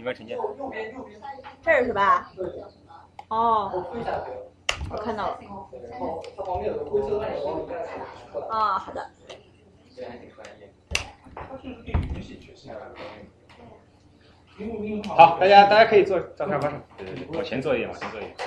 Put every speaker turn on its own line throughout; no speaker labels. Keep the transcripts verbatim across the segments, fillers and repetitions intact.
你们呈现。
这儿是吧？哦，我看到了。啊，好的。
好，大家大家可以坐到沙发上，对对对，往前坐一点，往前坐一点。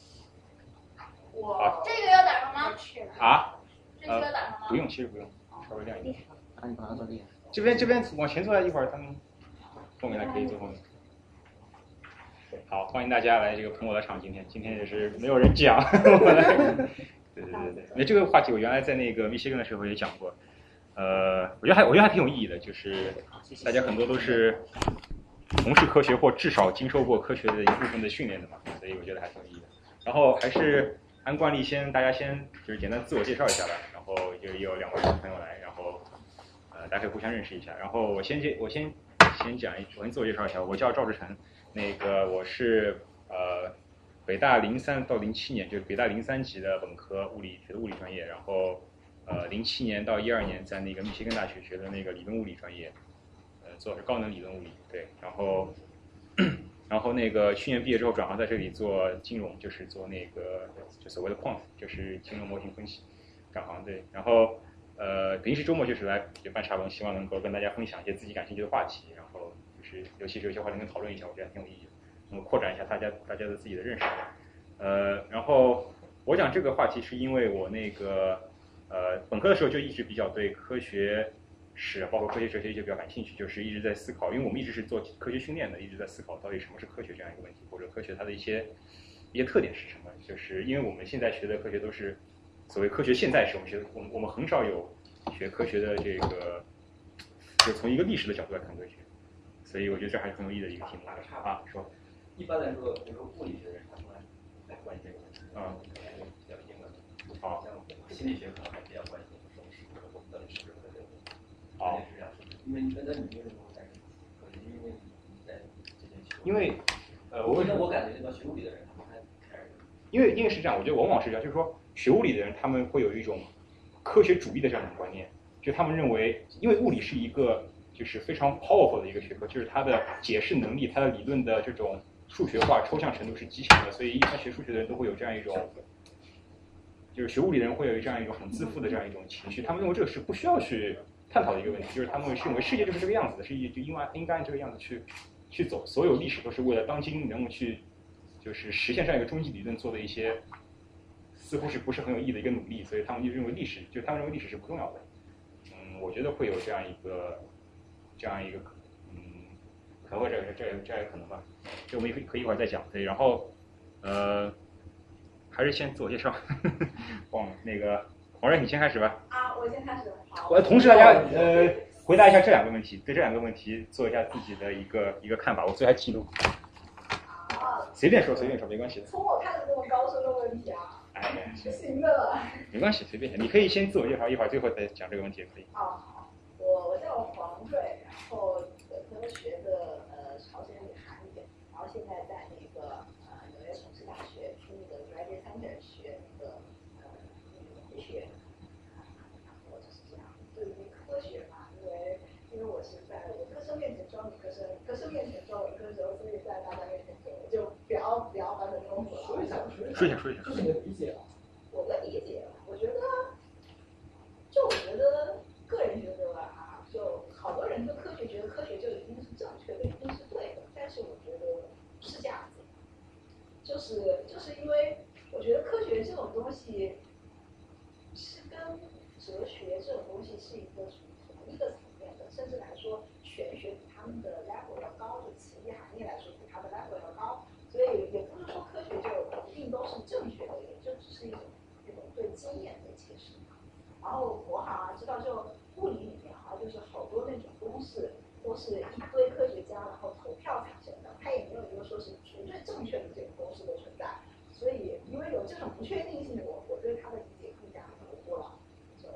好，
这个要打上吗？
啊？
这个要打上吗？
不用，其实不用，稍微亮一点。
啊，你把它坐这。
这边这边往前坐，一会儿他们后面来可以坐后面。好，欢迎大家来这个捧我的场。今天今天也是没有人讲，我来。对对对对，那这个话题我原来在那个密歇根的时候也讲过。呃，我觉得还我觉得还挺有意义的，就是大家很多都是从事科学或至少经受过科学的一部分的训练的嘛，所以我觉得还挺有意义的。然后还是按惯例先大家先就是简单自我介绍一下吧，然后就有两位朋友来，然后呃大家可以互相认识一下。然后我先介我先先讲一我先自我介绍一下，我叫赵志成，那个我是呃北大零三到零七年就是北大零三级的本科物理学的物理专业，然后呃零七年到一二年在那个密歇根大学学的那个理论物理专业。做的是高能理论物理，对，然后，然后那个去年毕业之后转行在这里做金融，就是做那个就所谓的 quant， 就是金融模型分析，转行对，然后呃平时周末就是来就办茶文，希望能够跟大家分享一些自己感兴趣的话题，然后就是尤其是有些话题能讨论一下，我觉得挺有意义的，能够扩展一下大家大家的自己的认识，呃，然后我讲这个话题是因为我那个呃本科的时候就一直比较对科学。是，包括科学哲学一些比较感兴趣，就是一直在思考，因为我们一直是做科学训练的，一直在思考到底什么是科学这样一个问题，或者科学它的一些一些特点是什么。就是因为我们现在学的科学都是所谓科学现代史，我们学的我们我们很少有学科学的这个，就从一个历史的角度来看科学，所以我觉得这还是很有意义的一个题目啊。说，
一般来说，比如说物理学的人，他们来关心这个问题，
嗯，
比较硬的。
好，
像心理学可能还比较关心什么是不是我们到底是不是科学。
好，
因为那那你为什么会在可能因为你在这件事？
因为呃，我
我感觉那帮学物理的人他们还开始。
因为因为是这样，我觉得往往是这样，就是说学物理的人他们会有一种科学主义的这样一种观念，就他们认为，因为物理是一个就是非常 powerful 的一个学科，就是它的解释能力、它的理论的这种数学化、抽象程度是极强的，所以一般学数学的人都会有这样一种。就是学物理的人会有这样一种很自负的这样一种情绪，他们认为这个是不需要去探讨的一个问题，就是他们认为世界就是这个样子的，世界就应该应该这个样子去去走，所有历史都是为了当今人们去就是实现这样一个终极理论做的一些似乎是不是很有意义的一个努力，所以他们就认为历史，就他们认为历史是不重要的。嗯，我觉得会有这样一个这样一个嗯，可能这个这这也可能吧，这我们可以可以一会儿再讲。对，然后呃。还是先自我介绍，忘了那个黄瑞，你先开始吧。
啊，我先开始。好。
我同时大家呃回答一下这两个问题，对这两个问题做一下自己的一个一个看法，我最爱记录。
好。
随便说，随便说，没关系的。
从我开始这么高深的问题啊。
哎，
不行的了。
没关系，随便讲，你可以先自我介绍，一会儿最后再讲这个问题也可以。
哦，好，我我叫黄瑞，然后本科学的呃朝鲜语韩语，然后现在在那个呃纽约城市大学去那个 graduate center 学那个呃回学，我就是这样。对于科学嘛，因为因为我是在我科生面前装理科生，科生面前装文科生，所以在大家面前我就不要不要把它弄混。说一下，
说一下，说一下。
就是你的理解啊。我的理解，我觉得，就我觉得个人觉得啊，就好多人对科学觉得科学就一定是正确的，一定是对的，但是我觉得不是这样子，就是就是因为我觉得科学这种东西是跟哲学这种东西是一个属于同一个层面的，甚至来说玄学比他们的 level 要高，就词义含义来说比他的 level 要高，所以也不是说科学就一定都是正确的，也就只是一种那种对经验的解释。然后我好像知道，就物理里面好像就是好多那种公式都是一堆科学家然后投票产生的，它也没有一个说是绝对正确的这个公式的存在。所以因为有这种不确定性，我我对它的理解更加模糊了，就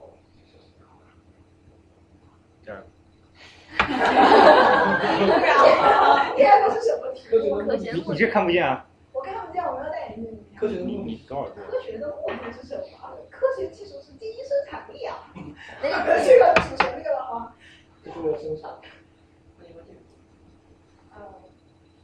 这样。
第二个是什么题目？
你你这看不见啊？
我看不见，我要戴眼镜。
科学的目的高耳朵。
科学的目的是什么？科学技术是第一生产力啊！这个主旋律了啊！
这是我生产。
呃，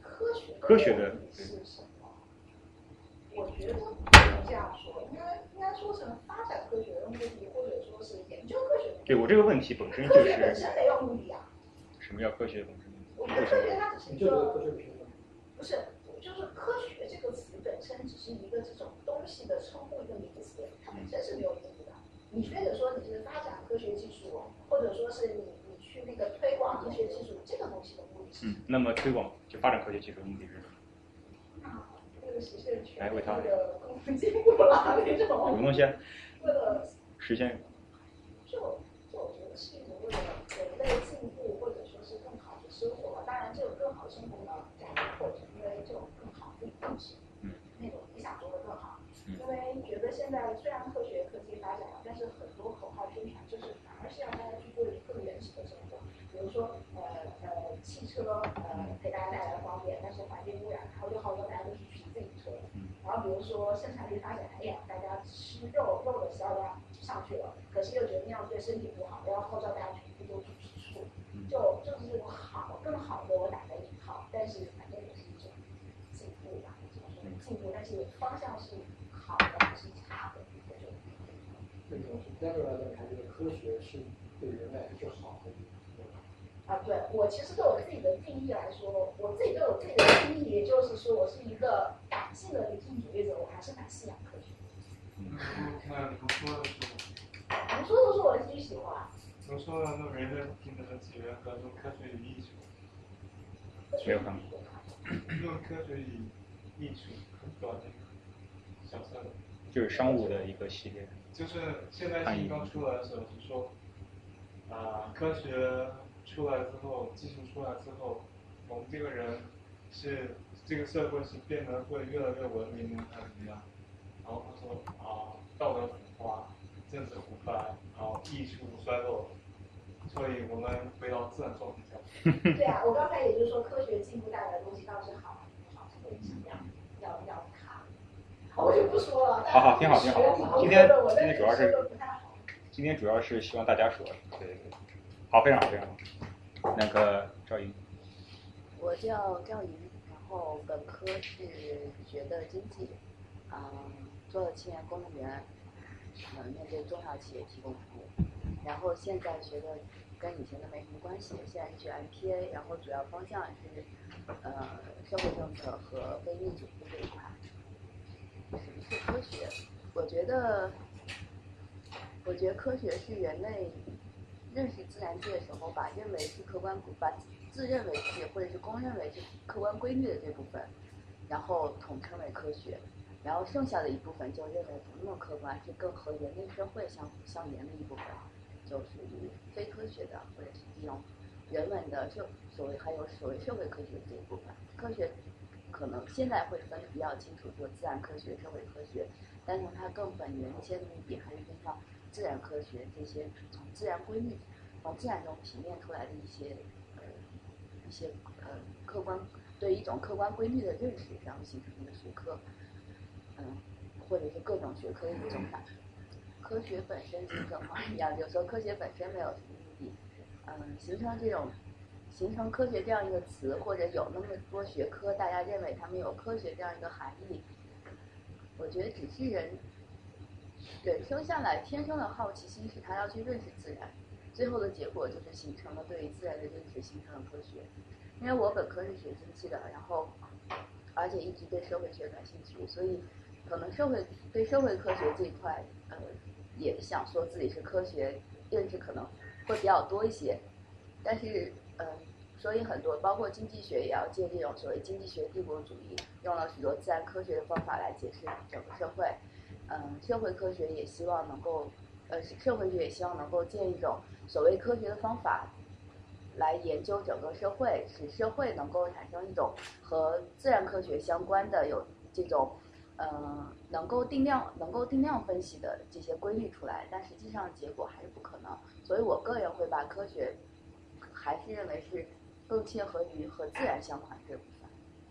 科学的
是什么？我觉得不能这样说，应该应该说成发展科学的目的，或者说是研究科学的目的。
对我这个问题本身就
科学
是
本身没有目的啊。
什么叫科学本身？
我觉得科学它只是一个，
科学平衡。
不是，就是科学这个词本身只是一个这种东西的称呼，一个名词，它本身是没有意义的。你非得说你是发展科学技术，或者说是你你去那个推广科学技术，这个东西的目的是什么？
嗯，那么推广就发展科学技术的目的是什么？
啊，为了实现全
来为他
民的功夫进步啦那种。
什么东西啊？
为了
实现？
就就我觉得是一种为了人类进步，或者说是更好的生活吧。当然，这种更好的生活呢，在过程，因为这种更好并不是那种理想中的更好。因为觉得现在虽然科学科技发展了，但是很多口号宣传就是反而是让大家去过更原始的生活。比如说呃呃汽车呃给大家带来了方便，但是环境污染，好多好多大家都是骑自行车。然后比如说生产力发展，哎呀，大家吃肉肉的销量上去了，可是又觉得那样对身体不好，然后号召大家全部都去吃素，就就是这种好更好的我打了一套，但是反正也是一种进步吧，怎么说进步，但是方向是好的还是差的，我觉得。
这种相对来讲，还觉得科学是对人类是好的。
啊，对，我其实对我自己的定义来说，我自己对我自己的定义，也就是说，我是一个感性的理性主义者，我还是蛮信仰科学。
嗯，看卢梭的书。
卢梭都是我最喜欢。
卢梭的那人类不平等的起源和用科学与艺术。
没有看过。
用科学与艺术，很短的一个小册子。
就是商务的一个系列。
就是现代性刚出来的时候，就说，啊、呃，科学出来之后，技术出来之后，我们这个人是这个社会是变得会越来越文明，还是怎么样？然后他说啊、呃，道德腐化，政治腐败，然后艺术衰落，所以我们回到自然状态下。
对啊，我刚才也就是说，科学进步带来的东西到底是好还是不好，这个是要要要看。我就不说了。
好好，挺好挺好。今天今天主要是今天主要是希望大家说，对对对，好，非常好非常好。那个赵莹。
我叫赵莹，然后本科是学的经济，嗯，做了七年公务员，呃，面对中小企业提供服务。然后现在学的跟以前的没什么关系，现在是学 M P A， 然后主要方向是呃社会政策和非营利组织这一块。什么是科学？我觉得，我觉得科学是人类认识自然界的时候，把认为是客观，把自认为是或者是公认为是客观规律的这部分，然后统称为科学，然后剩下的一部分就认为不那么客观，是更和人类社会相相连的一部分，就属于非科学的或者是这种人文的社所谓还有所谓社会科学这一部分。科学可能现在会分得比较清楚，说自然科学、社会科学，但从它更本源一些的目的，还是偏向自然科学这些从自然规律、从自然中提炼出来的一些呃一些呃客观对一种客观规律的认识，然后形成一个学科，嗯、呃，或者是各种学科的一种吧。科学本身形成一样，有时候科学本身没有什么目的，嗯、呃，形成这种。形成科学这样一个词，或者有那么多学科，大家认为他们有科学这样一个含义，我觉得只是人人生下来天生的好奇心使他要去认识自然，最后的结果就是形成了对于自然的认识，形成了科学。因为我本科是学经济的，然后而且一直对社会学感兴趣，所以可能社会对社会科学这一块，呃，也想说自己是科学认识可能会比较多一些，但是。嗯，所以很多包括经济学也要借这种所谓经济学帝国主义，用了许多自然科学的方法来解释整个社会。嗯，社会科学也希望能够，呃，社会学也希望能够借一种所谓科学的方法来研究整个社会，使社会能够产生一种和自然科学相关的有这种，呃，能够定量能够定量分析的这些规律出来，但实际上结果还是不可能。所以我个人会把科学。还是认为是更切合于和自然相关这部分。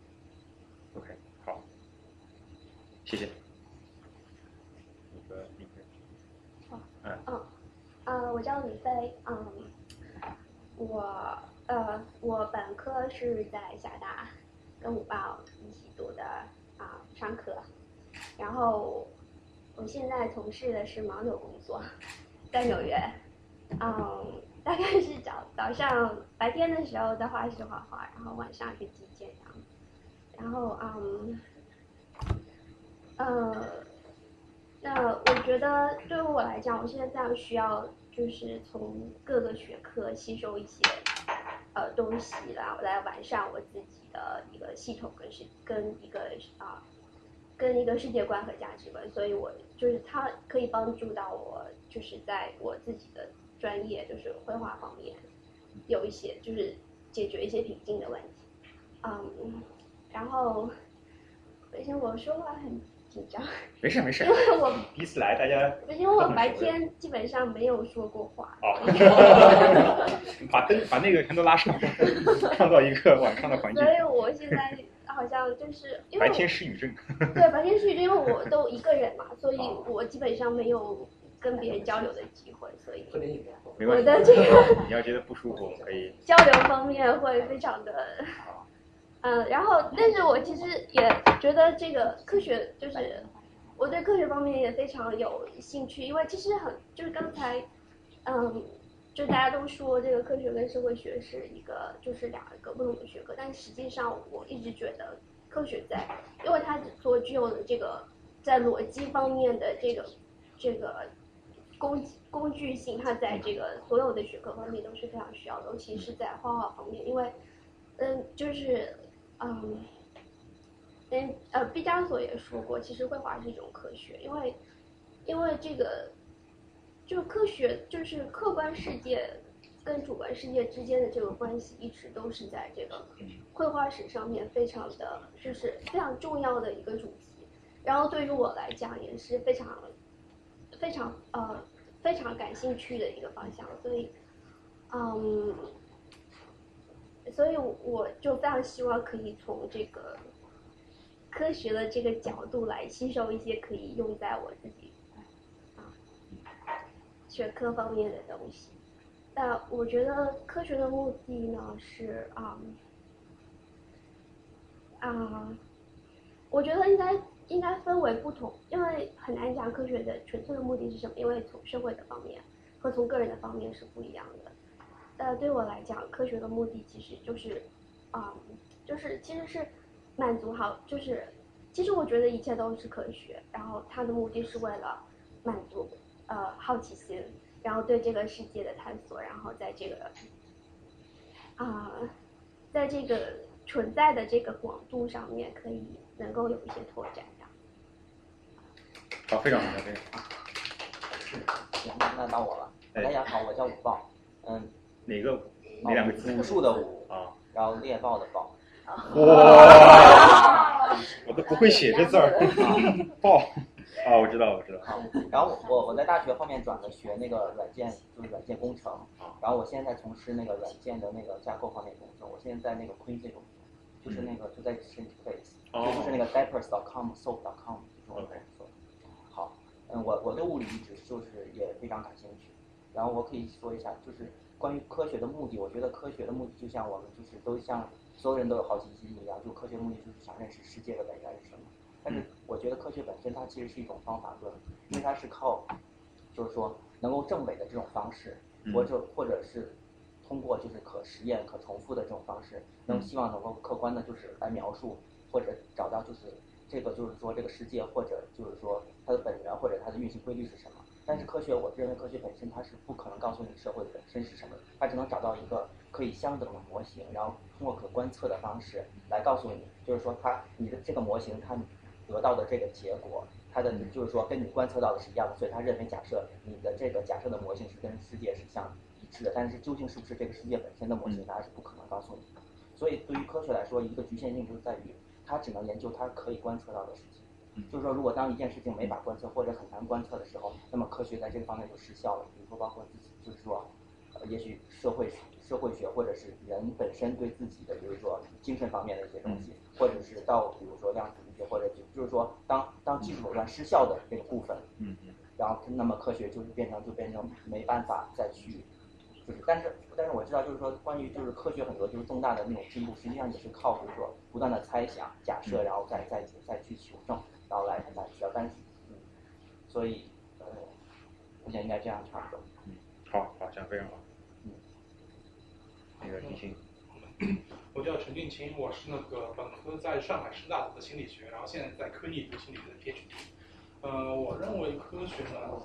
OK， 好，谢谢。那个，你可以。
哦，
嗯。
嗯，呃，我叫李飞，嗯，我呃，我本科是在厦大， 跟我爸一起读的啊商科，然后我现在从事的是牦牛工作，在纽约，嗯，大概是早早上白天的时候的话是画画，然后晚上是击剑这样，然后嗯，呃，那我觉得对于我来讲，我现在非常需要就是从各个学科吸收一些呃东西来来完善我自己的一个系统跟是跟一个啊。跟一个世界观和价值观，所以我就是它可以帮助到我，就是在我自己的专业，就是绘画方面，有一些就是解决一些瓶颈的问题，嗯，然后，而且我说话很紧张，
没事没事，
因为我
第一次来，大家
因为我白天基本上没有说过话，
哦，把灯把那个全都拉上，创造一个晚上的环境，
所以我现在。好像就是因为
白天失语症，
对白天失语症，因为我都一个人嘛，所以我基本上没有跟别人交流的机会，所以我的这个
你要觉得不舒服可以
交流方面会非常的，嗯，然后但是我其实也觉得这个科学就是我对科学方面也非常有兴趣，因为其实很就是刚才嗯。就大家都说这个科学跟社会学是一个就是两个不同的学科，但实际上我一直觉得科学在，因为它所具有的这个在逻辑方面的这个这个工工具性，它在这个所有的学科方面都是非常需要的，尤其是在画画方面，因为嗯就是嗯嗯呃毕加索也说过，其实绘画是一种科学，因为因为这个。就科学就是客观世界跟主观世界之间的这个关系，一直都是在这个绘画史上面非常的，就是非常重要的一个主题。然后对于我来讲，也是非常非常呃非常感兴趣的一个方向。所以，嗯，所以我就非常希望可以从这个科学的这个角度来吸收一些可以用在我自己。学科方面的东西，那我觉得科学的目的呢是啊啊、嗯嗯，我觉得应该应该分为不同，因为很难讲科学的纯粹的目的是什么，因为从社会的方面和从个人的方面是不一样的。但对我来讲，科学的目的其实就是啊、嗯，就是其实是满足好，就是其实我觉得一切都是科学，然后它的目的是为了满足。呃，好奇心，然后对这个世界的探索，然后在这个啊、呃，在这个存在的这个广度上面，可以能够有一些拓展。
好，非常好，非常好。
行，那到我了。大家好，我叫武豹。嗯，
哪个？哪两个字？
武术的武
啊，
然后猎豹的豹。
哇！我都不会写这字儿。豹。啊，我知道，我知道。
好，然后我我在大学后面转了学那个软件，就是软件工程。然后我现在在从事那个软件的那个架构方面工作。我现在在那个 Quincy 工作，就是那个就在 Change Place，、哦、就是那个 diapers dot com、soap dot com 这种工作。好，嗯，我我对物理一直就是也非常感兴趣。然后我可以说一下，就是关于科学的目的，我觉得科学的目的就像我们就是都像所有人都有好奇心一样，就科学目的就是想认识世界的本源是什么。但是我觉得科学本身它其实是一种方法论，因为它是靠，就是说能够证伪的这种方式，或者或者是通过就是可实验、可重复的这种方式，能希望能够客观的就是来描述或者找到就是这个就是说这个世界或者就是说它的本源或者它的运行规律是什么。但是科学，我认为科学本身它是不可能告诉你社会本身是什么，它只能找到一个可以相等的模型，然后通过可观测的方式来告诉你，就是说它你的这个模型它。得到的这个结果，它的就是说跟你观测到的是一样的，所以他认为假设你的这个假设的模型是跟世界是相一致的，但是究竟是不是这个世界本身的模型，它是不可能告诉你的。所以对于科学来说，一个局限性就是在于它只能研究它可以观测到的事情。就是说，如果当一件事情没法观测或者很难观测的时候，那么科学在这个方面就失效了。比如说，包括自己，就是说，呃，也许社会社会学或者是人本身对自己的，比如说精神方面的一些东西，或者是到比如说量子力学，或者就就是说，当当技术手段失效的这个部分，
嗯嗯，
然后那么科学就是变成就变成没办法再去就是但是但是我知道就是说关于就是科学很多就是重大的那种进步，实际上也是靠就是说不断的猜想假设，然后再再再去求证，然后来来知道，但是嗯，所以呃，我想应该这样差不多。
嗯，好，好，讲非常好。嗯，那个李欣。
我叫陈俊清，我是那个本科在上海师大读的心理学，然后现在在科技读心理学的 PhD。呃，我认为科学呢，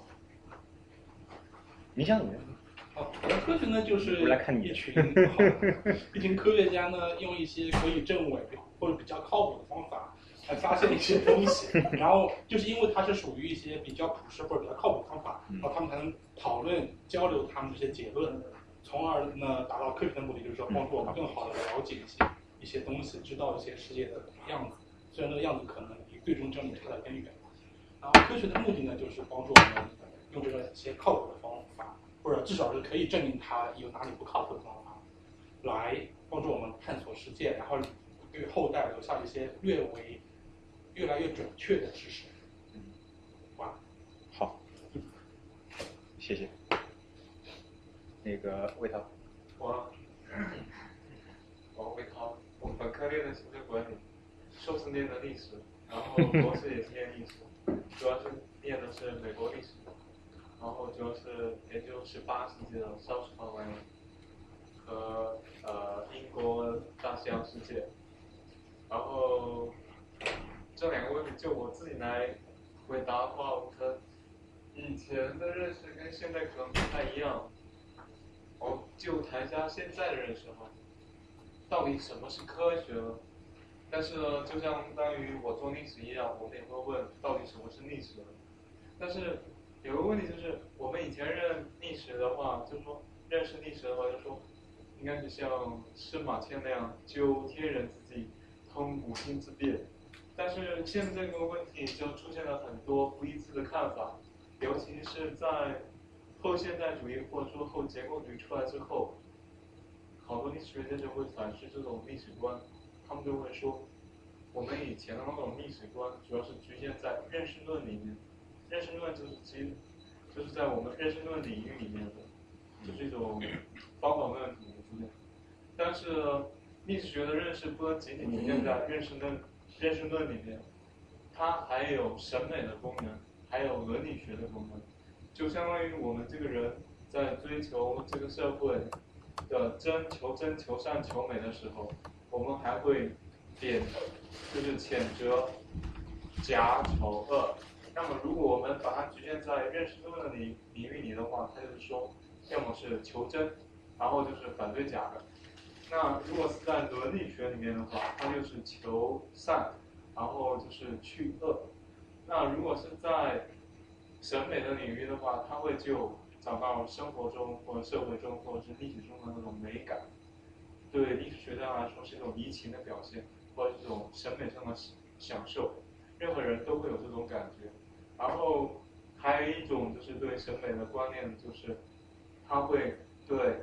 你想怎么样？
哦，我的科学呢就是一群好一群科学家呢，用一些可以证伪或者比较靠谱的方法来发现一些东西，然后就是因为它是属于一些比较朴实或者比较靠谱的方法，然后他们才能讨论交流他们这些结论。从而呢，达到科学的目的，就是说帮助我们更好的了解一些一些东西，知道一些世界的样子。虽然那个样子可能离最终真理差得很远。然后科学的目的呢，就是帮助我们用这个一些靠谱的方法，或者至少是可以证明它有哪里不靠谱的方法，来帮助我们探索世界，然后给后代留下一些略为越来越准确的知识。
嗯，
哇，
好，谢谢。那个魏涛，
我，我魏涛，我本科练的行政管理，硕士念的历史，然后博士也是念历史，主要是念的是美国历史，然后主要是研究十八世纪的烧死方文和呃英国大西洋世界，然后这两个问题就我自己来回答的话，我的以前的认识跟现在可能不太一样。我就谈一下现在的认识哈，到底什么是科学呢？但是呢，就相当于我做历史一样，我们也会问到底什么是历史呢？但是有个问题就是，我们以前认历史的话，就是说认识历史的话，就是说应该是像司马迁那样究天人之际，通古今之变。但是现在这个问题就出现了很多不一致的看法，尤其是在后现代主义或者说后结构主义出来之后，好多历史学家就会反思这种历史观，他们就会说，我们以前的那种历史观主要是局限在认识论里面，认识论就是基，就是在我们认识论领域里面的，就是一种方法论什么之类的。但是历史学的认识不能仅仅局限在认识论认识论里面，它还有审美的功能，还有伦理学的功能。就相当于我们这个人在追求这个社会的真求真求善求美的时候，我们还会点就是谴责假丑恶。那么如果我们把它局限在认识论的领领域里的话，它就是说要么是求真，然后就是反对假的。那如果是在伦理学里面的话，它就是求善，然后就是去恶。那如果是在审美的领域的话，它会就找到生活中或者社会中或者是历史中的那种美感，对历史学家来说是一种移情的表现，或者是一种审美上的享受，任何人都会有这种感觉。然后还有一种就是对审美的观念，就是他会对，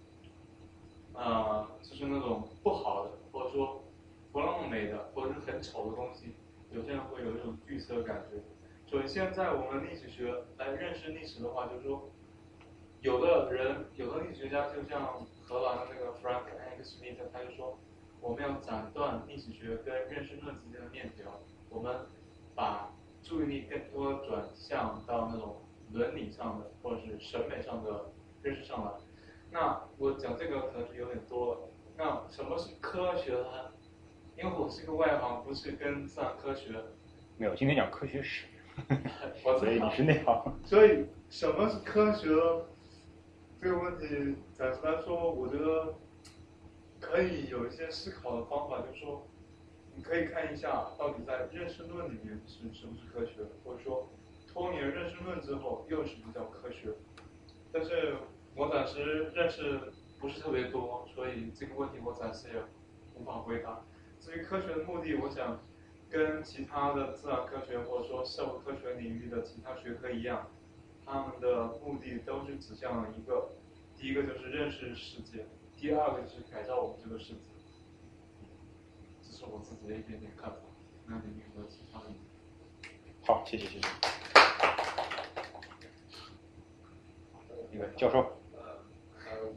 呃，就是那种不好的或者说不那么美的或者是很丑的东西，有些人会有一种惧色感觉。所以现在我们历史学来认识历史的话，就是说，有的人，有的历史学家，就像荷兰的那个 Frank Angus-Smith， 他就说，我们要斩断历史学跟认识论之间的链条，我们把注意力更多转向到那种伦理上的或者是审美上的认识上来。那我讲这个可能是有点多了。那什么是科学呢？因为我是个外行，不是跟自然科学。
没有，今天讲科学史。
我
所以你是内行。
所以什么是科学呢？这个问题暂时来说，我觉得可以有一些思考的方法，就是说，你可以看一下到底在认识论里面是是不是科学，或者说脱离了认识论之后又是不是叫科学。但是我暂时认识不是特别多，所以这个问题我暂时也无法回答。至于科学的目的，我想跟其他的自然科学或者说社会科学领域的其他学科一样，他们的目的都是指向一个，第一个就是认识世界，第二个就是改造我们这个世界。这是我自己的一点点看法，那领域和其他领域。
好，谢谢谢谢。那个教授。
呃呃，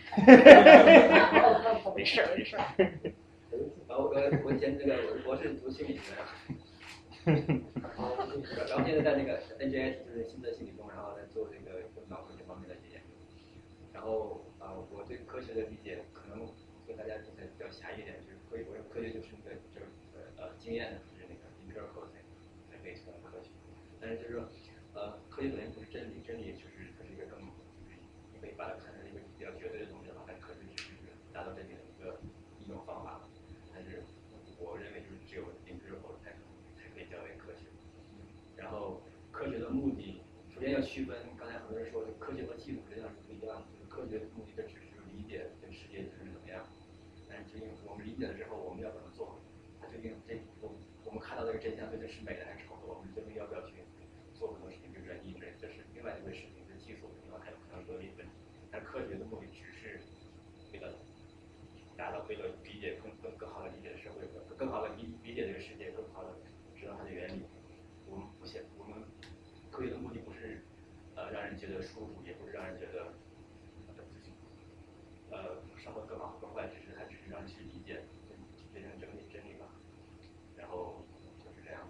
没事儿没事儿。
然后我我以前那个我是博士读心理学，然后现在在那个 N J I T 就是新的心理中，然后在做这个脑科学方面的一些研究。然后啊、呃，我对科学的理解可能跟大家比较狭义一点，就是科学，我认为科学就是那个就是呃经验，就是那个 empirical 才才可以算科学。但是就是说呃，科学本身不是真理，真理就是它是一个更你可以把它看成一个比较绝对的东西的话，但科学只是达到真理的一个一种方法。但是我认为就是只有 empirical 才才可以叫为科学。然后科学的目的，首先要区分，刚才很多人说科学和技术实际上是不一样的。就是科学的目的这只是理解这个世界是怎么样，但是究竟我们理解了之后，我们要怎么做？它究竟这我我们看到这个真相究竟是美的还是丑的？我们究竟要不要去做很多事情，比如说医治，这是另外一回事情，是技术，另外还有可能伦理问题。但科学的目的只是为了达到为了理解更更更好的理解社会，更好的理理解这个世界，更好的知道它的原理。我们不想，我们科学的目的不是呃让人觉得舒服，也不是让人觉得呃生活更好更坏，只是它只是让人去理解，变成真理真理吧。然后就是这样。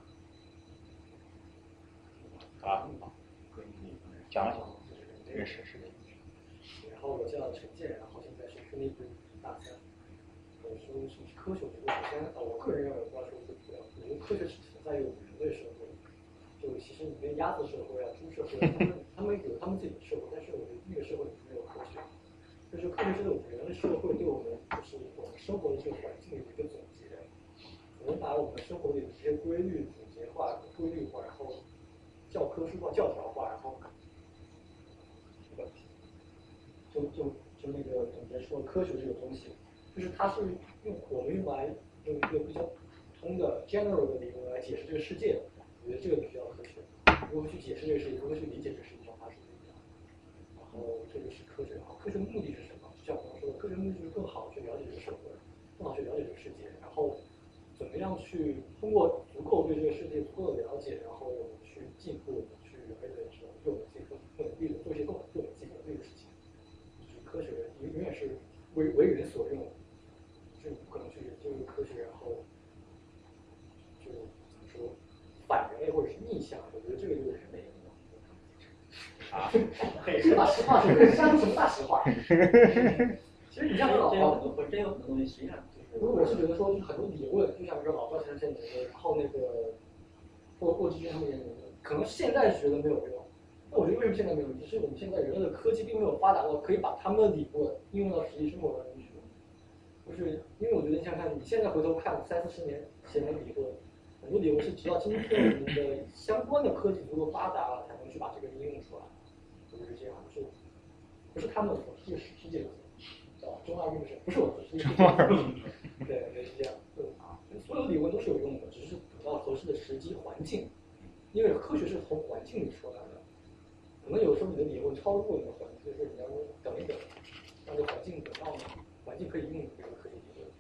啊，讲了讲，认识是的。
然后我叫陈建，然后现在是科尼部大三。我说什么是科学？我觉得首先啊，我个人认为不要说最主要，我觉得科学是存在于我们人类社会。就其实里面鸭子社会啊、猪社会，他们他们有他们自己的社会，但是我觉得那个社会里没有科学。就是科学是对我们人类社会对我们就是我们生活的这个环境的一个总结。我们把我们生活里的这些规律总结化、规律化，然后教科书化、教条化，然后就就就那个总结说科学这个东西，就是它是用我们用来用一个比较普通的 general 的理论来解释这个世界。我觉得这个比较科学，如何去解释这个事情，如何去理解这个事情上它是不一样。然后这个是科学，好，科学的目的是什么？就像我刚刚说的，科学的目的就是更好去了解这个社会，更好去了解这个世界，然后怎么样去通过足够对这个世界足够的了解，然后我们去进步，去而且是对我们自己更更有利的做一些更对我们自己有利的事情。就是科学永永远是为为人所用，就是不可能去研究一个科学，然后就怎么说？反人类或者是逆向，我觉得这个就是没有啊，实话实话是瞎说什么大实话。其实你像老
真有很多，真有很多东西实际上就是，
因为我是觉得说，就是很多理论，就像说老赵先生觉得，然后那个霍霍志军他们也觉得，可能现在觉得没有用。那我觉得为什么现在没有用？就是我们现在人类的科技并没有发达到可以把他们的理论应用到实际生活当中去。就是因为我觉得你想看，你现在回头看三四十年前的理论。很多理论是直到今天我们的相关的科技足够发达了，才能去把这个应用出来，就是这样，是不是他们的错，是世界的错，啊，中二病是不是我的错，是世界的错，对对是这样，对啊，所有理论都是有用的，只是等到合适的时机环境，因为科学是从环境里出来的，可能有时候你的理论超过你的环境，就是你要等一等，让这环境等到环境可以用这个科技理论。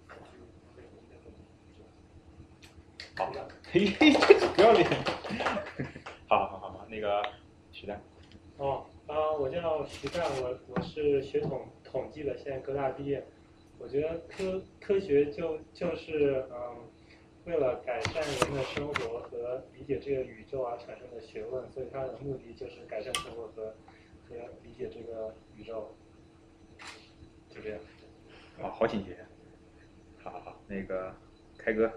好的，嘿嘿，这个不要脸。好好好好，那个徐丹。
哦，啊，我叫徐丹，我我是学统统计的，现在哥大毕业。我觉得科科学就就是嗯，为了改善人的生活和理解这个宇宙而产生的学问，所以它的目的就是改善生活和和理解这个宇宙。就这样。
哦，好紧接。好好好，那个开哥。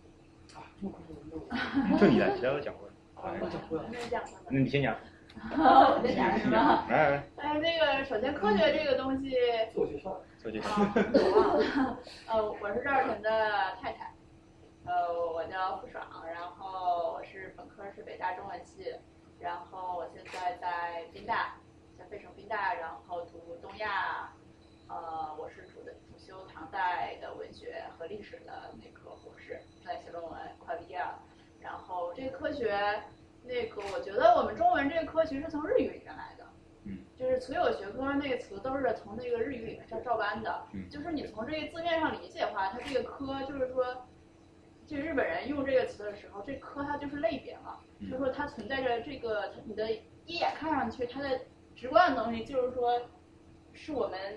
就你来，其他都讲过了。
我讲过了。没讲过。
那你先讲。
我先讲是吧？
哎。
哎，那个首先科学这个东西。
做介绍。
做介绍。
呃，我是赵尔晨的太太，呃，我叫付爽，然后我是本科是北大中文系，然后我现在在宾大，在费城宾大，然后读东亚，呃，我是主的主修唐代的文学和历史的那个博士，在写论文，快毕业了。然后这个科学，那个我觉得我们中文这个科其实是从日语里面来的，
嗯，
就是所有学科那个词都是从那个日语里面照照搬的，
嗯，
就是你从这个字面上理解的话，它这个科就是说，就日本人用这个词的时候，这科它就是类别嘛，嗯，就是说它存在着这个你的一眼看上去它的直观的东西，就是说，是我们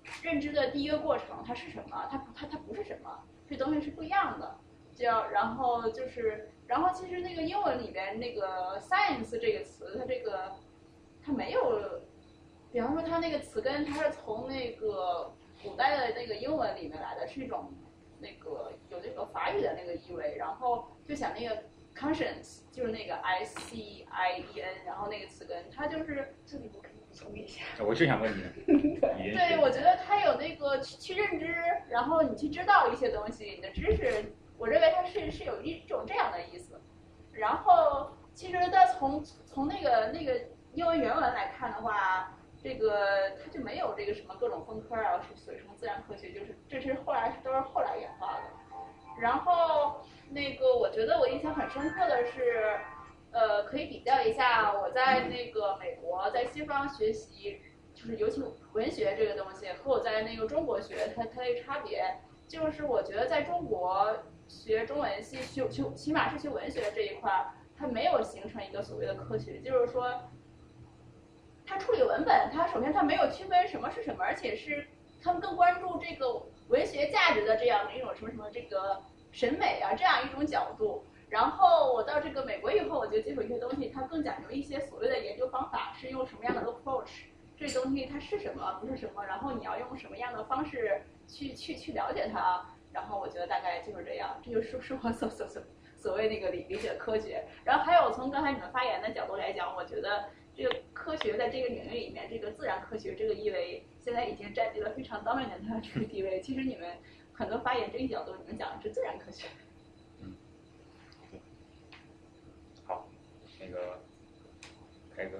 认知的第一个过程它是什么，它它它不是什么，这东西是不一样的。就然后就是，然后其实那个英文里边那个 science 这个词，它这个它没有，比方说它那个词根它是从那个古代的那个英文里面来的，是一种那个有那个法语的那个意味，然后就想那个 conscience 就是那个 I C I E N， 然后那个词根它就是这里我可以补充一下，
我就想问你，
对，我觉得它有那个去去认知，然后你去知道一些东西，你的知识。我认为它是是有一种这样的意思，然后其实它从从那个那个英文原文来看的话，这个它就没有这个什么各种分科啊，是属于什么自然科学，就是这是后来都是后来演化的。然后那个我觉得我印象很深刻的是，呃，可以比较一下我在那个美国在西方学习，就是尤其文学这个东西和我在那个中国学它它的差别，就是我觉得在中国。学中文系学学起码是学文学这一块，它没有形成一个所谓的科学，就是说，它处理文本，它首先它没有区分什么是什么，而且是他们更关注这个文学价值的这样的一种什么什么这个审美啊这样一种角度。然后我到这个美国以后，我就接触一些东西，它更讲究一些所谓的研究方法，是用什么样的 approach， 这东西它是什么不是什么，然后你要用什么样的方式去去去了解它。然后我觉得大概就是这样，这就是是我所所所所谓那个理理解科学。然后还有从刚才你们发言的角度来讲，我觉得这个科学在这个领域里面，这个自然科学这个意味现在已经占据了非常 dominant 的这个地位。其实你们很多发言这一角度，你们讲的是自然科学。
嗯，对。好，那个开哥。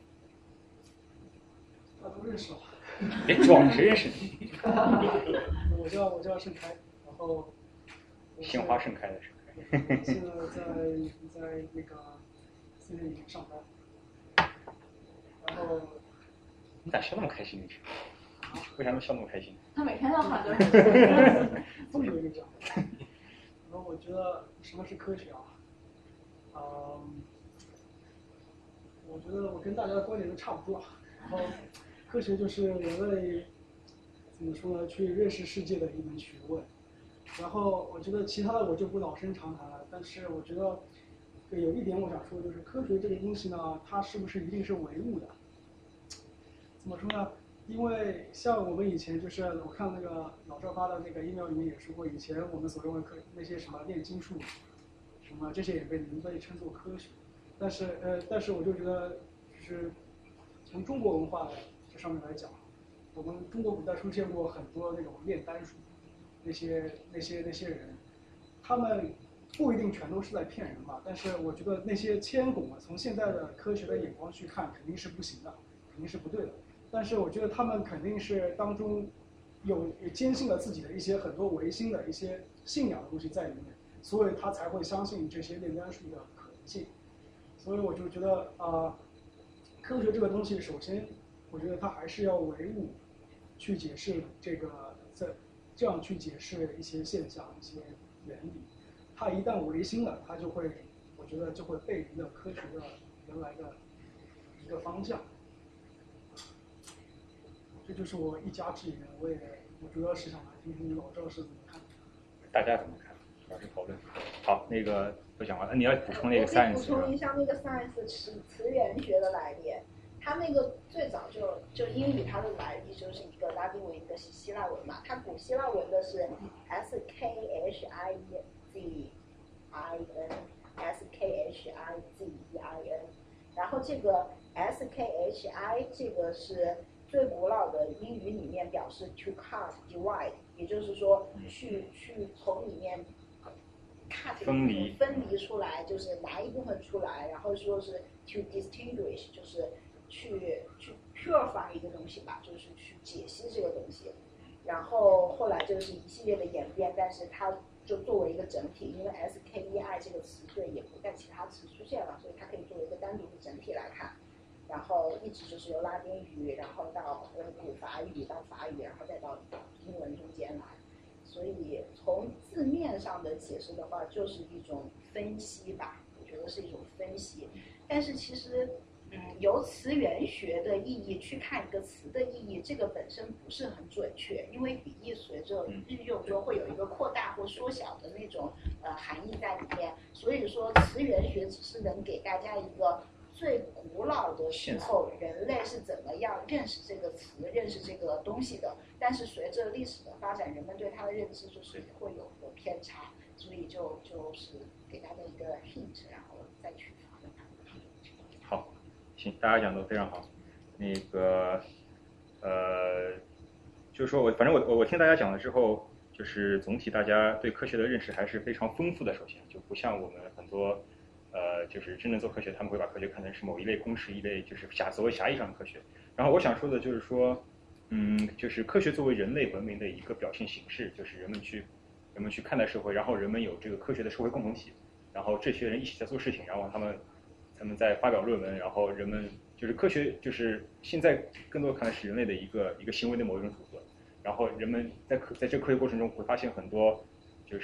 大家都认识了。
别装，谁认识你？
我叫我叫盛开，然后
鲜花盛开的盛
开。现在在在那个 C N N 上班，然后
你咋笑那么开心？为啥能笑那么开心？
他每天都很多。
风流就这样。然后我觉得什么是科学啊？嗯，我觉得我跟大家的观点都差不多。然后。科学就是人类怎么说呢？去认识世界的一门学问。然后我觉得其他的我就不老生常谈了。但是我觉得有一点我想说，就是科学这个东西呢，它是不是一定是唯物的？怎么说呢？因为像我们以前就是我看那个老赵发的那个 email 里面也说过，以前我们所认为科那些什么炼金术，什么这些也被能被称作科学。但是呃，但是我就觉得就是从中国文化上面来讲，我们中国古代出现过很多那种炼丹术，那些那些那些人，他们不一定全都是在骗人嘛。但是我觉得那些谦拱啊，从现在的科学的眼光去看，肯定是不行的，肯定是不对的。但是我觉得他们肯定是当中有也坚信了自己的一些很多唯心的一些信仰的东西在里面，所以他才会相信这些炼丹术的可能性。所以我就觉得啊、呃，科学这个东西，首先。我觉得它还是要唯物去解释这个，这这样去解释一些现象、一些原理。它一旦唯心了，它就会，我觉得就会背离了科学的原来的一个方向。这就是我一家之言，我也我主要是想来听听老赵是怎么看。
大家怎么看？老师讨论。好，那个不讲完了，你要补充那个 science。
我可以补充一下那个 science 词词源学的来历。它那个最早就就英语它的来历就是一个拉丁文，一个是希腊文嘛。它古希腊文的是 S K H I Z I N S K H I Z E I N， 然后这个 S K H I 这个是最古老的英语里面表示 to cut divide， 也就是说去去从里面 cut
分离
分离出来，就是拿一部分出来，然后说是 to distinguish， 就是。去去 purify 一个东西吧，就是去解析这个东西，然后后来就是一系列的演变，但是它就作为一个整体，因为 S K E I 这个词对也不在其他词出现了，所以它可以作为一个单独的整体来看。然后一直就是由拉丁语，然后到呃古法语，到法语，然后再到英文中间来。所以从字面上的解释的话，就是一种分析吧，我觉得是一种分析。但是其实嗯，由词源学的意义去看一个词的意义，这个本身不是很准确，因为语义随着运用中会有一个扩大或缩小的那种呃含义在里面，所以说词源学只是能给大家一个最古老的时候人类是怎么样认识这个词、认识这个东西的，但是随着历史的发展，人们对它的认知就是会有有偏差，所以就就是给大家一个 hint， 然后再去讨论它。
好，行，大家讲的都非常好。那个，呃，就是说我反正我我我听大家讲了之后，就是总体大家对科学的认识还是非常丰富的。首先，就不像我们很多。呃，就是真正做科学，他们会把科学看成是某一类公式，一类就是狭所谓狭义上的科学。然后我想说的就是说，嗯，就是科学作为人类文明的一个表现形式，就是人们去人们去看待社会，然后人们有这个科学的社会共同体，然后这些人一起在做事情，然后他们他们在发表论文，然后人们就是科学就是现在更多看的是人类的一个一个行为的某一种组合，然后人们在科在这个科学过程中会发现很多就是。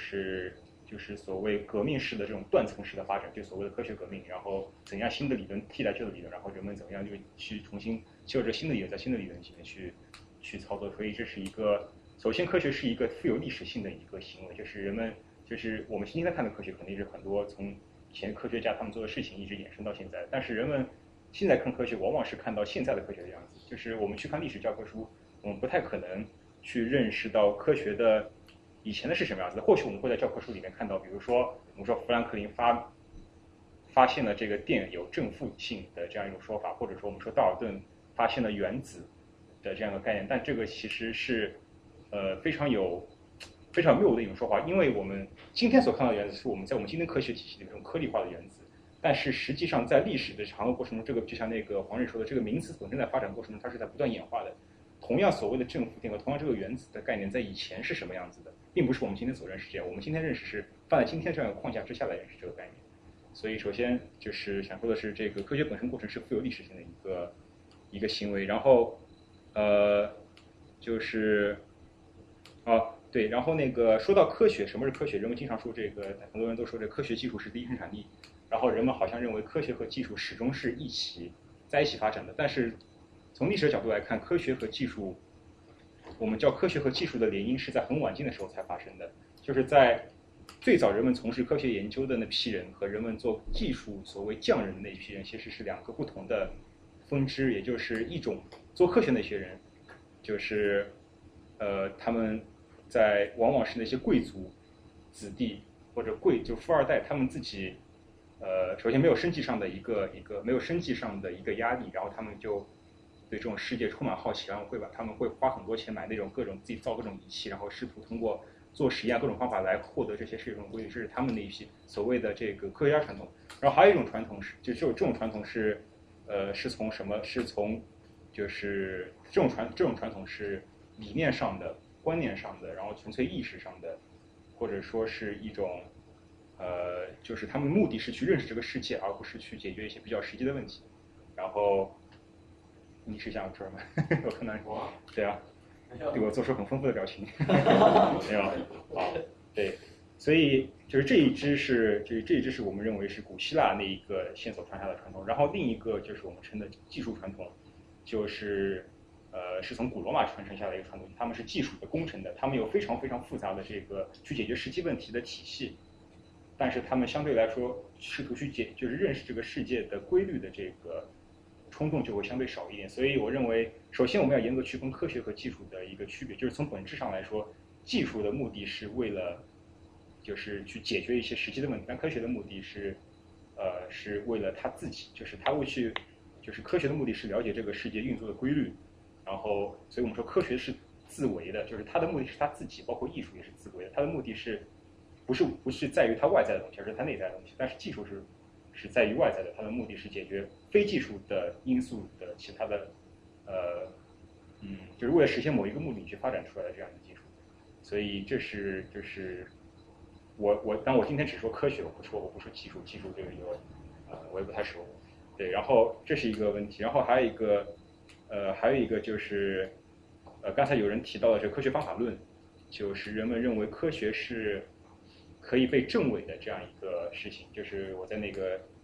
就是所谓革命式的这种断层式的发展，就所谓的科学革命，然后怎样新的理论替代旧的理论，然后人们怎么样就去重新就着新的理论在新的理论里面去去操作，所以这是一个首先科学是一个富有历史性的一个行为，就是人们就是我们今天看的科学肯定是很多从前科学家他们做的事情一直衍生到现在，但是人们现在看科学往往是看到现在的科学的样子，就是我们去看历史教科书，我们不太可能去认识到科学的。以前的是什么样子的？或许我们会在教科书里面看到，比如说我们说富兰克林发发现了这个电有正负性的这样一种说法，或者说我们说道尔顿发现了原子的这样的概念，但这个其实是呃非常有非常谬误的一种说法，因为我们今天所看到的原子是我们在我们今天科学体系里面这种颗粒化的原子，但是实际上在历史的长河过程中，这个就像那个黄日说的，这个名词本身在发展过程中它是在不断演化的。同样所谓的正负电荷，同样这个原子的概念在以前是什么样子的，并不是我们今天所认识这样。我们今天认识是放在今天这样一个框架之下来认识这个概念。所以首先就是想说的是，这个科学本身过程是富有历史性的一个一个行为。然后，呃，就是啊对，然后那个说到科学，什么是科学？人们经常说这个，很多人都说这科学技术是第一生产力，然后人们好像认为科学和技术始终是一起在一起发展的，但是。从历史的角度来看，科学和技术，我们叫科学和技术的联姻是在很晚近的时候才发生的。就是在最早人们从事科学研究的那批人和人们做技术所谓匠人的那一批人，其实是两个不同的分支。也就是一种做科学那些人，就是呃他们在往往是那些贵族子弟或者贵就富二代，他们自己呃首先没有生计上的一个一个没有生计上的一个压力，然后他们就。对这种世界充满好奇，然后会把他们会花很多钱买那种各种自己造各种仪器，然后试图通过做实验各种方法来获得这些世界中的规律，这是他们的一批所谓的这个科学家传统。然后还有一种传统是，就这种这种传统是，呃，是从什么？是从就是这种传这种传统是理念上的、观念上的，然后纯粹意识上的，或者说是一种，呃，就是他们目的是去认识这个世界，而不是去解决一些比较实际的问题，然后。你是想说吗？我看到对啊，对我做出很丰富的表情，没有好，对，所以就是这一支是，就是这一支是我们认为是古希腊那一个线索传下的传统，然后另一个就是我们称的技术传统，就是呃是从古罗马传承下来一个传统，他们是技术的工程的，他们有非常非常复杂的这个去解决实际问题的体系，但是他们相对来说试图去解就是认识这个世界的规律的这个。冲动就会相对少一点，所以我认为，首先我们要严格区分科学和技术的一个区别，就是从本质上来说，技术的目的是为了，就是去解决一些实际的问题，但科学的目的是，呃，是为了他自己，就是他会去，就是科学的目的是了解这个世界运作的规律，然后，所以我们说科学是自为的，就是它的目的是他自己，包括艺术也是自为的，它的目的是，不是不是在于它外在的东西，而是它内在的东西，但是技术是。是在于外在的，它的目的是解决非技术的因素的其他的，呃，嗯，就是为了实现某一个目的去发展出来的这样的技术，所以这是就是我我，但我今天只说科学，我不说我不说技术，技术这个有，呃，我也不太熟，对，然后这是一个问题，然后还有一个，呃，还有一个就是，呃，刚才有人提到的这个科学方法论，就是人们认为科学是。可以被证伪的这样一个事情，就是我在那个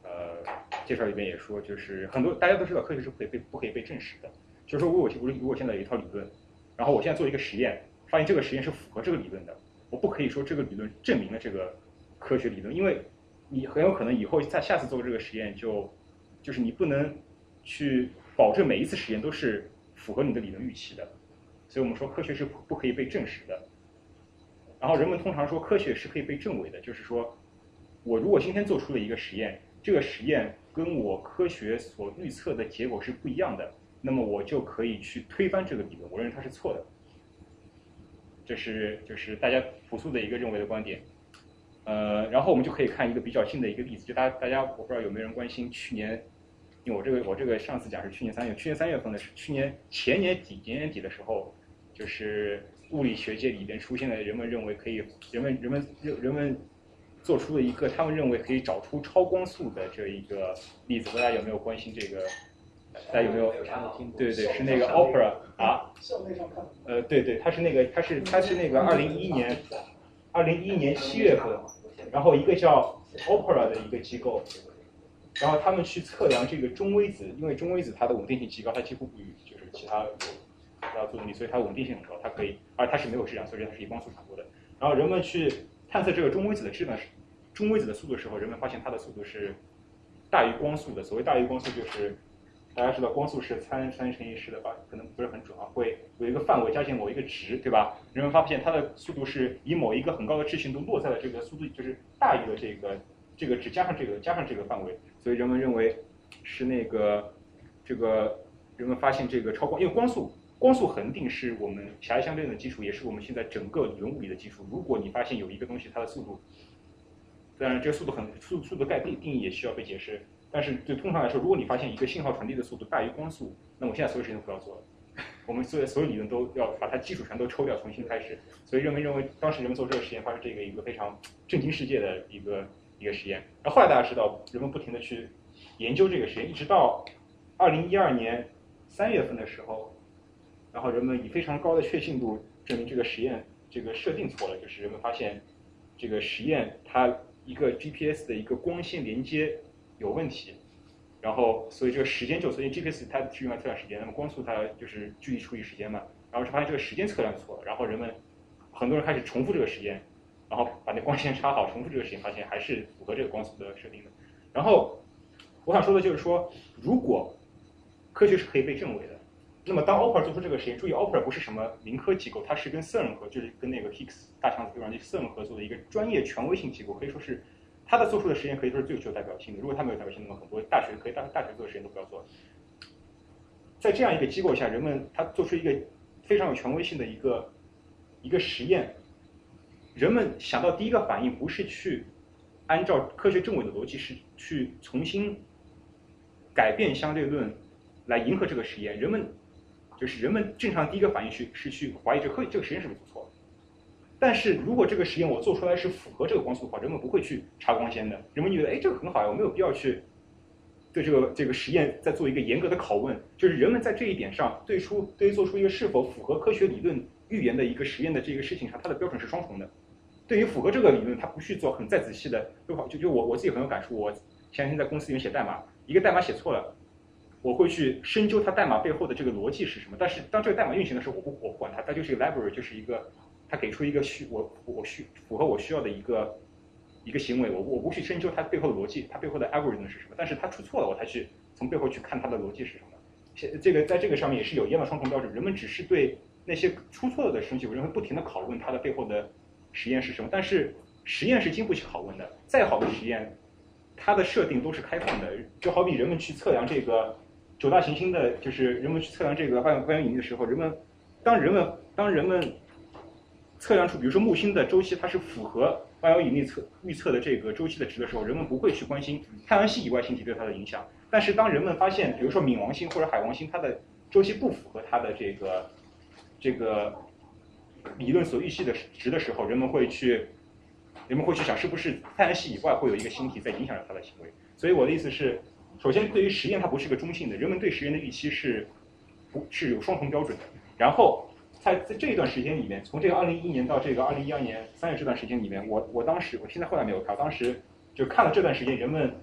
呃介绍里边也说，就是很多大家都知道科学是不可以被不可以被证实的，就是说如果我如果现在有一套理论，然后我现在做一个实验，发现这个实验是符合这个理论的，我不可以说这个理论证明了这个科学理论，因为你很有可能以后在下次做这个实验就就是你不能去保证每一次实验都是符合你的理论预期的，所以我们说科学是不可以被证实的。然后人们通常说科学是可以被证伪的，就是说我如果今天做出了一个实验，这个实验跟我科学所预测的结果是不一样的，那么我就可以去推翻这个理论，我认为它是错的。这是就是大家朴素的一个认为的观点。呃，然后我们就可以看一个比较近的一个例子，就大家大家我不知道有没有人关心去年，因为我这个我这个上次讲是去年三月，去年三月份的是去年前年底前年底的时候，就是物理学界里边出现了人们认为可以人们人们人们做出了一个他们认为可以找出超光速的这一个例子，大家有没有关心这个？大家有没有？对对对，是那个 Opera 啊，呃，对对，它是那个它是它是那个二零一一年二零一一年七月份，然后一个叫 Opera 的一个机构，然后他们去测量这个中微子，因为中微子它的稳定性极高，它几乎不与就是其他有其他作用力，所以它稳定性很高，它可以，而它是没有质量，所以它是以光速传播的。然后人们去探测这个中微子的质量，中微子的速度的时候，人们发现它的速度是大于光速的。所谓大于光速，就是大家知道光速是三三乘以十的吧，可能不是很准啊，会有一个范围加减某一个值，对吧？人们发现它的速度是以某一个很高的置信度落在了这个速度，就是大于了这个这个值加上这个加上这个范围，所以人们认为是那个这个人们发现这个超光，因为光速光速恒定是我们狭义相对论的基础，也是我们现在整个理论物理的基础。如果你发现有一个东西它的速度，当然这个速度很速速度概定定义也需要被解释。但是对通常来说，如果你发现一个信号传递的速度大于光速，那我现在所有事情都不要做了，我们所有所有理论都要把它基础全都抽掉，重新开始。所以人们认为，当时人们做这个实验，发生这个一个非常震惊世界的一个一个实验。然后后来大家知道，人们不停的去研究这个实验，一直到二零一二年三月份的时候，然后人们以非常高的确信度证明这个实验这个设定错了，就是人们发现这个实验它一个 G P S 的一个光纤连接有问题，然后所以这个时间就所以 G P S 它是用来测量时间，那么光速它就是距离除以时间嘛，然后就发现这个时间测量错了，然后人们很多人开始重复这个实验，然后把那光纤插好，重复这个实验，发现还是符合这个光速的设定的。然后我想说的就是说，如果科学是可以被证伪的，那么当 Opera 做出这个实验，注意 Opera 不是什么民科机构，它是跟 C E R N 合，就是跟那个 Higgs 大强子对撞机 C E R N 合作的一个专业权威性机构，可以说是他的做出的实验可以说是最具有代表性的。如果他没有代表性，那么很多大学可以大大学做的实验都不要做了。在这样一个机构下，人们他做出一个非常有权威性的一个一个实验，人们想到第一个反应不是去按照科学证伪的逻辑，是去重新改变相对论来迎合这个实验。人们就是人们正常第一个反应是是去怀疑这科这个实验是不是做错了。但是如果这个实验我做出来是符合这个光速的话，人们不会去插光纤的。人们觉得，哎，这个很好呀，我没有必要去对这个这个实验再做一个严格的拷问。就是人们在这一点上，对出对于做出一个是否符合科学理论预言的一个实验的这个事情上，它的标准是双重的。对于符合这个理论，他不去做很再仔细的，就就我我自己很有感触。我前两天在公司里面写代码，一个代码写错了，我会去深究它代码背后的这个逻辑是什么。但是当这个代码运行的时候，我不我不管它，它就是一个 library， 就是一个。它给出一个需我我需符合我需要的一个一个行为，我我不去深究它背后的逻辑，它背后的 algorithm 是什么，但是它出错了，我才去从背后去看它的逻辑是什么。这个在这个上面也是有一样的双重标准，人们只是对那些出错了的东西，我认为不停的拷问它的背后的实验是什么，但是实验是经不起拷问的。再好的实验，它的设定都是开放的，就好比人们去测量这个九大行星的，就是人们去测量这个万万有引力的时候，人们当人们当人们测量出，比如说木星的周期，它是符合万有引力测预测的这个周期的值的时候，人们不会去关心太阳系以外星体对它的影响。但是当人们发现，比如说冥王星或者海王星，它的周期不符合它的这个这个理论所预期的值的时候，人们会去人们会去想，是不是太阳系以外会有一个星体在影响着它的行为。所以我的意思是，首先对于实验它不是个中性的，人们对实验的预期是不是有双重标准的。然后在在这一段时间里面，从这个二零一一年到这个二零一二年三月这段时间里面，我我当时我现在后来没有看，当时就看了这段时间人们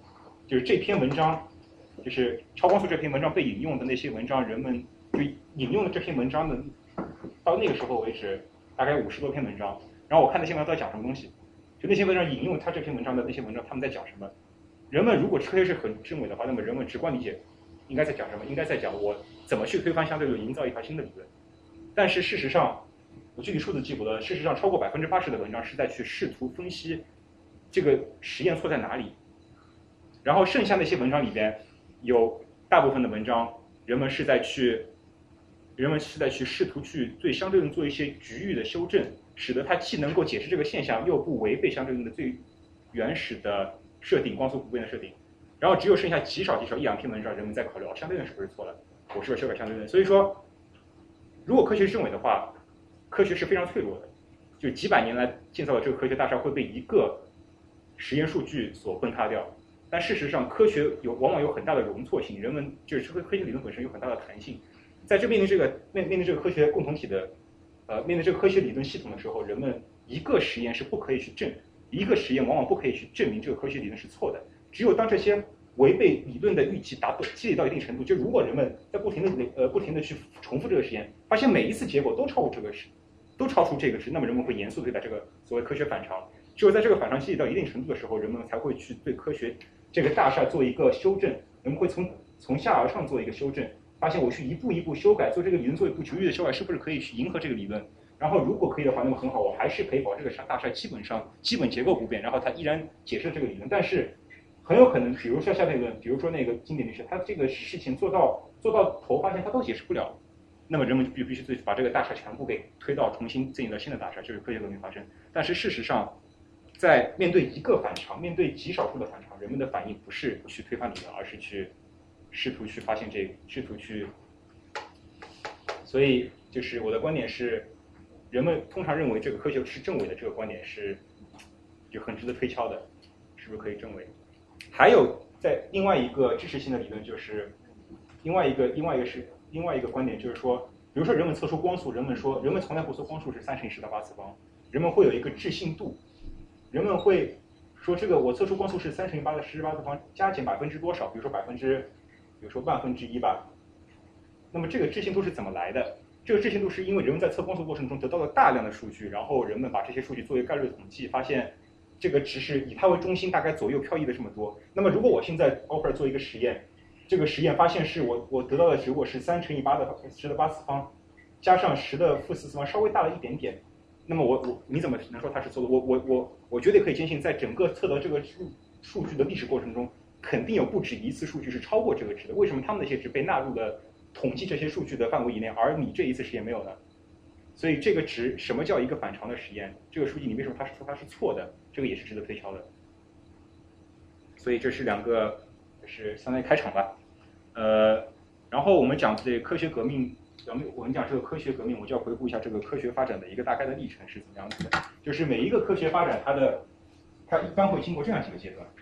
就是这篇文章，就是超光速这篇文章被引用的那些文章，人们就引用的这篇文章的，到那个时候为止，大概五十多篇文章。然后我看那些文章在讲什么东西，就那些文章引用他这篇文章的那些文章，他们在讲什么？人们如果科学是很真伪的话，那么人们直观理解应该在讲什么？应该在讲我怎么去推翻相对论，营造一条新的理论。但是事实上，我具体数字记不得，事实上超过百分之八十的文章是在去试图分析这个实验错在哪里。然后剩下那些文章里边，有大部分的文章，人们是在去，人们是在去试图去对相对论做一些局域的修正，使得它既能够解释这个现象，又不违背相对论的最原始的设定，光速不变的设定。然后只有剩下极少极少一两篇文章，人们在考虑哦，相对论是不是错了？我是不是修改相对论？所以说，如果科学是正伪的话，科学是非常脆弱的。就几百年来建造的这个科学大厦会被一个实验数据所崩塌掉。但事实上，科学有往往有很大的容错性，人们就是科学理论本身有很大的弹性。在这面对这个面面对这个科学共同体的，呃，面对这个科学理论系统的时候，人们一个实验是不可以去证，一个实验往往不可以去证明这个科学理论是错的。只有当这些违背理论的预期达到积累到一定程度，就如果人们在不停的呃不停的去重复这个实验，发现每一次结果都超过这个值，都超出这个值，那么人们会严肃对待这个所谓科学反常。只有在这个反常积累到一定程度的时候，人们才会去对科学这个大厦做一个修正，人们会从从下而上做一个修正，发现我去一步一步修改，做这个理论做一步局域的修改，是不是可以去迎合这个理论？然后如果可以的话，那么很好，我还是可以保这个大厦基本上基本结构不变，然后它依然解释这个理论。但是很有可能，比如说相对论，比如说那个经典律师，他这个事情做到做到头，发现他都解释不了，那么人们就必须把这个大厦全部给推到重新建立到新的大厦，就是科学革命发生。但是事实上，在面对一个反常，面对极少数的反常，人们的反应不是去推翻理论，而是去试图去发现这个，试图去。所以就是我的观点是，人们通常认为这个科学是正伪的这个观点是就很值得推敲的，是不是可以证伪？还有在另外一个支持性的理论，就是另外一个另外一个是另外一个观点，就是说，比如说人们测出光速，人们说人们从来不测光速是三乘以十的八次方，人们会有一个置信度，人们会说这个我测出光速是三乘以八的十八次方，加减百分之多少？比如说百分之，比如说万分之一吧。那么这个置信度是怎么来的？这个置信度是因为人们在测光速过程中得到了大量的数据，然后人们把这些数据作为概率统计，发现这个值是以它为中心，大概左右漂移的这么多。那么如果我现在 offer 做一个实验，这个实验发现是我我得到的结果是三乘以八的十的八次方，加上十的负四次方，稍微大了一点点。那么我我你怎么能说它是错的？我我我我绝对可以坚信，在整个测得这个数数据的历史过程中，肯定有不止一次数据是超过这个值的。为什么他们那些值被纳入了统计这些数据的范围以内，而你这一次实验没有呢？所以这个值什么叫一个反常的实验？这个数据你为什么它是说它是错的？这个也是值得推敲的。所以这是两个，是相当于开场吧。呃，然后我们讲这科学革命，我们讲这个科学革命，我就要回顾一下这个科学发展的一个大概的历程是怎么样子的。就是每一个科学发展，它的它一般会经过这样几个阶段。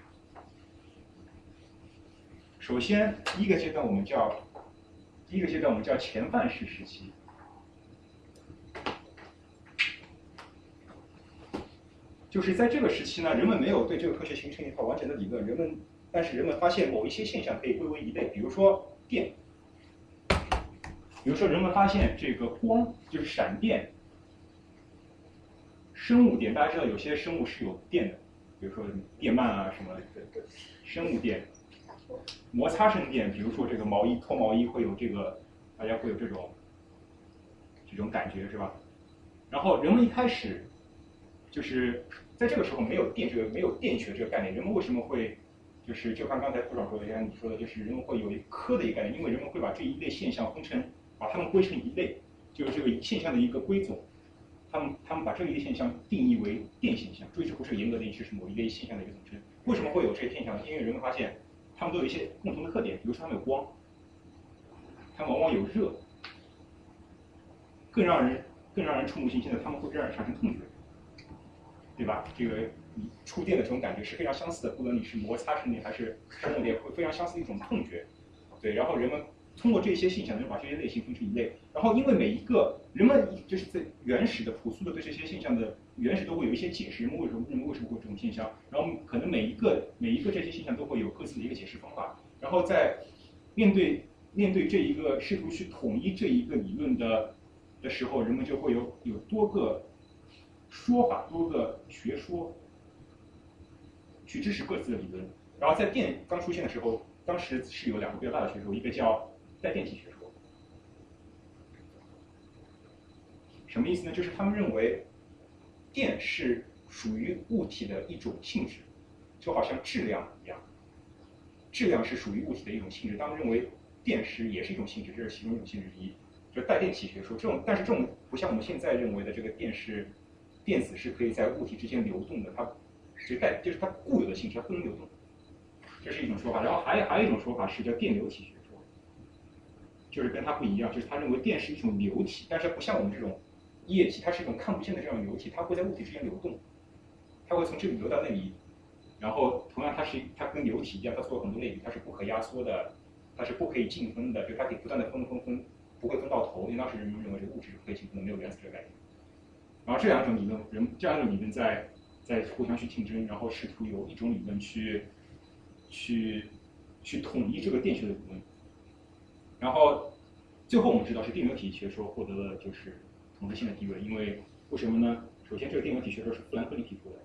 首先，第一个阶段我们叫第一个阶段我们叫前范式时期。就是在这个时期呢，人们没有对这个科学形成一套完整的理论，人们但是人们发现某一些现象可以归为一类，比如说电，比如说人们发现这个光就是闪电，生物电，大家知道有些生物是有电的，比如说电鳗啊什么的，生物电，摩擦生电，比如说这个毛衣脱毛衣会有这个，大家会有这种这种感觉是吧？然后人们一开始就是在这个时候没有电这个没有电学这个概念，人们为什么会就是就像刚才副长说的，像你说的，就是人们会有一科的一个概念，因为人们会把这一类现象分成，把它们归成一类，就是这个现象的一个归总。他们他们把这一类现象定义为电现象，注意这不是严格的意思，是某一类现象的一个总称。为什么会有这些现象呢？因为人们发现它们都有一些共同的特点，比如说它们有光，它们往往有热，更让人更让人触目惊心的，它们会让人产生痛觉。对吧？这个你触电的这种感觉是非常相似的，不论你是摩擦生电还是生物电，会非常相似的一种痛觉。对，然后人们通过这些现象，能把这些类型分成一类。然后因为每一个人们就是在原始的、朴素的对这些现象的原始都会有一些解释，人们为什么人们为什么会有这种现象，然后可能每一个每一个这些现象都会有各自的一个解释方法。然后在面对面对这一个试图去统一这一个理论的的时候，人们就会有有多个说法、多个学说去支持各自的理论。然后在电刚出现的时候，当时是有两个比较大的学说，一个叫带电体学说。什么意思呢？就是他们认为电是属于物体的一种性质，就好像质量一样，质量是属于物体的一种性质。他们认为电是也是一种性质，这是其中一种性质之一，就是带电体学说。这种但是这种不像我们现在认为的这个电是电子是可以在物体之间流动的，它是带就是它固有的性质，它不能流动。这是一种说法。然后还有还有一种说法是叫电流体学说，就是跟它不一样，就是他认为电是一种流体，但是不像我们这种液体，它是一种看不见的这样流体，它会在物体之间流动，它会从这里流到那里。然后同样它是它跟流体一样，它做了很多类比，它是不可压缩的，它是不可以进分的，就它可以不断的分分分，不会分到头。因为当时人们认为这个物质是不可以进分的，没有原子这个概念。然后这两种理论，人这两种理论在在互相去竞争，然后试图有一种理论去去去统一这个电学的理论。然后最后我们知道是电流体学说获得了就是统治性的地位，因为为什么呢？首先这个电流体学说是富兰克林提出的。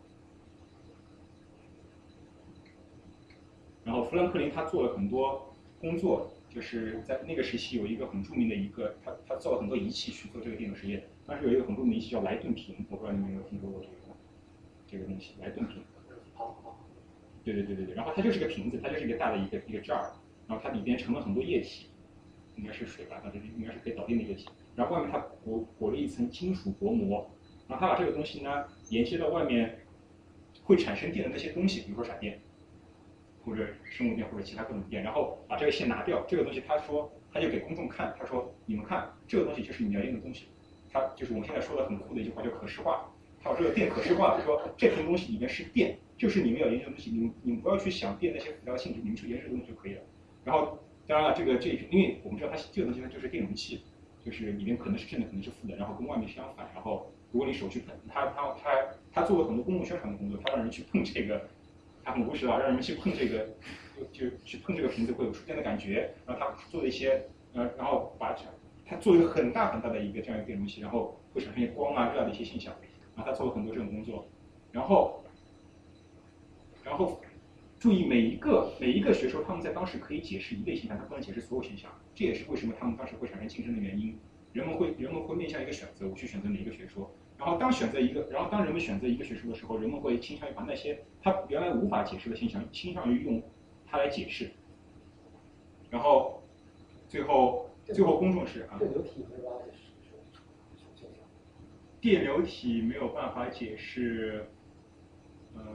然后富兰克林他做了很多工作，就是在那个时期有一个很著名的一个，他他造了很多仪器去做这个电流实验。当时有一个很著名的仪器叫莱顿瓶，我不知道你们有没有听说过这个这个东西，莱顿瓶。对对对对对，然后它就是个瓶子，它就是一个大的一个一个 jar， 然后它里边盛了很多液体，应该是水吧，它这应该是可以导电的液体。然后外面它裹裹了一层金属薄膜，然后它把这个东西呢连接到外面会产生电的那些东西，比如说闪电。或者生物电或者其他各种电，然后把这个线拿掉，这个东西他说他就给公众看，他说你们看这个东西就是你们要用的东西，他就是我们现在说的很酷的一句话叫可视化，他把这个电可视化，他说这瓶东西里面是电，就是你们要研究的东西，你们你们不要去想电那些复杂的性质，你们去研究这个东西就可以了。然后当然了，这个这因为我们知道它这个东西它就是电容器，就是里面可能是正的可能是负的，然后跟外面相反，然后如果你手去碰他他他他做了很多公共宣传的工作，他让人去碰这个。他很无耻啊，让人们去碰这个，就就去碰这个瓶子会有触电的感觉。然后他做了一些，呃，然后把他做了一个很大很大的一个这样一个电容器，然后会产生一些光啊这样的一些现象。然后他做了很多这种工作，然后，然后注意每一个每一个学说，他们在当时可以解释一类现象，它不能解释所有现象。这也是为什么他们当时会产生竞争的原因。人们会人们会面向一个选择，我去选择哪一个学说。然后当选择一个，然后当人们选择一个学说的时候，人们会倾向于把那些他原来无法解释的现象，倾向于用它来解释。然后最后最后公众是啊，电流体没有办法解释，嗯，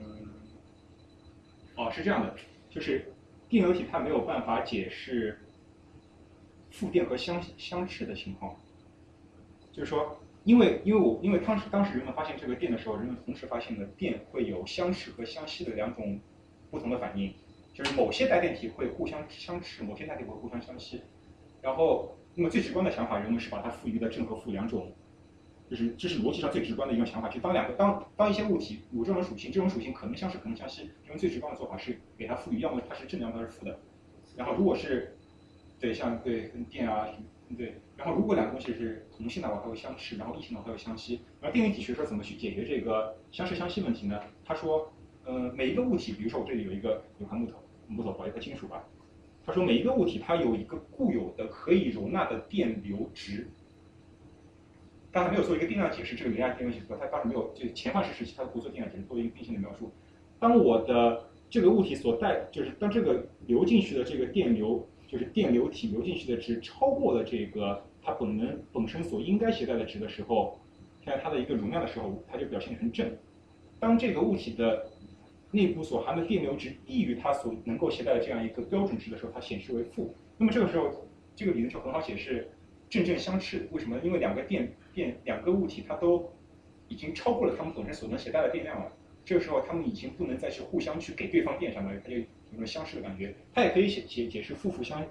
哦是这样的，就是电流体它没有办法解释负电和相相斥的情况，就是说。因为因为我因为当时当时人们发现这个电的时候，人们同时发现了电会有相斥和相吸的两种不同的反应，就是某些带电体会互相相斥，某些带电体会互相相吸。然后，那么最直观的想法，人们是把它赋予了正和负两种，就是这是逻辑上最直观的一种想法。就当两个当当一些物体有这种属性，这种属性可能相斥，可能相吸，人们最直观的做法是给它赋予，要么它是正的，要么它是负的。然后如果是对像对跟电啊对。然后，如果两个东西是同性的话，它会相斥；然后异性的话，它会相吸。而电流体学说怎么去解决这个相斥相吸问题呢？他说，呃，每一个物体，比如说我这里有一个有块木头，木头或一块金属吧。他说，每一个物体它有一个固有的可以容纳的电流值。但他没有做一个定量解释，这个零压电流体说，他当时没有，就前范式时期他不做定量解释，做一个定性的描述。当我的这个物体所带，就是当这个流进去的这个电流。就是电流体流进去的值超过了这个它本能本身所应该携带的值的时候，看它的一个容量的时候，它就表现成正。当这个物体的内部所含的电流值低于它所能够携带的这样一个标准值的时候，它显示为负。那么这个时候，这个理论就很好解释正正相斥。为什么？因为两个电电两个物体它都已经超过了它们本身所能携带的电量了。这个时候，它们已经不能再去互相去给对方电，相当于它就。有种相斥的感觉，它也可以解解解释负负相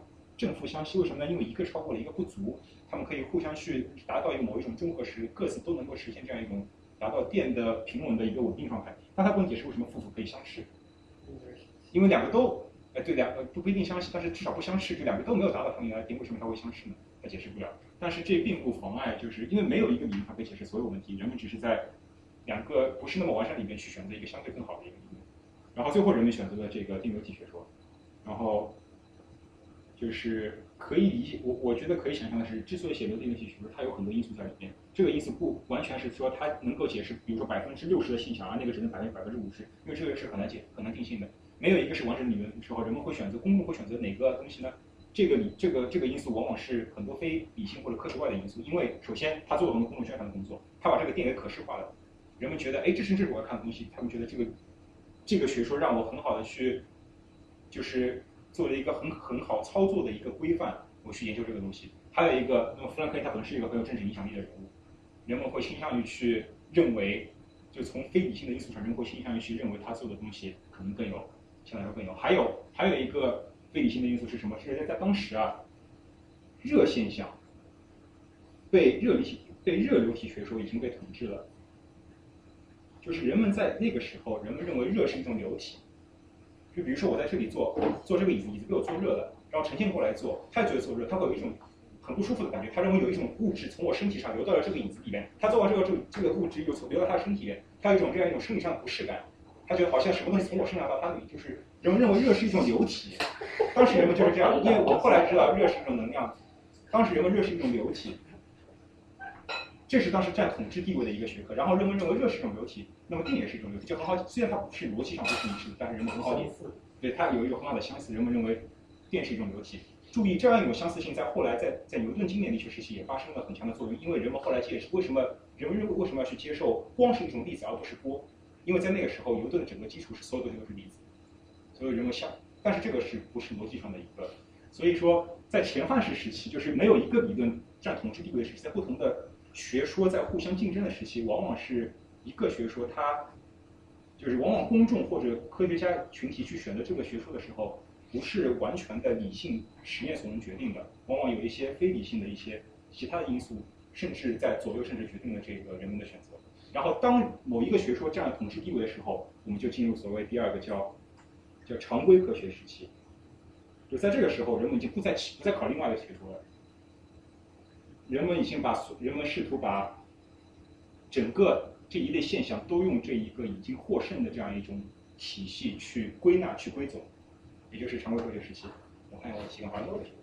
正负相吸，为什么呢？因为一个超过了一个不足，它们可以互相去达到一个某一种中和时，各自都能够实现这样一种达到电的平稳的一个稳定状态。那它不能解释为什么负负可以相斥，因为两个都，呃对两个不不一定相吸，但是至少不相斥，就两个都没有达到它们原来电，为什么它会相斥呢？它解释不了。但是这并不妨碍，就是因为没有一个理论它可以解释所有问题，人们只是在两个不是那么完善里面去选择一个相对更好的一个理论，然后最后人们选择了这个电流体学说，然后就是可以理解，我我觉得可以想象的是，之所以写流电流体学说，它有很多因素在里面，这个因素不完全是说它能够解释，比如说百分之六十的现象，而那个只能百分之百分之五十，因为这个是很难解很难定性的，没有一个是完整理论的时候，人们会选择公众会选择哪个东西呢？这个理这个这个因素往往是很多非理性或者科学外的因素，因为首先他做了很多公众宣传的工作，他把这个电给可视化了，人们觉得哎，这是这是我要看的东西，他们觉得这个这个学说让我很好的去，就是做了一个很很好操作的一个规范，我去研究这个东西。还有一个，那么富兰克林他本身是一个很有政治影响力的人物，人们会倾向于去认为，就从非理性的因素上，人们会倾向于去认为他做的东西可能更有，相对来说更有。还有还有一个非理性的因素是什么？是在在当时啊，热现象被热力体被热流体学说已经被统治了。就是人们在那个时候，人们认为热是一种流体。就比如说我在这里坐坐这个椅子，椅子被我坐热了，然后呈现过来坐，他也觉得坐热，他会有一种很不舒服的感觉，他认为有一种物质从我身体上流到了这个椅子里面，他做完这个这个这个物质又从流到他的身体里面，他有一种这样一种生理上的不适感，他觉得好像什么东西从我身上到他那里，就是人们认为热是一种流体。当时人们就是这样，因为我后来知道热是一种能量，当时人们热是一种流体。这是当时占统治地位的一个学科，然后人们认为热是一种流体，那么电也是一种流体，就很好。虽然它不是逻辑上不是一致的，但是人们很好理解，对它有一种很好的相似。人们认为电是一种流体。注意，这样一种相似性在后来在在牛顿经典力学时期也发生了很强的作用，因为人们后来解释为什么人们认为为什么要去接受光是一种粒子而不是波，因为在那个时候牛顿的整个基础是所有东西都是粒子，所以人们相，但是这个是不是逻辑上的一个？所以说，在前范式时期，就是没有一个理论占统治地位的时期，在不同的学说在互相竞争的时期，往往是一个学说，它就是往往公众或者科学家群体去选择这个学说的时候，不是完全的理性实验所能决定的，往往有一些非理性的一些其他的因素，甚至在左右甚至决定了这个人们的选择。然后当某一个学说占了统治地位的时候，我们就进入所谓第二个叫叫常规科学时期。就在这个时候，人们已经不再不再考虑另外一个学说了。人们已经把人们试图把整个这一类现象都用这一个已经获胜的这样一种体系去归纳、去归总，也就是常规科学时期。我看一下我的提纲还漏了什么。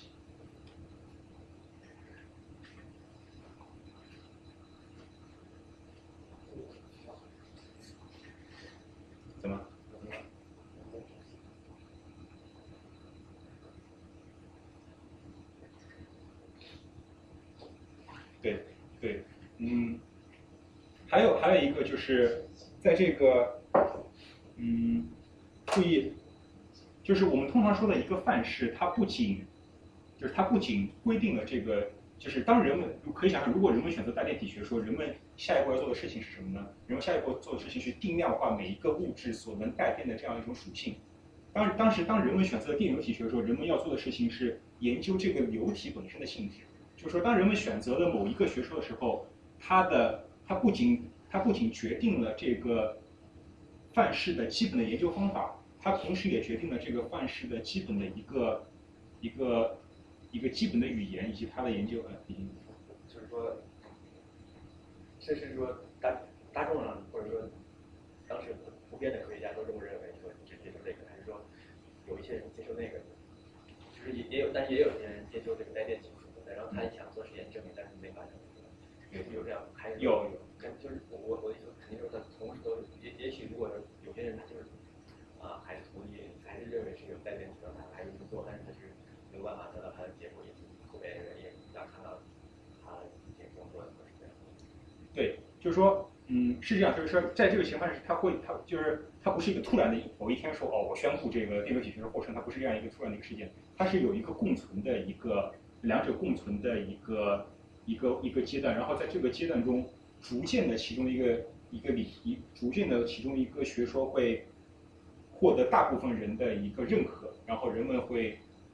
怎么？对，对，嗯，还有还有一个就是在这个，嗯，注意，就是我们通常说的一个范式，它不仅，就是它不仅规定了这个，就是当人们可以想象，如果人们选择带电体学说，人们下一步要做的事情是什么呢？人们下一步做的事情是定量化每一个物质所能带电的这样一种属性。当当时当人们选择电流体学说，人们要做的事情是研究这个流体本身的性质。就是说，当人们选择了某一个学说的时候，它的它不仅它不仅决定了这个范式的基本的研究方法，它同时也决定了这个范式的基本的一个一个一个基本的语言以及它的研究。呃，
就是说，这是说大大众上或者说当时普遍的科学家都这么认为，说只接受这个，还是说有一些人接受那个？就是也也有，但是也有些人接受这个带电技术。然后他想做实验证明，但是没发生。有有这样，还是
有有，
就是我我的意思肯定说他同时都也也许如果说有些人他就是啊还是同意，还是认为是有带电技术，他还是不做，但是他是没有办法得到他的结果，也后边人也要看到他这个工作是这样。
对，就是说，嗯，是这样，就是说，在这个情况下，他会，他就是他不是一个突然的某一天说哦，我宣布这个电流体学的获胜，它不是这样一个突然的一个事件，它是有一个共存的一个。两者共存的一个一个一个阶段，然后在这个阶段中，逐渐的其中一个一个理一逐渐的其中一个学说会获得大部分人的一个认可，然后人们会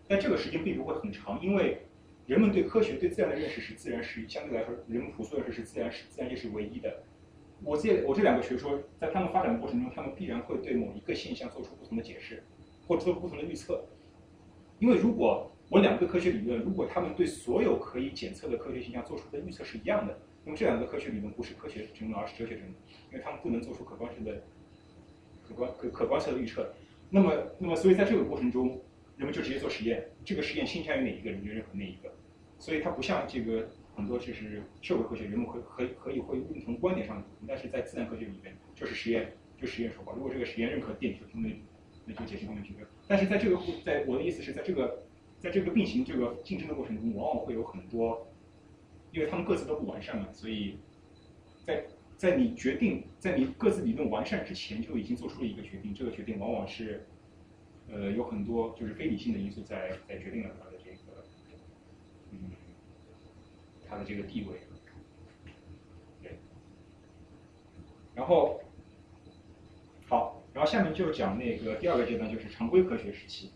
但这个时间并不会很长，因为人们对科学、对自然的认识是自然是相对来说，人们朴素认识是自然是自然界是唯一的。我这我这两个学说在他们发展的过程中，他们必然会对某一个现象做出不同的解释，或者做出不同的预测。因为如果我两个科学理论，如果他们对所有可以检测的科学现象做出的预测是一样的，那么这两个科学理论不是科学争论，而是哲学争论，因为他们不能做出可观性的、可观可可观测的预测。那么，那么所以在这个过程中，人们就直接做实验，这个实验倾向于哪一个，人就认可哪一个。所以它不像这个很多就是社会科学，人们会可以可以会认同观点上的不同，但是在自然科学里面就是实验，就实验说话。如果这个实验认可电球，那那就解释不能这个。但是在这个在我的意思是在这个在这个并行这个竞争的过程中，往往会有很多，因为他们各自都不完善嘛，所以在在你决定在你各自理论完善之前就已经做出了一个决定，这个决定往往是呃有很多就是非理性的因素在在决定了它的这个嗯它的这个地位。对，然后好，然后下面就讲那个第二个阶段，就是常规科学时期。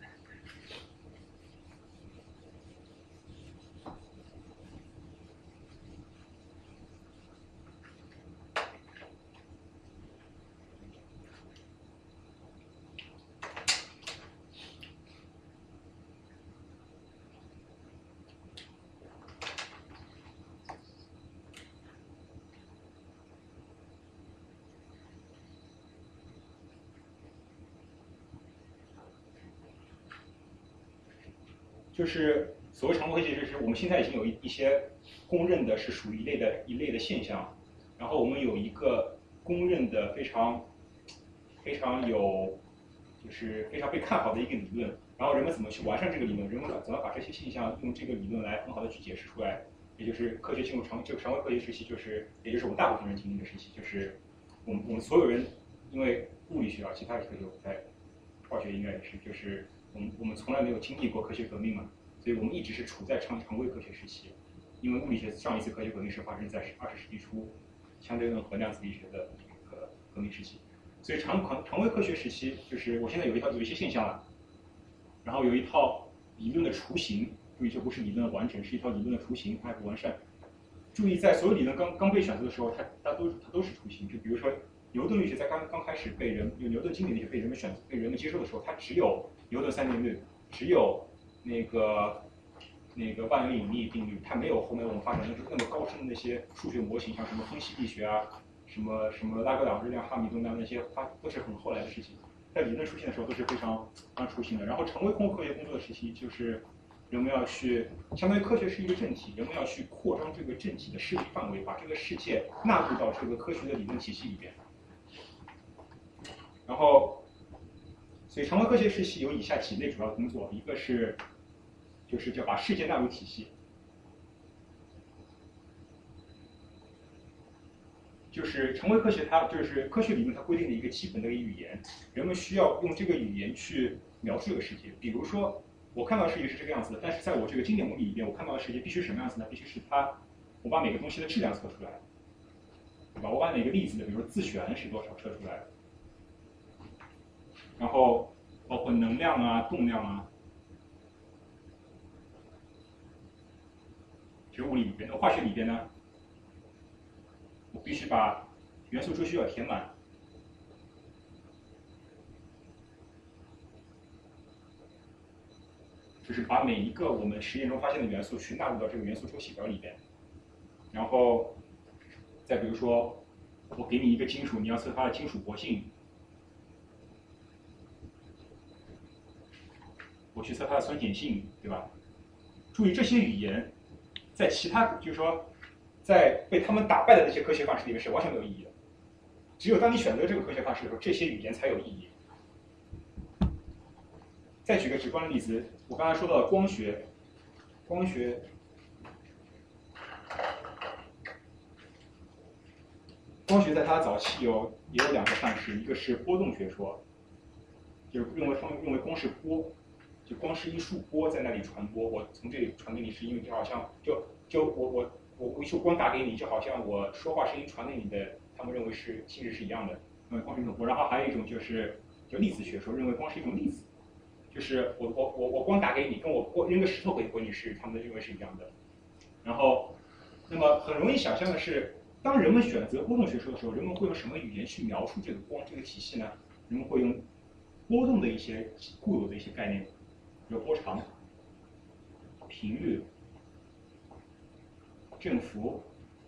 就是所谓常规科学，就是我们现在已经有一一些公认的是属于一类的一类的现象，然后我们有一个公认的非常非常有就是非常被看好的一个理论，然后人们怎么去完善这个理论，人们怎么把这些现象用这个理论来很好的去解释出来，也就是科学进入常这个常规科学时期，就是也就是我们大部分人经历的时期，就是我们我们所有人，因为物理学啊，其他的科学在化学应该也是，就是我们我们从来没有经历过科学革命嘛，所以我们一直是处在常常规科学时期。因为物理学上一次科学革命是发生在二十世纪初，相对论和量子力学的这个革命时期。所以常常常规科学时期，就是我现在有一套有一些现象了，然后有一套理论的雏形。注意，这不是理论的完整，是一套理论的雏形，它还不完善。注意，在所有理论刚刚被选择的时候，它它都它都是雏形。就比如说牛顿力学在刚刚开始被人有牛顿经典力学被人们选被人们接受的时候，它只有牛顿三定律，只有那个那个万有引力定律，它没有后面我们发展的那么高深的那些数学模型，像什么分析力学啊，什么什么拉格朗日量、哈密顿量那些，它都是很后来的事情。在理论出现的时候都是非常非常雏形的。然后常规科学工作的时期，就是人们要去，相当于科学是一个正体，人们要去扩张这个正体的势力范围，把这个世界纳入到这个科学的理论体系里边。然后，所以常规科学时期有以下几类主要工作，一个是，就是叫把世界纳入体系，就是常规科学它就是科学理论它规定的一个基本的一个语言，人们需要用这个语言去描述这个世界。比如说，我看到的世界是这个样子的，但是在我这个经典模拟里边，我看到的世界必须什么样子呢？必须是它，我把每个东西的质量测出来，对吧？我把每个粒子的，比如说自旋是多少测出来，然后包括能量啊、动量啊，这是物理里边。那化学里边呢，我必须把元素周期要填满。就是把每一个我们实验中发现的元素去纳入到这个元素周期表里边，然后再比如说，我给你一个金属，你要测它的金属活性，我去测它的酸碱性，对吧？注意这些语言，在其他就是说，在被他们打败的那些科学范式里面是完全没有意义的，只有当你选择这个科学范式的时候，这些语言才有意义。再举个直观的例子，我刚才说到了光学，光学，光学在它早期有也有两个范式，一个是波动学说，就是认为他们认为光是波，就光是一束波在那里传播，我从这里传给你是因为就好像就就我我我我一束光打给你，就好像我说话声音传给你的，他们认为是性质是一样的，认为光是一种波。然后还有一种就是就粒子学说，认为光是一种粒子。 就是我我我我光打给你，跟我我扔个石头回回你是他们的认为是一样的。然后，那么很容易想象的是，当人们选择波动学说的时候，人们会用什么语言去描述这个光这个体系呢？人们会用波动的一些固有的一些概念，比如波长、频率、振幅。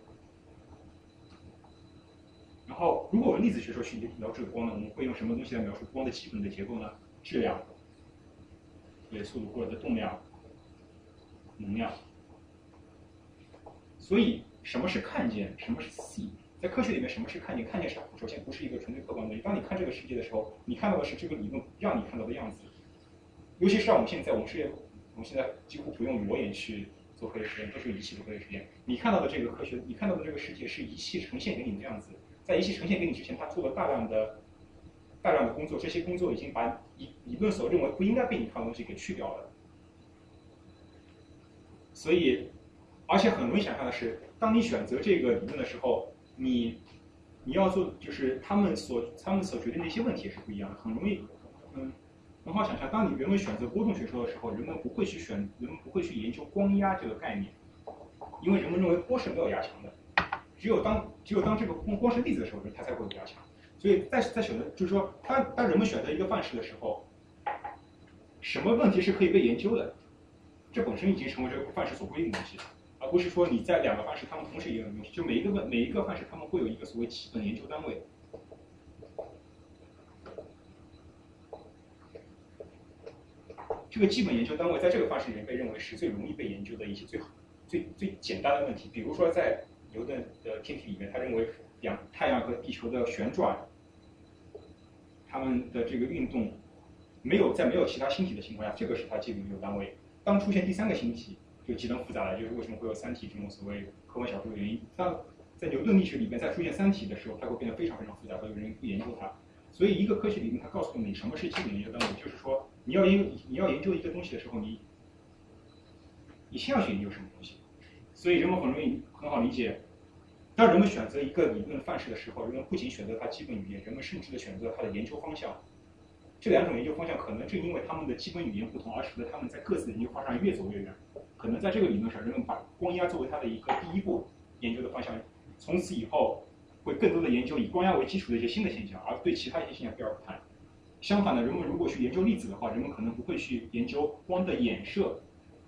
然后，如果我们粒子学说去描述这个光呢，我们会用什么东西来描述光的基本的结构呢？质量、对速度或者的动量、能量。所以，什么是看见？什么是 see？ 在科学里面，什么是看见？看见是首先不是一个纯粹客观的东西。当你看这个世界的时候，你看到的是这个理论让你看到的样子。尤其是像我们现在，我们世界，我们现在几乎不用裸眼去做科学实验，都是仪器的科学实验。你看到的这个科学，你看到的这个世界是仪器呈现给你的样子。在仪器呈现给你之前，它做了大量的、大量的工作，这些工作已经把理理论所认为不应该被你看的东西给去掉了。所以。而且很容易想象的是，当你选择这个理论的时候，你你要做就是他们所他们所决定的一些问题也是不一样的，很容易，嗯，很好想象。当你人们选择波动学说的时候，人们不会去选，人们不会去研究光压这个概念，因为人们认为波是没有压强的，只有当只有当这个光光是粒子的时候，它才会有压强。所以在在选择就是说，当当人们选择一个范式的时候，什么问题是可以被研究的，这本身已经成为这个范式所规定的东西了。而不是说你在两个范式，他们同时研究的东西，就每一个问每一个范式，他们会有一个所谓基本研究单位。这个基本研究单位在这个范式里面被认为是最容易被研究的一些最好、最最简单的问题。比如说在牛顿的天体里面，他认为两太阳和地球的旋转，它们的这个运动，没有在没有其他星体的情况下，这个是它基本研究单位。当出现第三个星体，就极端复杂了，就是为什么会有三体这种所谓科幻小说的原因。当在牛顿力学里面再出现三体的时候，它会变得非常非常复杂，会有人不研究它。所以一个科学理论，它告诉你什么是基本研究单位，就是说你要研你要研究一个东西的时候，你你先要去研究什么东西。所以人们很容易很好理解，当人们选择一个理论范式的时候，人们不仅选择它基本语言，人们甚至的选择它的研究方向。这两种研究方向可能正因为他们的基本语言不同，而使得他们在各自的研究方向上越走越远。可能在这个理论上，人们把光压作为它的一个第一步研究的方向，从此以后会更多的研究以光压为基础的一些新的现象，而对其他一些现象避而不谈。相反的，人们如果去研究粒子的话，人们可能不会去研究光的衍射。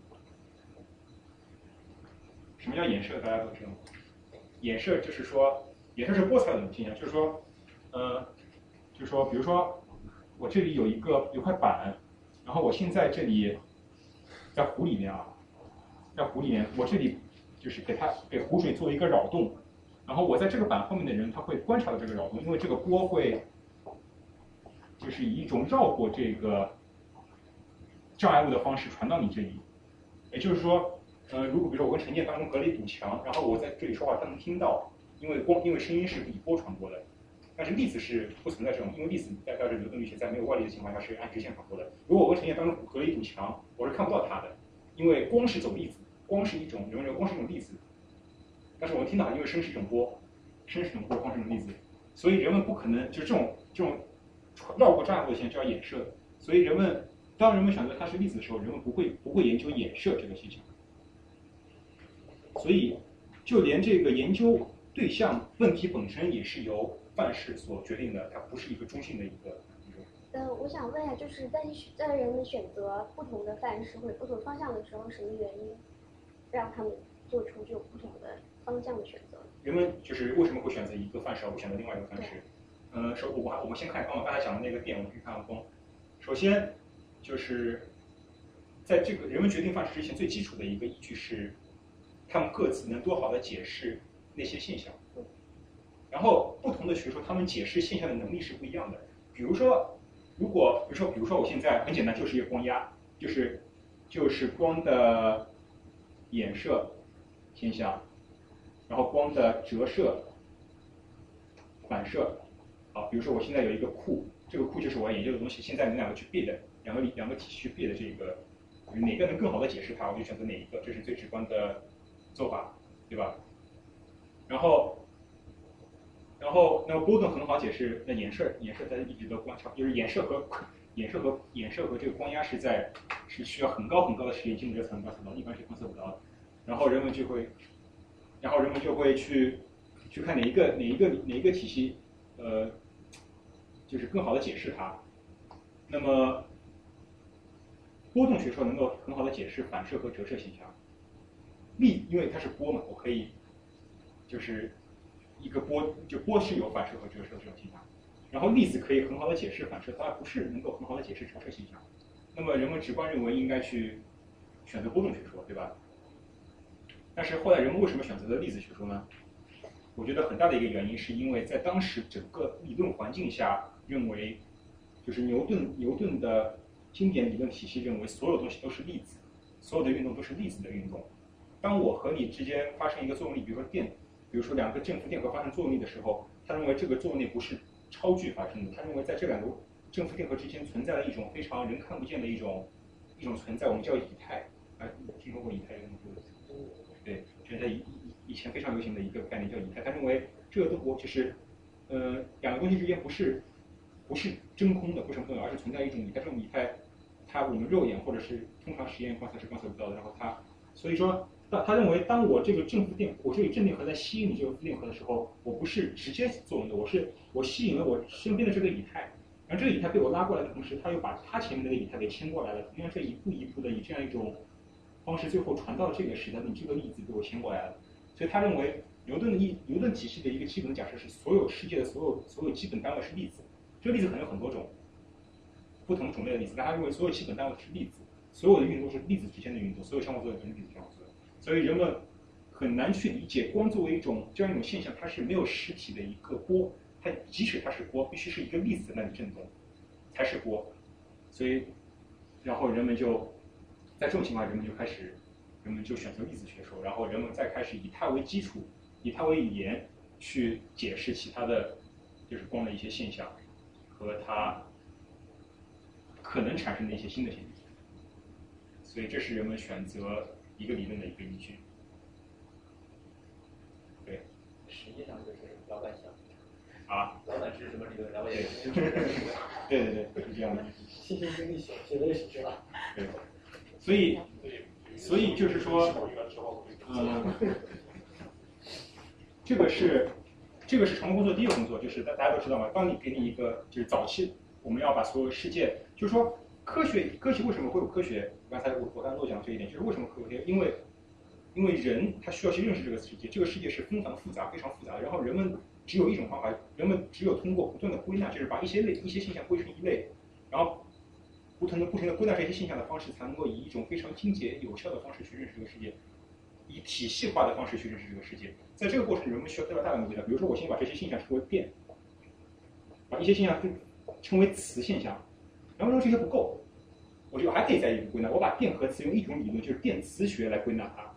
什么叫衍射？大家都知道。衍射就是说，衍射是波彩的现象，就是说，呃，就是说，比如说，我这里有一个有块板，然后我现在这里在湖里面啊，在湖里面，我这里就是给它给湖水做一个扰动，然后我在这个板后面的人他会观察到这个扰动，因为这个波会就是以一种绕过这个障碍物的方式传到你这里，也就是说，呃，如果比如说我跟陈建当中隔了一堵墙，然后我在这里说话，他能听到，因为光因为声音是以波传播的。但是粒子是不存在这种，因为粒子在标准流动力学在没有外力的情况下是按直线传播的。如果我跟陈建当中隔了一堵墙，我是看不到它的，因为光是走粒子，光是一种人们认为光是一种粒子，但是我们听到它，因为声是一种波，声是一种波，光是一种粒子，所以人们不可能就是这种这种绕过障碍物的现象叫衍射。所以人们当人们选择它是粒子的时候，人们不会不会研究衍射这个现象。所以就连这个研究对象问题本身也是由范式所决定的，它不是一个中性的一个。
呃，我想问一下，就是在在人们选择不同的范式或者不同方向的时候，什么原因让他们做出这种不同的方向的选择？
人们就是为什么会选择一个范式而不选择另外一个范式？呃，首我们我们先看刚刚刚才讲的那个电，我们可以看看光。首先就是在这个人们决定范式之前，最基础的一个依据是，他们各自能多好的解释那些现象。然后不同的学说，他们解释现象的能力是不一样的。比如说，如果比如说比如说我现在很简单，就是一个光压，就是就是光的衍射现象，然后光的折射、反射。好，比如说我现在有一个库，这个库就是我要研究的东西。现在你们两个去 bid， 两个两个体系去 bid 这个，哪个能更好的解释它，我就选择哪一个，这是最直观的做法，对吧？然后。然后，那么波动很好解释，那衍射，衍射大家一直都观察，就是衍射和衍射和衍射和这个光压是在是需要很高很高的实验精度才能观测到，一般是观测不到的。然后人们就会，然后人们就会去去看哪一个哪一个哪一个体系，呃，就是更好的解释它。那么波动学说能够很好的解释反射和折射现象。力因为它是波嘛，我可以就是一个波，就波是有反射和折射这种现象。然后粒子可以很好的解释反射，它不是能够很好的解释折射现象。那么人们直观认为应该去选择波动学说，对吧？但是后来人们为什么选择了粒子学说呢？我觉得很大的一个原因是因为在当时整个理论环境下，认为就是牛顿牛顿的经典理论体系认为所有东西都是粒子，所有的运动都是粒子的运动。当我和你之间发生一个作用力，比如说电，比如说两个正负电荷发生作用力的时候，他认为这个作用力不是超距发生的，他认为在这两个正负电荷之间存在了一种非常人看不见的一种一种存在，我们叫以太。啊，听说过以太这个东西？对，就是在以以前非常流行的一个概念叫以太。他认为这个都就是呃两个东西之间不是不是真空的，不是不动，而是存在一种以太。这种以太，它我们肉眼或者是通常实验观测是观测不到的。然后它，所以说。他他认为，当我这个正负电，我这个正电荷在吸引你这个负电荷的时候，我不是直接作用的，我是我吸引了我身边的这个以太，然后这个以太被我拉过来的同时，它又把它前面那个以太给牵过来了，因为这一步一步的以这样一种方式，最后传到这个时代，你这个粒子被我牵过来了。所以他认为牛顿的一牛顿体系的一个基本假设是，所有世界的所有所有基本单位是粒子，这个粒子可能有很多种不同种类的粒子，但他认为所有基本单位是粒子，所有的运动是粒子之间的运动，所有相互作用都是粒子相互作用。所以人们很难去理解光作为一种这样一种现象，它是没有实体的一个波，它即使它是波，必须是一个粒子在那里振动才是波。所以，然后人们就在这种情况下，人们就开始，人们就选择粒子学说，然后人们再开始以它为基础，以它为语言去解释其他的，就是光的一些现象和它可能产生的一些新的现象。所以这是人们选择一个理论的一个依据。对，
实际上就是老板想
啊，
老板是什么理论，老板也是
对对对，是这样的。
细心跟历史学的历史是吧？
对，所以所以就是说，嗯，这个是这个是常规工作第一个工作，就是大大家都知道嘛，当你给你一个就是早期我们要把所有世界，就是说科学科学为什么会有科学？刚才我我刚才漏讲这一点，就是为什么科学？因为因为人他需要去认识这个世界，这个世界是非常复杂、非常复杂的。然后人们只有一种方法，人们只有通过不断的归纳，就是把一些类一些现象归成一类，然后不同的不停的归纳这些现象的方式，才能够以一种非常精简有效的方式去认识这个世界，以体系化的方式去认识这个世界。在这个过程中，人们需要得到大量的归纳。比如说，我先把这些现象称为变，把一些现象称为词现象，然后说这些不够。我就还可以再一步归纳，我把电和词用一种理论，就是电磁学来归纳它。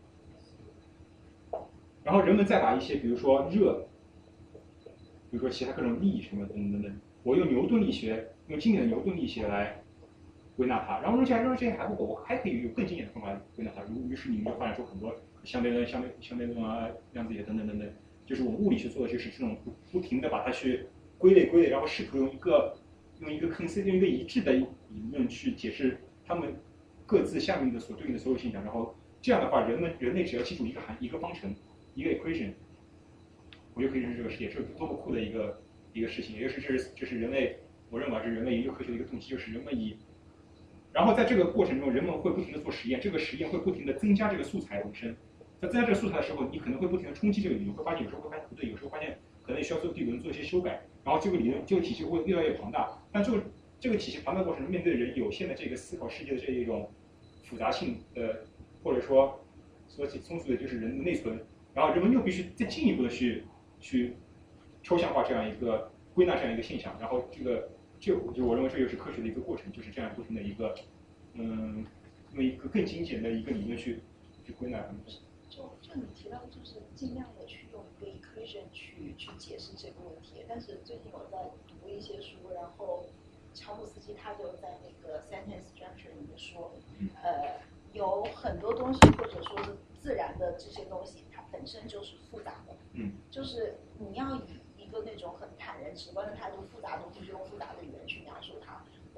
然后人们再把一些，比如说热，比如说其他各种力什么等等等等，我用牛顿力学，用经典的牛顿力学来归纳它。然后这些这些还不够，我还可以用更经典的方法归纳它。于是你们就发展出很多相对论、相对相对论啊、量子力学等等等等。就是我们物理学做的就是这种不不停的把它去归类归类，然后试图用一个用一个 consistent 用一个一致的理论去解释它们各自下面的所对应的所有现象。然后这样的话，人们人类只要记住一个含一个方程，一个 equation， 我就可以认识这个世界，这是多么酷的一个一个事情。也就是这是这是人类，我认为是人类研究科学的一个动机，就是人们以，然后在这个过程中，人们会不停的做实验，这个实验会不停的增加这个素材本身。在增加这个素材的时候，你可能会不停的冲击这个理论，会发现有时候会发现不对，有时候发现可能需要做对理论做一些修改，然后这个理论这个体系会越来越庞大。但这个这个体系庞大过程中，面对人有限的这个思考世界的这一种复杂性的，或者说说起通俗的就是人的内存，然后人们又必须再进一步的去去抽象化这样一个归纳这样一个现象，然后这个这就我认为这就是科学的一个过程，就是这样不停的一个嗯用一个更精简的一个理论去去归纳。
就就你提到就是尽量的去用一个 equation 去去解释这个问题，但是最近我在读一些书，然后乔姆斯基他就在那个 sentence structure 里面说，呃，有很多东西或者说是自然的这些东西，它本身就是复杂的，
嗯，
就是你要以一个那种很坦然直观的态度，复杂的东西就用复杂的语言去描述它。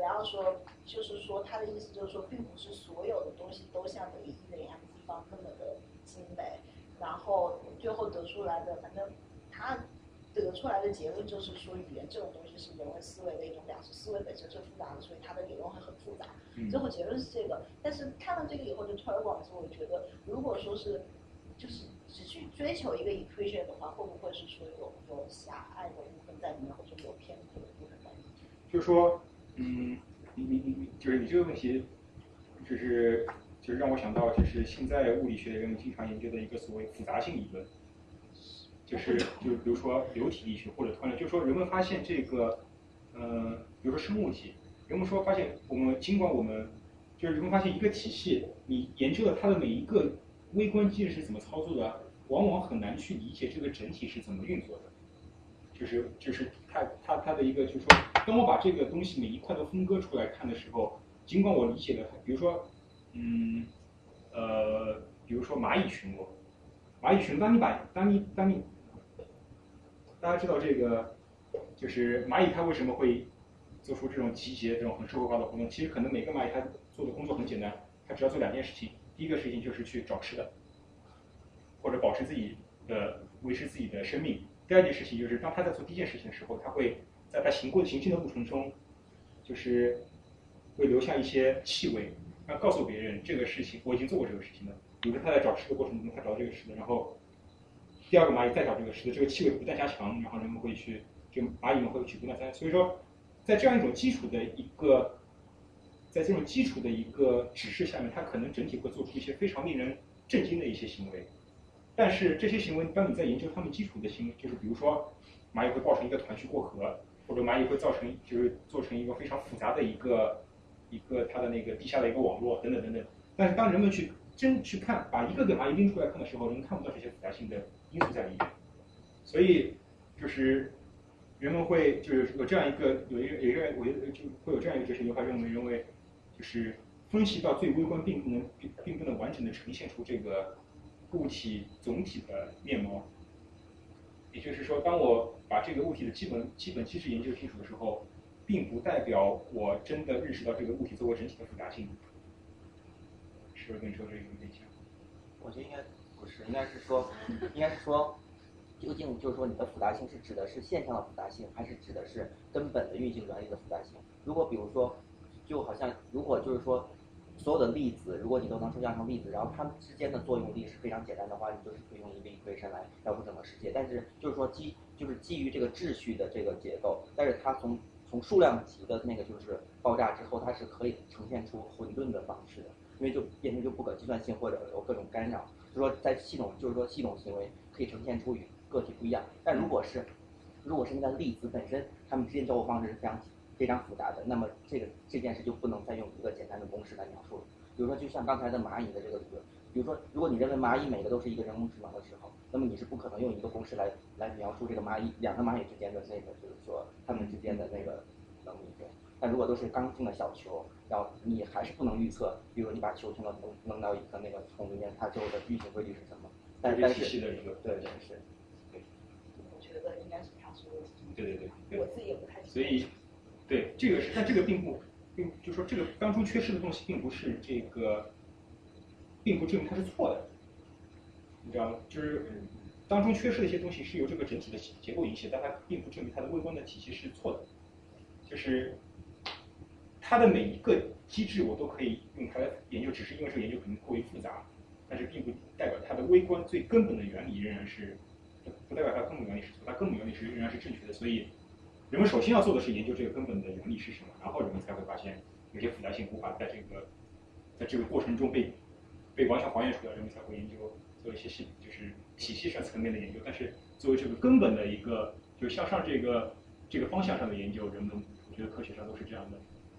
比方说，就是说他的意思就是说，并不是所有的东西都像等于一等于 m 次方那么的精美，然后最后得出来的，反正他得出来的结论就是说，语言这种东西是人为思维的一种表示，思维本身是复杂的，所以它的理论会很复杂。最后结论是这个，但是看到这个以后就推而广之，我觉得如果说是就是只去追求一个 equation 的话，会不会是说有有狭隘的部分在里面，或者有偏颇的部分在里面？
就是说，嗯，你你你就是你这个问题，就是就是让我想到，就是现在物理学人们经常研究的一个所谓复杂性理论。就是就是比如说流体力学或者湍流，就是说人们发现这个，呃，比如说生物体，人们说发现我们尽管我们就是人们发现一个体系，你研究了它的每一个微观机制是怎么操作的，往往很难去理解这个整体是怎么运作的。就是就是它它它的一个就是说，当我把这个东西每一块都分割出来看的时候，尽管我理解了，比如说，嗯，呃，比如说蚂蚁群落，蚂蚁群，当你把当你当你大家知道这个，就是蚂蚁它为什么会做出这种集结、这种很社会化的活动？其实可能每个蚂蚁它做的工作很简单，它只要做两件事情。第一个事情就是去找吃的，或者保持自己的、维持自己的生命。第二件事情就是，当它在做第一件事情的时候，它会在它行过行进的路程中，就是会留下一些气味，然后告诉别人这个事情我已经做过这个事情了。比如说他在找吃的过程中，他找到这个吃的，然后第二个蚂蚁再找这个吃的，这个气味不断加强，然后人们会去，这个蚂蚁们会去不断加强。所以说，在这样一种基础的一个，在这种基础的一个指示下面，它可能整体会做出一些非常令人震惊的一些行为。但是这些行为，当你在研究它们基础的行为，就是比如说，蚂蚁会抱成一个团去过河，或者蚂蚁会造成就是做成一个非常复杂的一个一个它的那个地下的一个网络等等等等。但是当人们去真去看，把一个个蚂蚁拎出来看的时候，人们看不到这些复杂性的因素在里面。所以就是人们会就是有这样一个有一个有一个我觉得就会有这样一个哲学流派认为认为就是分析到最微观，并不能并并不能完整的呈现出这个物体总体的面貌。也就是说，当我把这个物体的基本基本机制研究清楚的时候，并不代表我真的认识到这个物体作为整体的复杂性。是不是跟你说这个有点像？
我觉得应该不是，应该是说，应该是说，究竟就是说你的复杂性是指的是现象的复杂性，还是指的是根本的运行原理的复杂性？如果比如说，就好像如果就是说，所有的粒子，如果你都能抽象成粒子，然后它们之间的作用力是非常简单的话，你就是可以用一个 equation 来描述整个世界。但是就是说基就是基于这个秩序的这个结构，但是它从从数量级的那个就是爆炸之后，它是可以呈现出混沌的方式的。因为就变成就不可计算性或者有各种干扰，就是说在系统就是说系统行为可以呈现出与个体不一样。但如果是如果是那个粒子本身，它们之间交互方式是非常非常复杂的，那么这个这件事就不能再用一个简单的公式来描述了。比如说，就像刚才的蚂蚁的这个理论，比如说，如果你认为蚂蚁每个都是一个人工智能的时候，那么你是不可能用一个公式来来描述这个蚂蚁两个蚂蚁之间的那个就是说它们之间的那个能力。对。但如果都是刚性的小球，然后你还是不能预测，比如你把球全都扔扔到一个那个桶里面，它最后的运行规律是什么？但但是对对是，
对，我觉得应该是他说的。
对对对对。
我自己也不太。
所以，对这个是，但这个并不，并就说这个当中缺失的东西，并不是这个，并不证明它是错的，你知道吗？就是当中缺失的一些东西是由这个整体的结构引起，但它并不证明它的微观的体系是错的，就是。它的每一个机制我都可以用它来研究，只是因为这个研究可能过于复杂，但是并不代表它的微观最根本的原理仍然是，不代表它根本原理是错，它根本原理是仍然是正确的。所以，人们首先要做的是研究这个根本的原理是什么，然后人们才会发现有些复杂性无法在这个在这个过程中被被完全还原出来，人们才会研究做一些系就是体系上层面的研究。但是作为这个根本的一个就是向上这个这个方向上的研究，人们我觉得科学上都是这样的。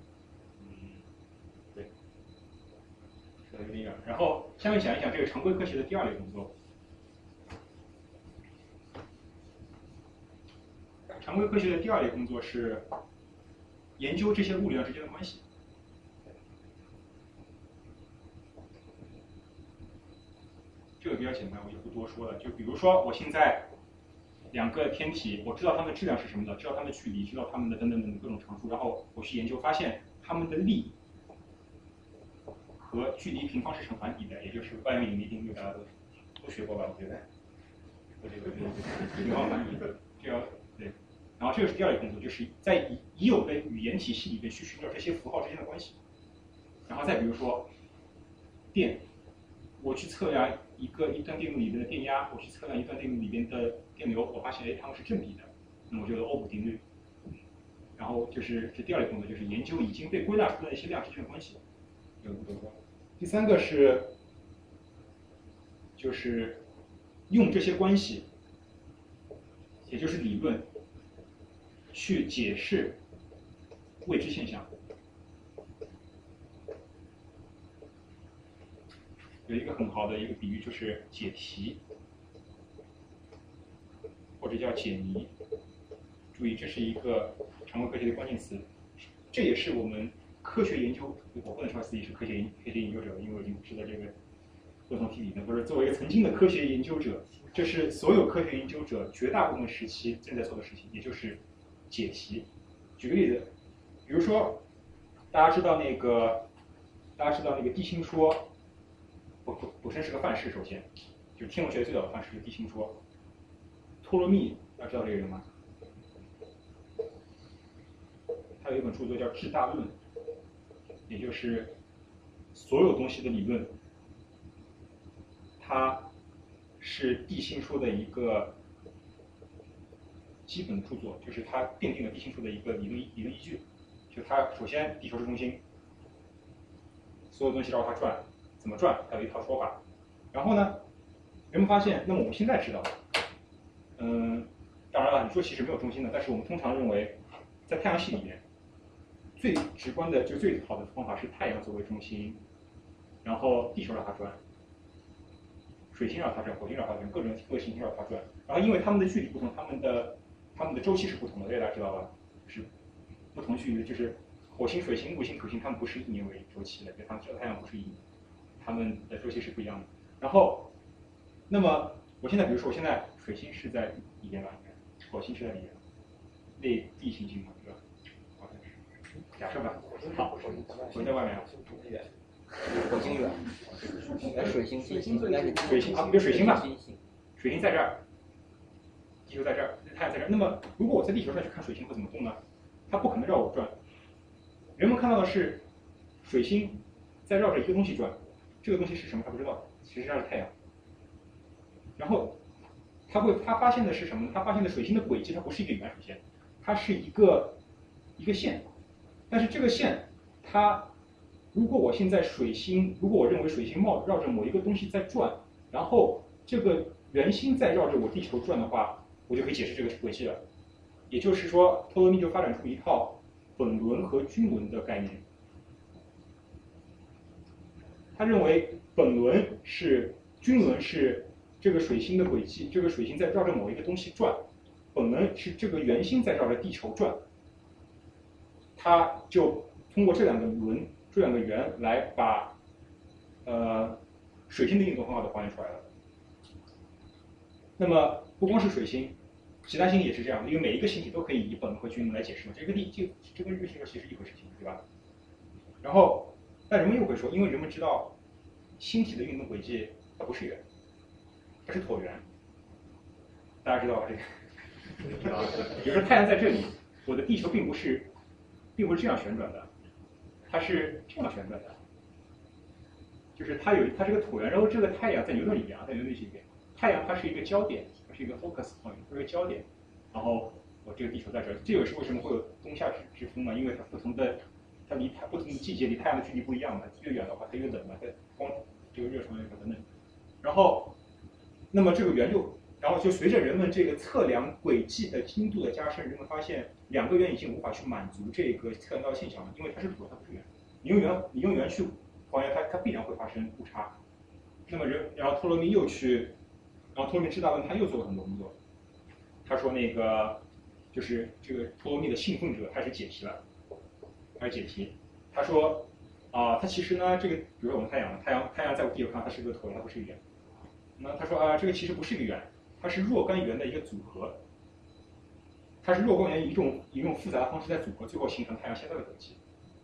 有点远。然后下面讲一讲这个常规科学的第二类工作。常规科学的第二类工作是研究这些物理量之间的关系。这个比较简单，我就不多说了。就比如说，我现在两个天体，我知道它们的质量是什么的，知道它们的距离，知道它们的等等等各种常数，然后我去研究，发现它们的力和距离平方是成反比的，也就是万有引力定律，大家都都学过吧？我觉得，我觉得平方反比，这要对。然后这个是第二类工作，就是在已已有的语言体系里面去寻找这些符号之间的关系。然后再比如说电，我去测量一个一段电路里边的电压，我去测量一段电路里边的电流，我发现哎它们是正比的，那么我就有欧姆定律。然后就是这第二类工作，就是研究已经被归纳出来的一些量之间的关系。第三个是就是用这些关系，也就是理论，去解释未知现象。有一个很好的一个比喻就是解题，或者叫解谜。注意，这是一个常规科学的关键词，这也是我们科学研究，我不能说自己是科学研科学研究者，因为我已经知道这个不同体理论，不是作为一个曾经的科学研究者，这是所有科学研究者绝大部分时期正在做的事情，也就是解题。举个例子，比如说大家知道那个，大家知道那个地心说，本本身是个范式，首先就是天文学最早的范式是地心说。托勒密，大家知道这个人吗？他有一本著作叫《质大论》，也就是所有东西的理论，它是地心说的一个基本著作，就是它奠定了地心说的一个理论理论依据。就它首先地球是中心，所有东西绕它转，怎么转，它有一套说法。然后呢，人们发现，那么我们现在知道，嗯，当然了，你说其实没有中心的，但是我们通常认为，在太阳系里面。最直观的就最好的方法是太阳作为中心，然后地球让它转，水星让它转，火星让它转，各种各行星让它转。然后因为它们的距离不同，它们的它们的周期是不同的，这个大家知道吧？是不同距离的，就是火星、水星、木星、土星，它们不是一年为周期的，对，它们太阳不是一年，它们的周期是不一样的。然后，那么我现在比如说，我现在水星是在里边吧，火星是在里边，类地行星嘛，对吧？假设吧，好，我在外面，
火星远，水星近，应该是
水星啊，比如水星吧，水星在这儿，地球在这儿，太阳在这儿。那么，如果我在地球上去看水星会怎么动呢？它不可能绕我转。人们看到的是水星在绕着一个东西转，这个东西是什么他不知道，其实它是太阳。然后，他会他发现的是什么呢？他发现的水星的轨迹它不是一个圆，首先，它是一个一个线。但是这个线，它如果我现在水星，如果我认为水星冒绕着某一个东西在转，然后这个圆心在绕着我地球转的话，我就可以解释这个轨迹了。也就是说，托勒密就发展出一套本轮和均轮的概念。他认为本轮是均轮是这个水星的轨迹，这个水星在绕着某一个东西转，本轮是这个圆心在绕着地球转。他就通过这两个轮、这两个圆来把呃水星的运动方法都还原出来了。那么不光是水星，其他星体也是这样，因为每一个星体都可以以本轮和均轮来解释嘛。这个地这这跟日心说其实一回事情，对吧？然后，但人们又会说，因为人们知道星体的运动轨迹它不是圆，它是椭圆。大家知道吧？这个，比如说太阳在这里，我的地球并不是。并不是这样旋转的，它是这样旋转的，就是它有它是个椭圆，然后这个太阳在牛顿里边啊，在牛顿里边，太阳它是一个焦点，它是一个 focus point， 它是一个焦点，然后我这个地球在这儿，这也是为什么会有冬夏之之分嘛，因为它不同的它离它不同的季节离太阳的距离不一样嘛，越远的话它越冷嘛，它光这个热传越等等，然后那么这个圆就。然后就随着人们这个测量轨迹的精度的加深，人们发现两个圆已经无法去满足这个测量到的现象了，因为它是椭，它不是圆。你用圆，你用圆去还原它，它必然会发生误差。那么人，然后托勒密又去，然后托勒密质大论他又做了很多工作。他说那个就是这个托勒密的信奉者开始解题了，开始解题。他说啊、呃，他其实呢，这个比如说我们太阳，太阳太阳在我地球上它是个椭圆，它不是一个圆。那他说啊、呃，这个其实不是一个圆。它是若干圆的一个组合，它是若干圆以一种以一种复杂的方式在组合，最后形成太阳现在的轨迹。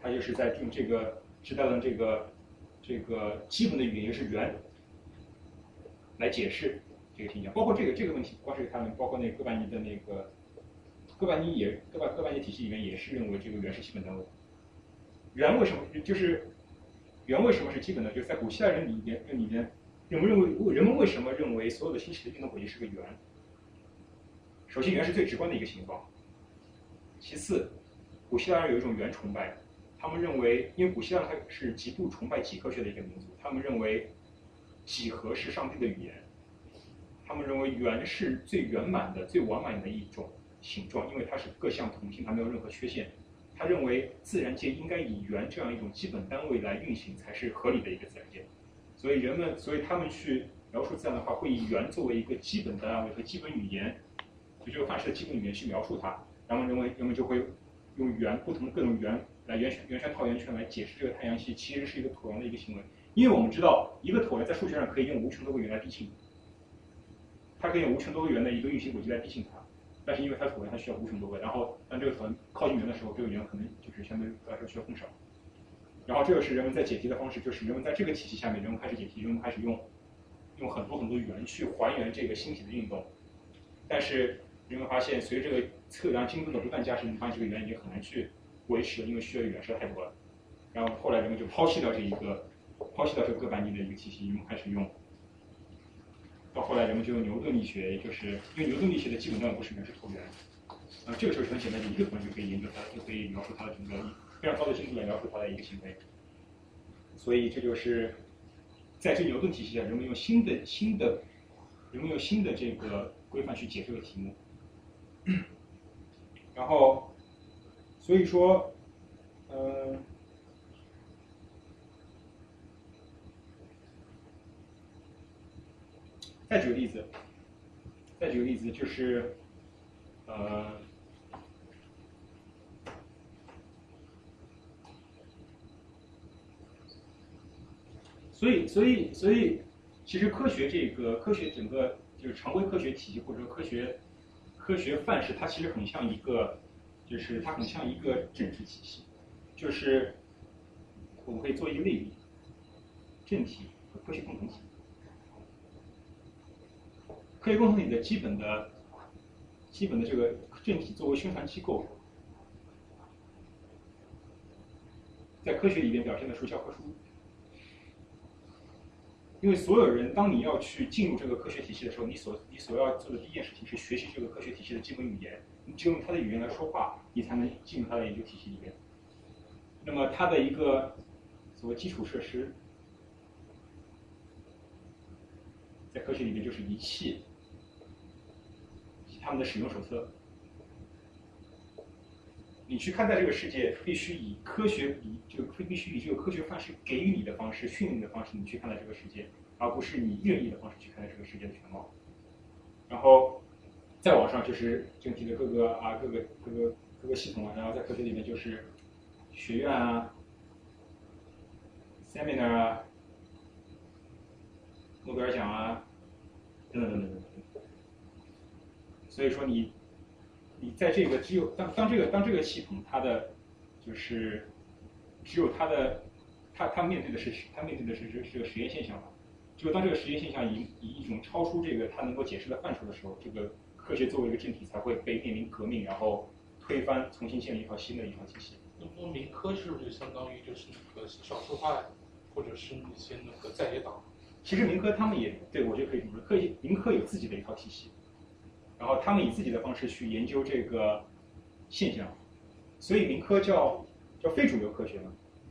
它就是在用这个知道的这个这个基本的语言是圆来解释这个现象。包括这个这个问题，光是他们包括那个哥白尼的那个哥白尼也哥白哥白尼体系里面也是认为这个圆是基本单位。圆为什么就是圆为什么是基本的？就是在古希腊人里面里面，人们认为人们为什么认为所有的星系的运动轨迹是个圆？首先，圆是最直观的一个形状。其次，古希腊人有一种圆崇拜，他们认为，因为古希腊它是极度崇拜几何学的一个民族，他们认为几何是上帝的语言，他们认为圆是最圆满的、最完满的一种形状，因为它是各项同性，它没有任何缺陷。他认为自然界应该以圆这样一种基本单位来运行才是合理的一个自然界，所以人们，所以他们去描述自然的话，会以圆作为一个基本单位和基本语言，就这个范式的基本语言去描述它。然后人们人们就会用圆不同的各种圆来圆圈圆圈套圆圈来解释这个太阳系其实是一个椭圆的一个行为，因为我们知道一个椭圆在数学上可以用无穷多个圆来逼近，它可以用无穷多个圆的一个运行轨迹来逼近它。但是因为它椭圆，它需要无穷多个，然后当这个椭圆靠近圆的时候，这个圆可能就是相对来说需要更少。然后这个是人们在解题的方式，就是人们在这个体系下面，人们开始解题，人们开始用用很多很多圆去还原这个星体的运动。但是人们发现，随着这个测量精度的不断加深，发现这个圆已经很难去维持了，因为需要的圆实在太多了。然后后来人们就抛弃掉这一个，抛弃掉这个哥白尼的一个体系，人们开始用。到后来，人们就用牛顿力学，也就是因为牛顿力学的基本单位不是圆是椭圆，啊，这个时候是很简单的，一个椭圆就可以研究它，就可以描述它的整个非常高的精度来描述它的一个行为。所以这就是在这牛顿体系下，人们用新的新的，人们用新的这个规范去解这个题目。然后，所以说，呃。再举个例子，再举个例子，就是，呃，所以，所以，所以，其实科学这个科学整个就是常规科学体系或者说科学科学范式，它其实很像一个，就是它很像一个政治体系，就是我们可以做一个类比，政体和科学共同体。科学共同体的基本的、基本的这个政体作为宣传机构，在科学里边表现的是教科书。因为所有人，当你要去进入这个科学体系的时候，你所你所要做的第一件事情是学习这个科学体系的基本语言，你只有用它的语言来说话，你才能进入它的研究体系里边。那么它的一个所谓基础设施，在科学里面就是仪器。他们的使用手册，你去看待这个世界，必须以科学以这个必须以这个科学范式给予你的方式、训练的方式，你去看待这个世界，而不是你任意的方式去看待这个世界的全貌。然后再往上就是整体的各个啊各个各个各个系统啊，然后在科学里面就是学院啊、seminar 啊、诺贝尔奖啊等等等等等等。所以说你，你在这个只有当当这个当这个系统它的就是只有它的它它面对的是它面对的是这个实验现象嘛，只有当这个实验现象以以一种超出这个它能够解释的范畴的时候，这个科学作为一个政体才会被面临革命，然后推翻，重新建立一套新的一套体系。
那么民科是不是相当于就是那个少数派，或者是一些那个在野党？
其实民科他们也对我觉得可以这么说，科学民科有自己的一套体系。然后他们以自己的方式去研究这个现象，所以民科叫叫非主流科学嘛。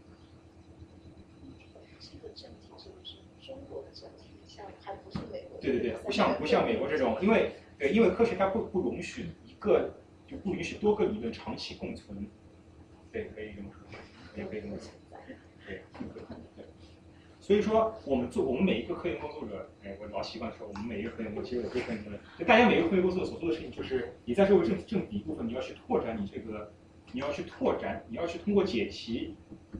这个政体是不是中国的政体？像还不是美国？
对对对，不像不像美国这种，因为对，因为科学它不不容许一个就不允许多个理论长期共存。对，可以这么说，也可以这么说。对，对。所以说，我们做我们每一个科研工作者，哎，我老习惯说，我们每一个科研工作者，其实我科研工作者，就大家每一个科研工作者所做的事情，就是你在作为政政体部分，你要去拓展你这个，你要去拓展，你要去通过解题，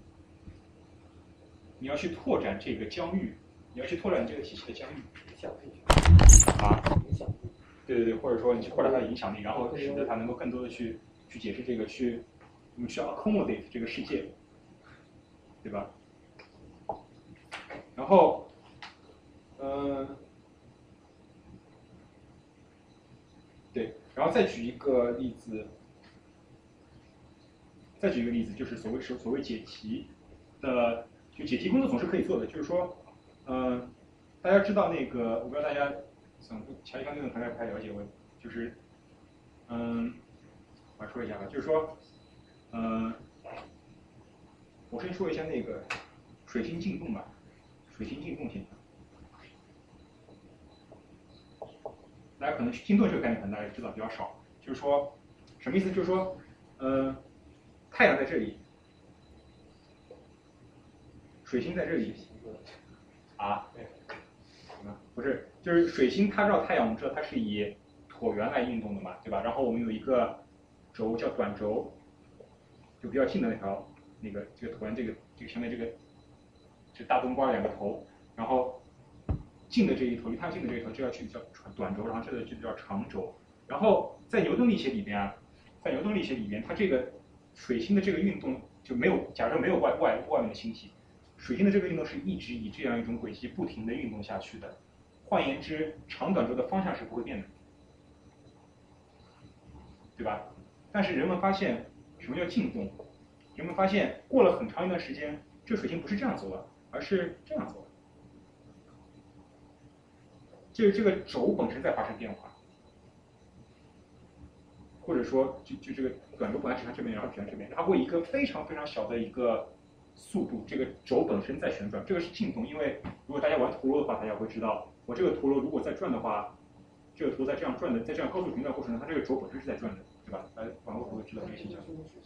你要去拓展这个疆域，你要去拓展这个体系的疆域。啊，对对对，或者说你去扩大它的影响力，然后使得它能够更多的去去解释这个，去你去 accommodate 这个世界。 对吧？然后，嗯，对，然后再举一个例子，再举一个例子，就是所谓所所谓解题的，就解题工作总是可以做的，就是说，嗯，大家知道那个，我不知道大家想乔伊康定律可能不太了解，我就是，嗯，我来说一下吧，就是说，嗯，我先说一下那个水星进动吧。水星进动现象，大家可能进动这个概念可能大家知道比较少，就是说什么意思？就是说，呃，太阳在这里，水星在这里，啊，不是，就是水星它绕太阳，我们知道它是以椭圆来运动的嘛，对吧？然后我们有一个轴叫短轴，就比较近的那条，那个这个椭圆这个这个相当于这个。是大冬瓜两个头，然后近的这一头，离太阳近的这一头就要去叫短轴，然后这个就叫长轴。然后在牛顿力学里边啊，在牛顿力学里边，它这个水星的这个运动就没有，假设没有外外外面的星体，水星的这个运动是一直以这样一种轨迹不停的运动下去的。换言之，长短轴的方向是不会变的，对吧？但是人们发现什么叫进动？人们发现过了很长一段时间，这水星不是这样走了。而是这样走，就是这个轴本身在发生变化，或者说就就这个短轴本来指向这边，然后指向这边，然后会以一个非常非常小的一个速度，这个轴本身在旋转，这个是进动。因为如果大家玩陀螺的话，大家会知道，我这个陀螺如果在转的话，这个陀螺在这样转的，在这样高速旋转过程中，它这个轴本身是在转的，对吧？大家玩过陀螺知道这个现象。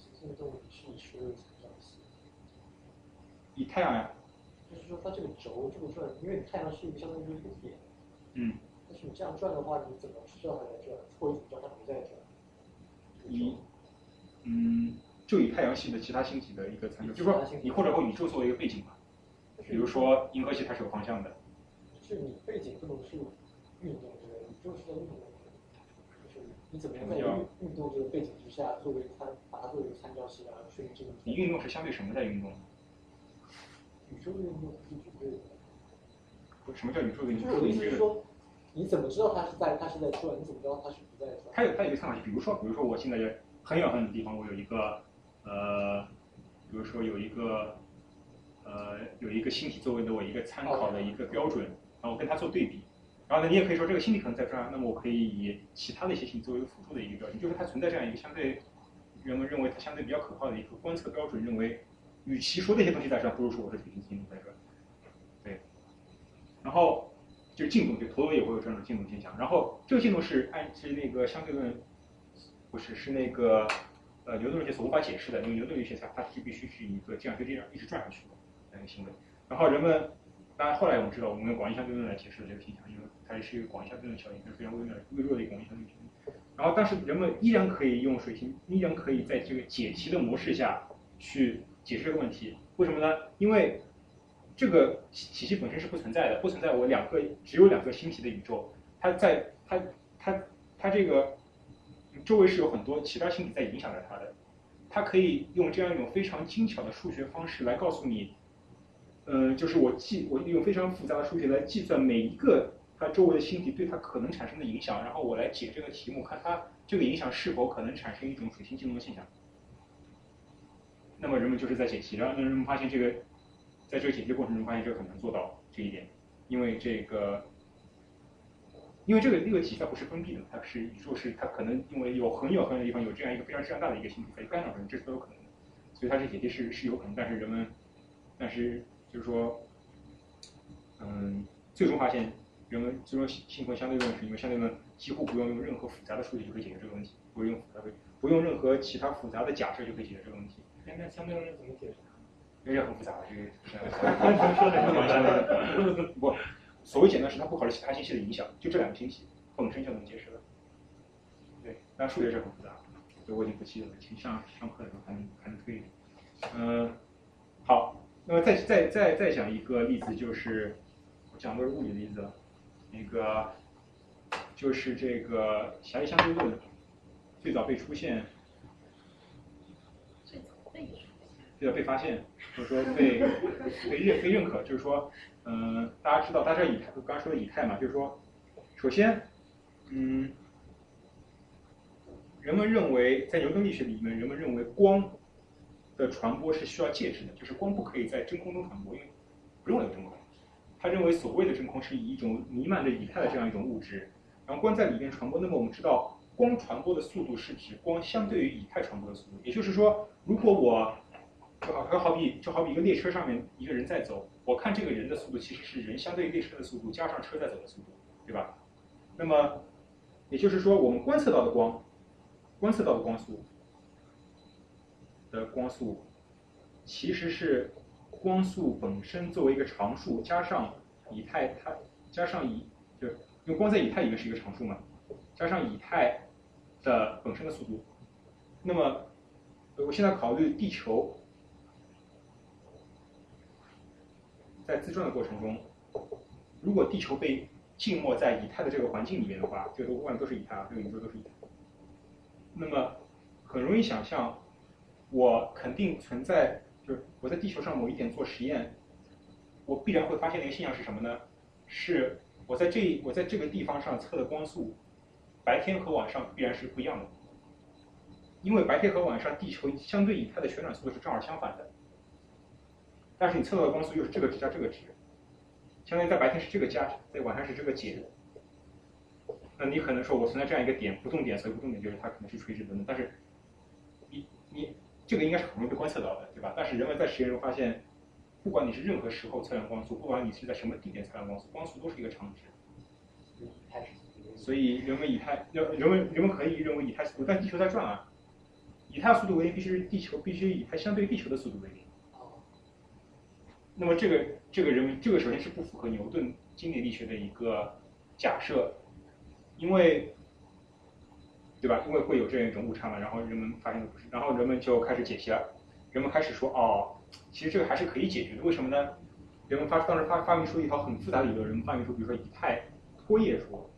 以太阳呀。
就是说，它这个轴这么转，因为太阳是一个相当于一个点，
嗯，
但是你这样转的话，你怎么知道它在转，或者怎么知道它不在转？
以，嗯，就以太阳系的其他星体的一个参照，就是说你或者说宇宙作为一个背景嘛，比如说银河系它是有方向的。
是你背景不能是运动之类的，宇宙是在运动的，就是你怎么样在运运动这个背景之下，作为参把它作为一个参照系啊，确定这个。
你运动是相对什么在运动？
宇宙的运动不是绝对的。
什么叫宇宙的运动？
就是我的意思是说，你怎么知道它是在它是在转？你怎么知道它是不在转？
它有它有一个参考系，比如说，比如说我现在很远很远的地方，我有一个呃，比如说有一个呃有一个星体作为的我一个参考的一个标准，然后跟它做对比。然后呢，你也可以说这个星体可能在转，那么我可以以其他的一些星体作为辅助的一个标准，就是它存在这样一个相对人们认为它相对比较可靠的一个观测标准，认为。与其说那些东西在转，不如说我是水星进动在转，对。然后就是进动，对，陀螺也会有这种进动现象。然后这个进动是按是那个相对论，不是是那个呃牛顿力学所无法解释的，因为牛顿力学它它是必须是一个这样就这样一直转下去的那个行为。然后人们当然后来我们知道，我们用广义相对论来解释了这个现象，因为它是一个广义相对论效应，是非常微妙微弱的一个广义相对论效应。然后但是人们依然可以用水星，依然可以在这个解题的模式下去。解释这个问题，为什么呢？因为这个体系本身是不存在的，不存在我两个只有两个星体的宇宙，它在它它它这个周围是有很多其他星体在影响着它的，它可以用这样一种非常精巧的数学方式来告诉你，嗯、呃，就是我计我利用非常复杂的数学来计算每一个它周围的星体对它可能产生的影响，然后我来解这个题目，看它这个影响是否可能产生一种水星进动的现象。那么人们就是在解题，然后人们发现这个，在这个解题的过程中发现这个很难做到这一点，因为这个，因为这个这个题它不是封闭的，它是宇宙是它可能因为有很远很远的地方有这样一个非常质量大的一个星体在干扰着，这是都有可能的，所以它这解题是是有可能，但是人们，但是就是说，嗯，最终发现人们最终信奉相对论是因为相对论几乎不用用任何复杂的数据就可以解决这个问题，不用复杂的不用任何其他复杂的假设就可以解决这个问题。
那相对论怎么解释？
因为很复杂的，这个不，所谓简单是它不考虑其他信息的影响，就这两个信息本身就能解释了。对，但数学是很复杂，所以我已经不记得了，请上上课的时候还能还能推理。嗯、呃，好，那么再再再再讲一个例子，就是我讲的都是物理的例子了，那个就是这个狭义相对论最早被出现。 对被发现，或者说被被认被认可，就是说，嗯、呃，大家知道，大家知道以太，我刚刚说的以太嘛，就是说，首先，嗯，人们认为在牛顿力学里面，人们认为光的传播是需要介质的，就是光不可以在真空中传播，因为不认为有真空。他认为所谓的真空是以一种弥漫着以太的这样一种物质，然后光在里面传播。那么我们知道，光传播的速度是指光相对于以太传播的速度。也就是说，如果我就好就好比就好比一个列车上面一个人在走，我看这个人的速度其实是人相对于列车的速度加上车在走的速度，对吧？那么也就是说，我们观测到的光，观测到的光速的光速，其实是光速本身作为一个常数，加上以太它加上以就因为光在以太里面是一个常数嘛，加上以太的本身的速度。那么我现在考虑地球在自转的过程中，如果地球被浸没在以太的这个环境里面的话，这个都万都是以太啊，这个宇宙都是以太。那么很容易想象，我肯定存在。就是我在地球上某一点做实验，我必然会发现的一个现象是什么呢？是我在这我在这个地方上测的光速，白天和晚上必然是不一样的，因为白天和晚上地球相对以太的旋转速度是正好相反的。但是你测到的光速又是这个值加这个值，相当于在白天是这个加，在晚上是这个减。那你可能说我存在这样一个点不动点，所以不动点就是它可能是垂直的，但是你你。这个应该是很容易被观测到的，对吧？但是人们在实验中发现，不管你是任何时候测量光速，不管你是在什么地点测量光速，光速都是一个常值。所以人们以太，人们人们可以认为以太速度，但地球在转啊，以太速度为零必须是地球必须以它相对地球的速度为零。那么这个这个人们这个首先是不符合牛顿经典力学的一个假设，因为。对吧？因为会有这样一种误差嘛，然后人们发现不是，然后人们就开始解题了。人们开始说，哦，其实这个还是可以解决的。为什么呢？人们发当时发发明出一套很复杂的理论，人们发明出比如说以太拖曳说，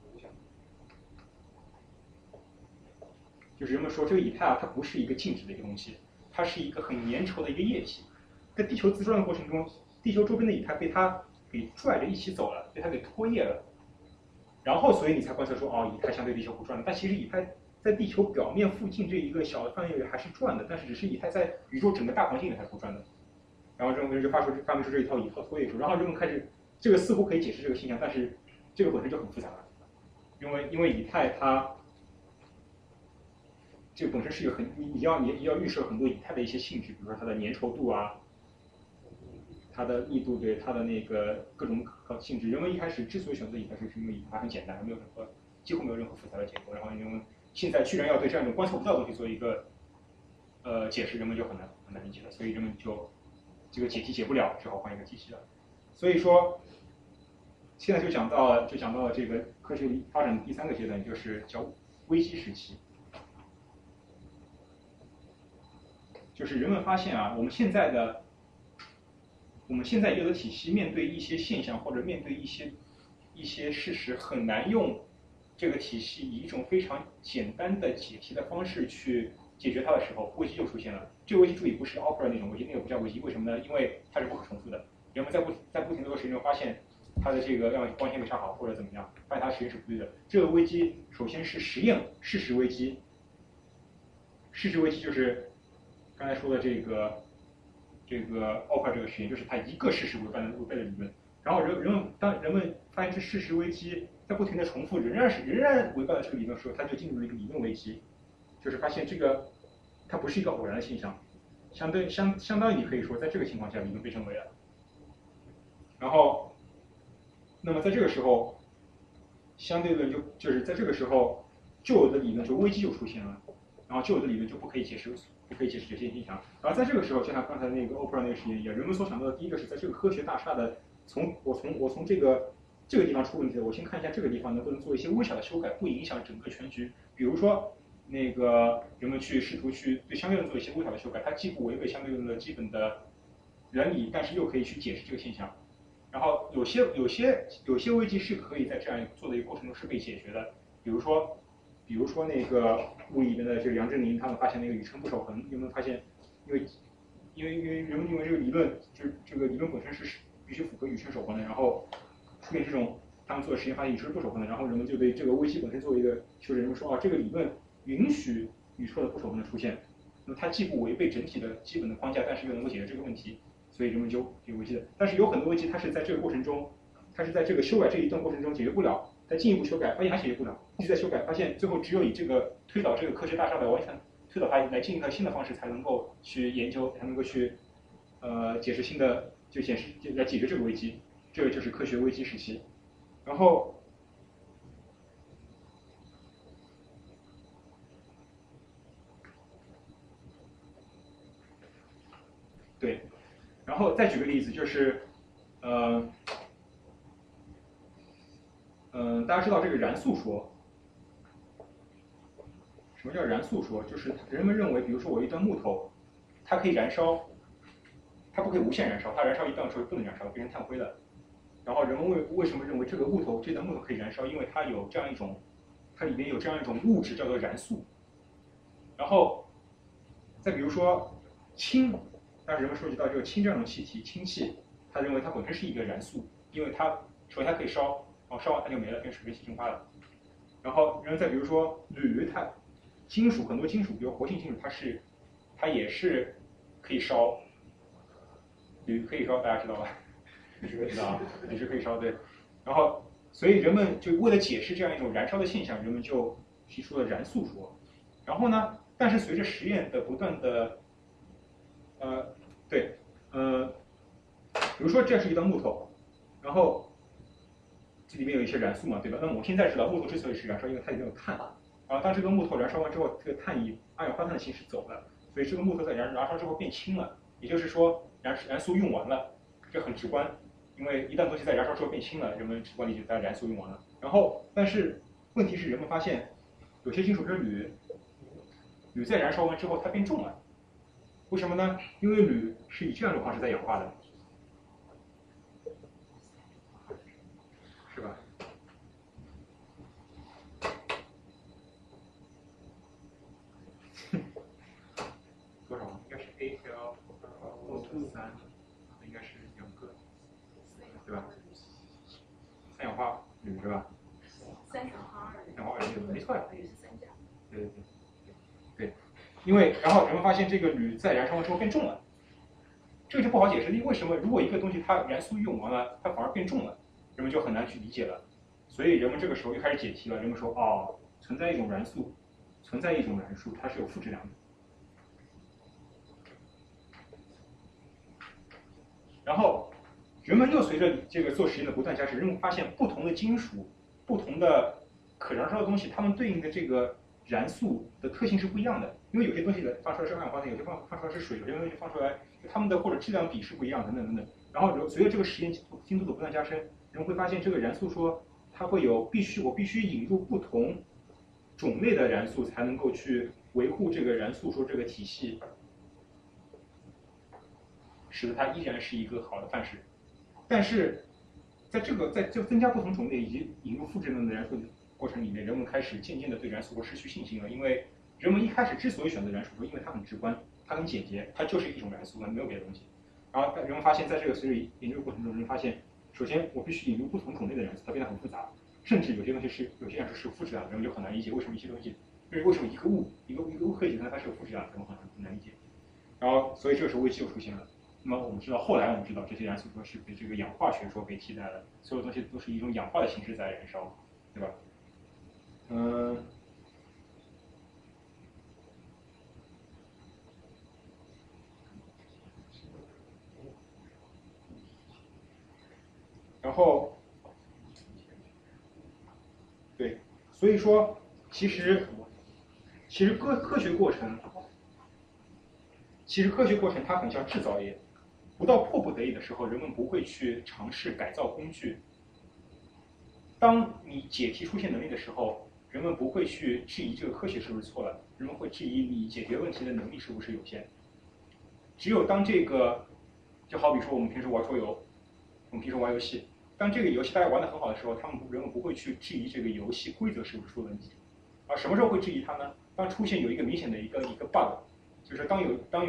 就是人们说这个以太啊，它不是一个静止的一个东西，它是一个很粘稠的一个液体。在地球自转的过程中，地球周边的以太被它给拽着一起走了，被它给拖曳了。然后，所以你才观测出哦，以太相对地球不转的，但其实以太在地球表面附近这一个小的范围里还是转的，但是只是以太在宇宙整个大环境里还是不转的。然后人们就发出发明出这一套以套拖曳说，然后人们开始这个似乎可以解释这个现象，但是这个本身就很复杂了，因为因为以太它这个本身是一个很你你要你要预设很多以太的一些性质，比如说它的粘稠度啊。它的密度对它的那个各种性质，人们一开始之所以选择以太，是因为以太很简单，没有任何几乎没有任何复杂的结构。然后人们现在居然要对这样一种观测不到的东西做一个呃解释，人们就很难很难理解了。所以人们就这个解题解不了，只好换一个机器了。所以说，现在就讲到了就讲到了这个科学发展的第三个阶段，就是叫危机时期。就是人们发现啊，我们现在的。我们现在有的体系面对一些现象或者面对一些一些事实，很难用这个体系以一种非常简单的解题的方式去解决它的时候，危机就出现了。这个危机注意不是 opera 那种危机，那个不叫危机，为什么呢？因为它是不可重复的。人们在不在不停的做实验中发现它的这个要么光线没插好或者怎么样，发现它实验是不对的。这个危机首先是实验事实危机，事实危机就是刚才说的这个。这个 opera 这个实验就是它一个事实为伴的违背的理论，然后人人们当人们发现这事实危机在不停的重复，仍然是仍然违背了这个理论的时候，它就进入了一个理论危机，就是发现这个它不是一个偶然的现象，相对相相当于你可以说在这个情况下理论被证伪了。然后，那么在这个时候，相对论就就是在这个时候旧有的理论就危机就出现了，然后旧有的理论就不可以解释。不可以解释这些现象，而在这个时候，就像刚才那个 opera 那个实验一样，人们所想到的第一个是在这个科学大厦的，从我从我从这个这个地方出问题了，我先看一下这个地方能不能做一些微小的修改，不影响整个全局。比如说，那个人们去试图去对相对论做一些微小的修改，它既不违背相对论的基本的原理，但是又可以去解释这个现象。然后有些有些有些危机是可以在这样做的一个过程中是被解决的，比如说。比如说那个物理里面的这个杨振宁，他们发现那个宇称不守恒，有没有发现？因为因为因为人们认为这个理论就是这个理论本身是必须符合宇称守恒的，然后出现这种他们做的实验发现宇称是不守恒的，然后人们就对这个微积本身作为一个修正，人们说啊这个理论允许宇称的不守恒的出现，那么它既不违背整体的基本的框架，但是又能够解决这个问题，所以人们就有危机的。但是有很多危机它是在这个过程中，它是在这个修改这一段过程中解决不了，再进一步修改发现还解决不了，一直在修改，发现最后只有以这个推导这个科学大厦的完全推导它来进一个新的方式才能够去研究，才能够去呃解释新的就显示来解决这个危机，这个就是科学危机时期。然后对，然后再举个例子，就是呃嗯、呃，大家知道这个燃素说。什么叫燃素说？就是人们认为，比如说我一段木头，它可以燃烧，它不可以无限燃烧，它燃烧一段时候不能燃烧，变成炭灰了。然后人们为为什么认为这个木头这段木头可以燃烧？因为它有这样一种，它里面有这样一种物质叫做燃素。然后再比如说氢，当时人们收集到这个氢这样的气体，氢气，他认为它本身是一个燃素，因为它首先它可以烧，然后烧完它就没了，变水蒸气蒸发了。然后人们再比如说铝，它金属很多金属，比如活性金属，它是它也是可以烧，铝可以烧，大家知道吧？铝是可以知道啊，铝是可以烧，对。然后，所以人们就为了解释这样一种燃烧的现象，人们就提出了燃素说。然后呢，但是随着实验的不断的，呃，对，呃，比如说这是一段木头，然后这里面有一些燃素嘛，对吧？那么我们现在知道木头之所以是燃烧，因为它里面有碳。然后当这个木头燃烧完之后，这个碳以二氧化碳的形式走了，所以这个木头在燃燃烧之后变轻了，也就是说燃燃素用完了，这很直观，因为一旦东西在燃烧之后变轻了，人们直观理解它燃素用完了。然后，但是问题是人们发现有些金属，比如铝，铝在燃烧完之后它变重了，为什么呢？因为铝是以这样一种方式在氧化的，是吧？多少？应该是 A L O 三，应该是两个，对吧？三氧化铝是吧？
三氧化二。
三氧化二铝，没错呀。
铝是三价。
对对对，对，因为然后人们发现这个铝在燃烧完之后变重了，这个就不好解释，因为为什么？如果一个东西它燃素用完了，它反而变重了，人们就很难去理解了。所以人们这个时候又开始解题了。人们说，哦，存在一种燃素，存在一种燃素，它是有负质量的。然后，人们又随着这个做实验的不断加深，人们发现不同的金属、不同的可燃烧的东西，它们对应的这个燃素的特性是不一样的。因为有些东西放出来是二氧化碳，有些放放出来是水，有些东西放出来它们的或者质量比是不一样，等等等等。然后随着这个实验精度的不断加深，人们会发现这个燃素说它会有必须我必须引入不同种类的燃素才能够去维护这个燃素说这个体系。使得它依然是一个好的范式，但是在这个在就增加不同种类以及引入负质量的燃素的过程里面，人们开始渐渐的对燃素说失去信心了。因为人们一开始之所以选择燃素说，因为它很直观，它很简洁，它就是一种燃素，没有别的东西。然后人们发现，在这个随着研究过程中，人们发现，首先我必须引入不同种类的燃素，它变得很复杂，甚至有些东西是有些燃素是有负质量的，人们就很难理解为什么一些东西，就是为什么一个物一个一个物可以解它是有负质量的，人们很很难理解。然后所以这个时候危机就出现了。那么我们知道，后来我们知道这些燃素说是被这个氧化学说给替代了，所有东西都是以一种氧化的形式在燃烧，对吧？嗯。然后，对，所以说，其实，其实科科学过程，其实科学过程它很像制造业。不到迫不得已的时候，人们不会去尝试改造工具。当你解题出现能力的时候，人们不会去质疑这个科学是不是错了，人们会质疑你解决问题的能力是不是有限。只有当这个，就好比说我们平时玩桌游，我们平时玩游戏，当这个游戏大家玩得很好的时候，他们人们不会去质疑这个游戏规则是不是出了问题。而什么时候会质疑它呢？当出现有一个明显的一个一个 bug， 就是当有当有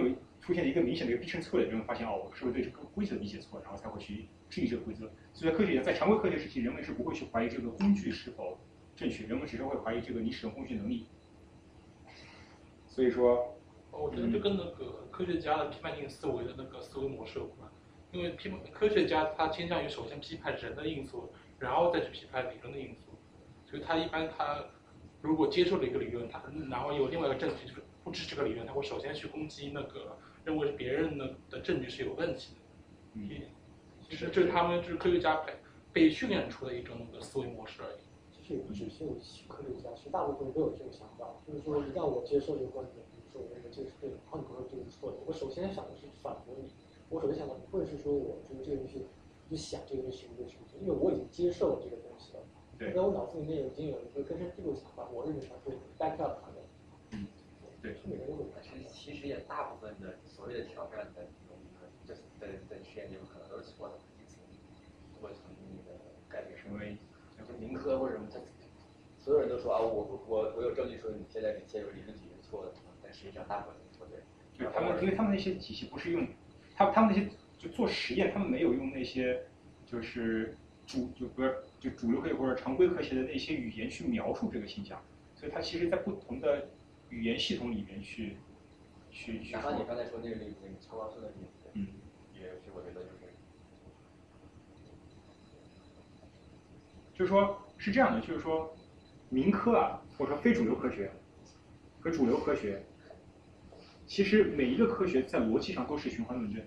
出现了一个明显的一个必胜策略，人们发现哦，我是不是对这个规则理解错，然后才会去质疑这个规则。所以在科学在常规科学时期，人们是不会去怀疑这个工具是否正确，人们只是会怀疑这个你使用工具能力。所以说，
我觉得这跟那个科学家的批判性思维的那个思维模式有关。因为批科学家他倾向于首先批判人的因素，然后再去批判理论的因素。所以他一般他如果接受了一个理论，他然后有另外一个证据就是不支持这个理论，他会首先去攻击那个认为是别人的的证据是有问题的。嗯，其实这是他们就是科学家被被训练出的一种那个思维模式而已。
其实也不只是科学家，其实大部分人都有这个想法，就是说一旦我接受这个观点，比如说我认为这个是对的，然后你说这个是错的，我首先想的是反驳你。我首先想到不会是说我觉得这个东西就想这个东西是不对，因为我已经接受了这个东西了。
对。
在我脑子里面已经有一个根深蒂固的想法，我认为它对 back up 它的。
嗯，对。
每个人都会。
其实其实也大部分的所谓的挑战的这种这的的实验结果可能都是错的，不会从你的概率成为就是民科或者什么，所有人都说啊，我我我有证据说你现在你切入理论体系是错的，但实际上大部分都是错的。
对他们，因为他们那些体系不是用。他他们那些就做实验，他们没有用那些就是主就不是就主流科学或者常规科学的那些语言去描述这个现象，所以它其实在不同的语言系统里面去去去。
哪怕你刚才说那个例子，那个超高速的例子，
嗯，
也是我觉得就是
就是说是这样的，就是说民科啊，或者说非主流科学和主流科学。其实每一个科学在逻辑上都是循环论证。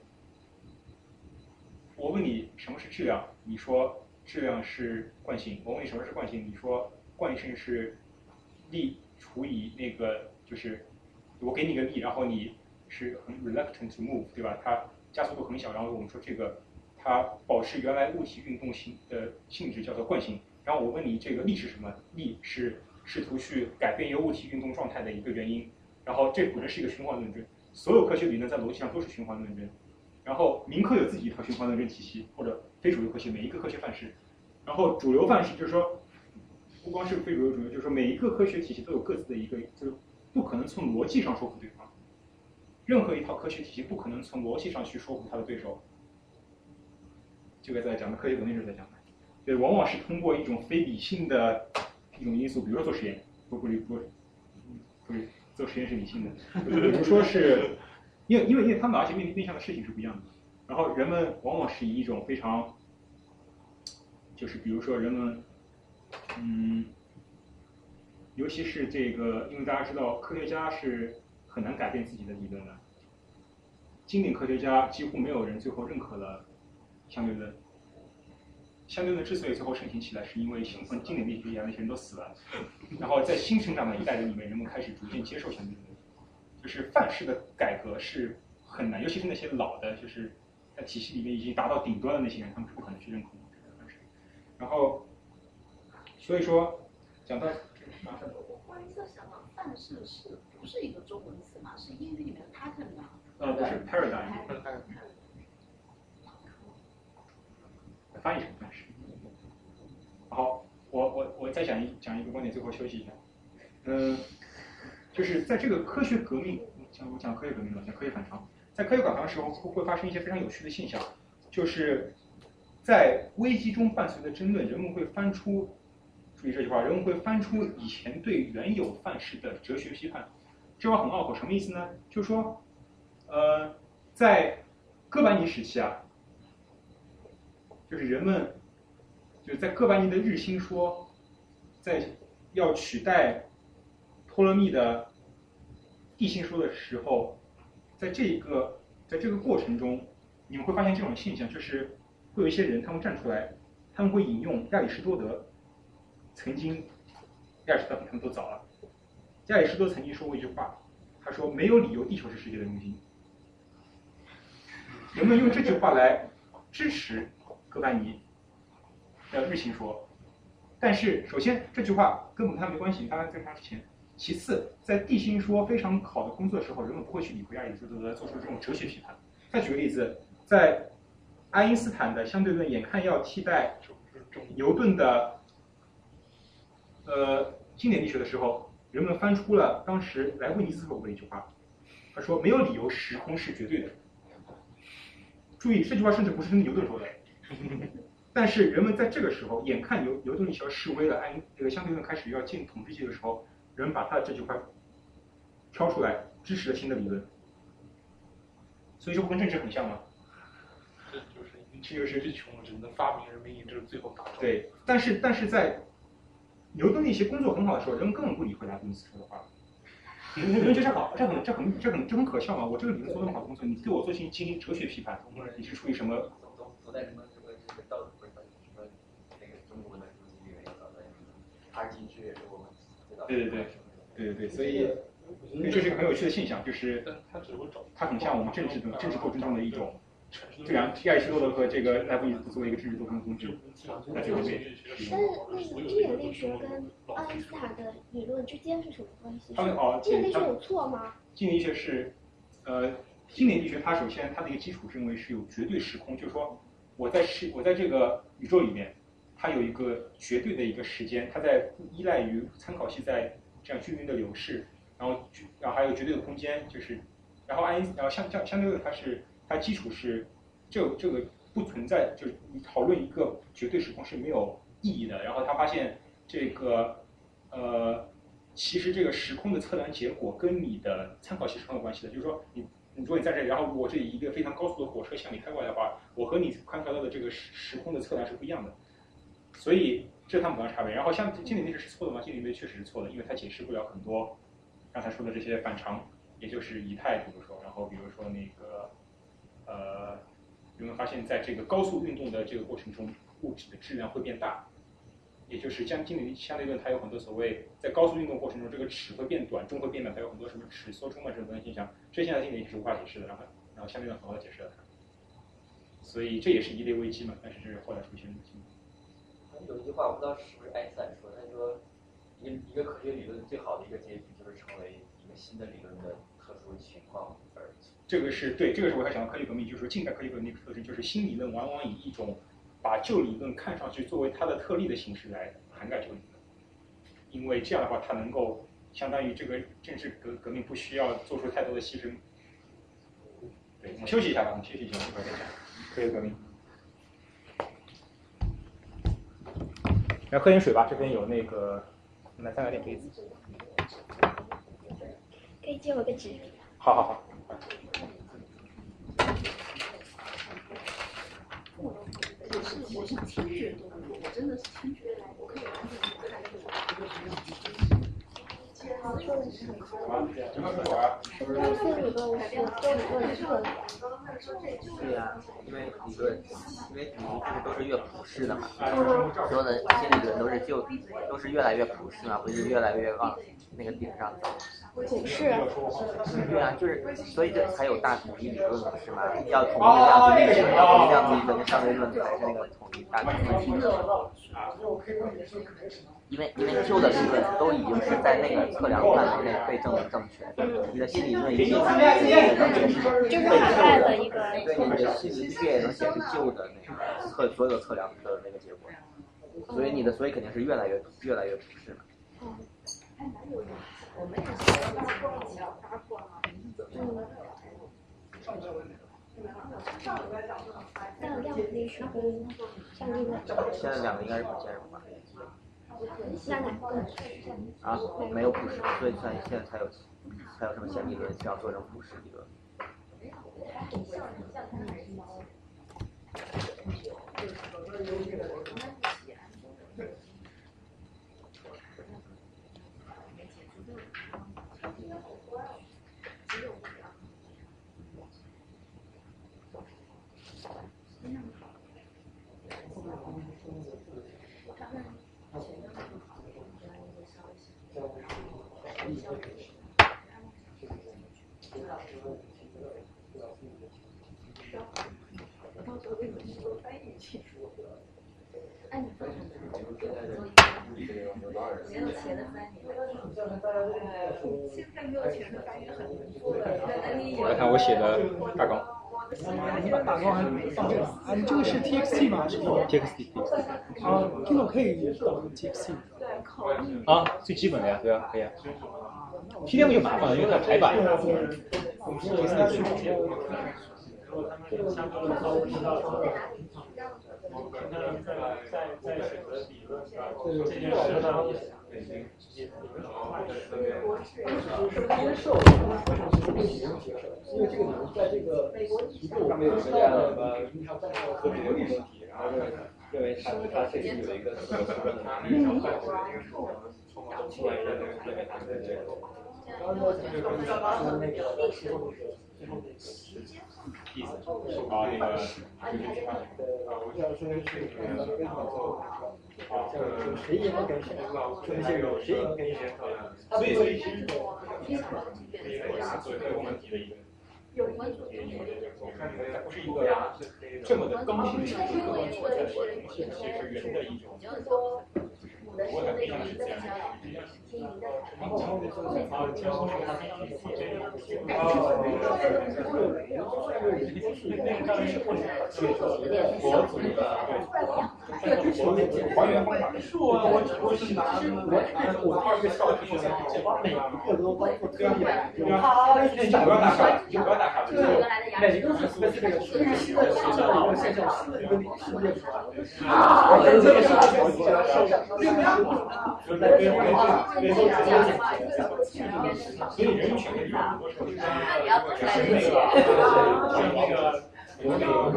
我问你什么是质量，你说质量是惯性；我问你什么是惯性，你说惯性是力除以那个就是我给你个力，然后你是很 reluctant to move， 对吧？它加速度很小，然后我们说这个它保持原来物体运动性的性质叫做惯性。然后我问你这个力是什么？力是试图去改变一个物体运动状态的一个原因。然后这本身是一个循环论证，所有科学理论在逻辑上都是循环论证。然后民科有自己一套循环论证体系，或者非主流科学每一个科学范式。然后主流范式就是说，不光是非主流主流，就是说每一个科学体系都有各自的一个，就是不可能从逻辑上说服对方。任何一套科学体系不可能从逻辑上去说服他的对手。这个在讲的科学革命时候在讲的，对，往往是通过一种非理性的一种因素，比如说做实验，不不不不是。做实验是理性的，比如说是，因为因为因为他们而且面面向的事情是不一样的，然后人们往往是以一种非常，就是比如说人们，嗯，尤其是这个，因为大家知道科学家是很难改变自己的理论的，经典科学家几乎没有人最后认可了相对论。相对论之所以最后盛行起来，是因为兴奋经典力学家那些人都死了，然后在新成长的一代人里面，人们开始逐渐接受相对论。就是范式的改革是很难，尤其是那些老的，就是在体系里面已经达到顶端的那些人，他们是不可能去认可这个范式。然后，所以说讲到
我忽然在想到，范式是不是一个中文词嘛？是英语里面的 pattern 吗？
呃，不是 paradigm。翻译成范式。好，我我我再讲一讲一个观点，最后休息一下。嗯，就是在这个科学革命，讲我讲科学革命了，讲科学反常。在科学反常的时候，会发生一些非常有趣的现象，就是在危机中伴随的争论，人们会翻出，注意这句话，人们会翻出以前对原有范式的哲学批判。这话很拗口，什么意思呢？就是说，呃，在哥白尼时期啊。就是人们就是在哥白尼的日心说，在要取代托勒密的地心说的时候，在这一个在这个过程中，你们会发现这种现象，就是会有一些人他们站出来，他们会引用亚里士多德曾经，亚里士多德比他们都早了，亚里士多曾经说过一句话，他说没有理由地球是世界的中心。人们用这句话来支持哥白尼的日心说，但是首先这句话根本跟他没关系，当然在他之前。其次，在地心说非常好的工作的时候，人们不会去理会亚里士多德做出这种哲学批判。再举个例子，在爱因斯坦的相对论眼看要替代牛顿的呃经典力学的时候，人们翻出了当时莱布尼兹说过的一句话，
他说没有理由时空是绝对的。注意，这句话甚至不是跟牛顿说的。但是人们在这个时候，眼看牛牛顿一条示威了，按这个相对论开始要进统治纪的时候，人们把他的这句话挑出来，支持了新的理论。所以这不跟政治很像吗？
这就是这个是最穷，只能发明人民意志，最后达成。
对，但是但是在牛顿那些工作很好的时候，人们根本不理会他顿斯说的话。你们觉得这好，这很这很这很这很可笑吗？我这个理论做那么好的工作，你对我做进进行哲学批判，你是出于什么？
走走在什么这个这个道德规范，什么那个中国的书籍里面要找到什么二进制也是我们知道。
对对对对对对，所以所以这是一个很有趣的现象，就是
它只会找，
它很像我们政治的政治斗争中的一种。这样，亚里士多德和这个莱布尼茨作为一个政治斗争工具，在这里面。
但是那个经典力学跟爱因斯坦的理论之间是什么关系？
他们哦，
经典力学有错吗？
经典力学是，呃，经典力学它首先它的一个基础是认为是有绝对时空，就是说我在是我在这个宇宙里面，它有一个绝对的一个时间，它在不依赖于参考系在这样均匀的流逝，然后然后还有绝对的空间，就是然后爱因然后相相相对论它是。它基础是，这这个不存在，就是你讨论一个绝对时空是没有意义的。然后他发现这个，呃，其实这个时空的测量结果跟你的参考系是很有关系的。就是说你，你如果你在这里，然后我这里一个非常高速的火车向你开过来的话，我和你观察到的这个时时空的测量是不一样的。所以这是他们主要差别。然后像经典力学是错的吗？经典力学确实是错的，因为它解释不了很多刚才说的这些反常，也就是以太，比如说，然后比如说那个。呃，人们发现，在这个高速运动的这个过程中，物质的质量会变大，也就是将经典相对论，它有很多所谓在高速运动过程中，这个尺会变短，中会变短，它有很多什么尺缩中啊这种现象，这些现象经典力是无法解释的，然后然后相对论很好的解释了它，所以这也是一类危机嘛，但是这是后来出现的危机。
有一句话我不知道是不是爱因斯坦说的，他说一个一个科学理论最好的一个结局就是成为一个新的理论的特殊情况而。
这个是对，这个是我还讲到科技革命，就是说近代科技革命的特征，就是新理论往往以一种把旧理论看上去作为它的特例的形式来涵盖这个理论，因为这样的话，它能够相当于这个政治革革命不需要做出太多的牺牲。对，我们休息一下吧，我们休息一下，一会儿再讲科技革命。来喝点水吧，这边有那个，来三个点杯子。
可以借我个纸笔。
好好好。
我是我是听觉动物，我真的是听觉来，我可以完整的看那个。
好，说的是很
什么？什么水啊？
刚才有个我说都论
对呀，因为理论，因为理论都是越普世的嘛，所有的新理论都是就都是越来越普世嘛，不是越来越往那个顶上走。
普世。
对啊，就是所以这才有大统一理论嘛，是吗？要统一量子力学，统一量子理论跟相对论才是那个统一大统一理论。因为因为旧的理论都已经是在那个测量范围内被证明正确，你的新理论也能解释，
就是涵盖了一个，
对你的新理论也能解释旧的那个测所有测量的那个结果，所以你的所以肯定是越来越越来越普世嘛。
嗯，我们也是八卦嘛，八卦嘛，嗯。
那量子力学跟相对论，
现在两个应该是不兼容吧？
那哪个？
啊，没有普世，所以才现在才有才有什么新理论想要做成普世理论。
我来看我写的大纲。
你把大纲还放这里啊？你这个是 T X T 吗？是
T X T。
啊 ，Kindle 可以导 T X T。
啊，最基本的呀，对啊，可以啊。P D F 就麻烦了，因为它排版。
我们现在去往前。
如果他们相关的都不知道的话，我看他们在在在选择理论上这件事上也也也很快的。
接受，不是接受，因为这个理论在这个一个
他们有这样的科学的问题，然后认为它它确实有一个特殊的能力，然后找出来一个认为它的这个。
刚刚说这个跟说那个最后那个最后那个
意思啊，那个
呃，我想说是那个跟好做啊，像谁也能跟谁，说那些人谁也能跟谁，他所以所以其实
作为这个问题的一个。
我看你们不是一个这么的刚性的客观存在的东西，其实人的一种，我感觉像是这样。
然后后面就是啊，然后他这个
佛祖的对，还原方法。
树啊，我只不过是拿拿
我二个小题目，我把每一个都当做科研，
他你不要打岔，你不要打岔。
每一个是这个这个新的现象一个现象，新的一个世界出来。
啊，这个是
就在跟跟跟跟
所以人权有很多时候是那个像那个。有那个，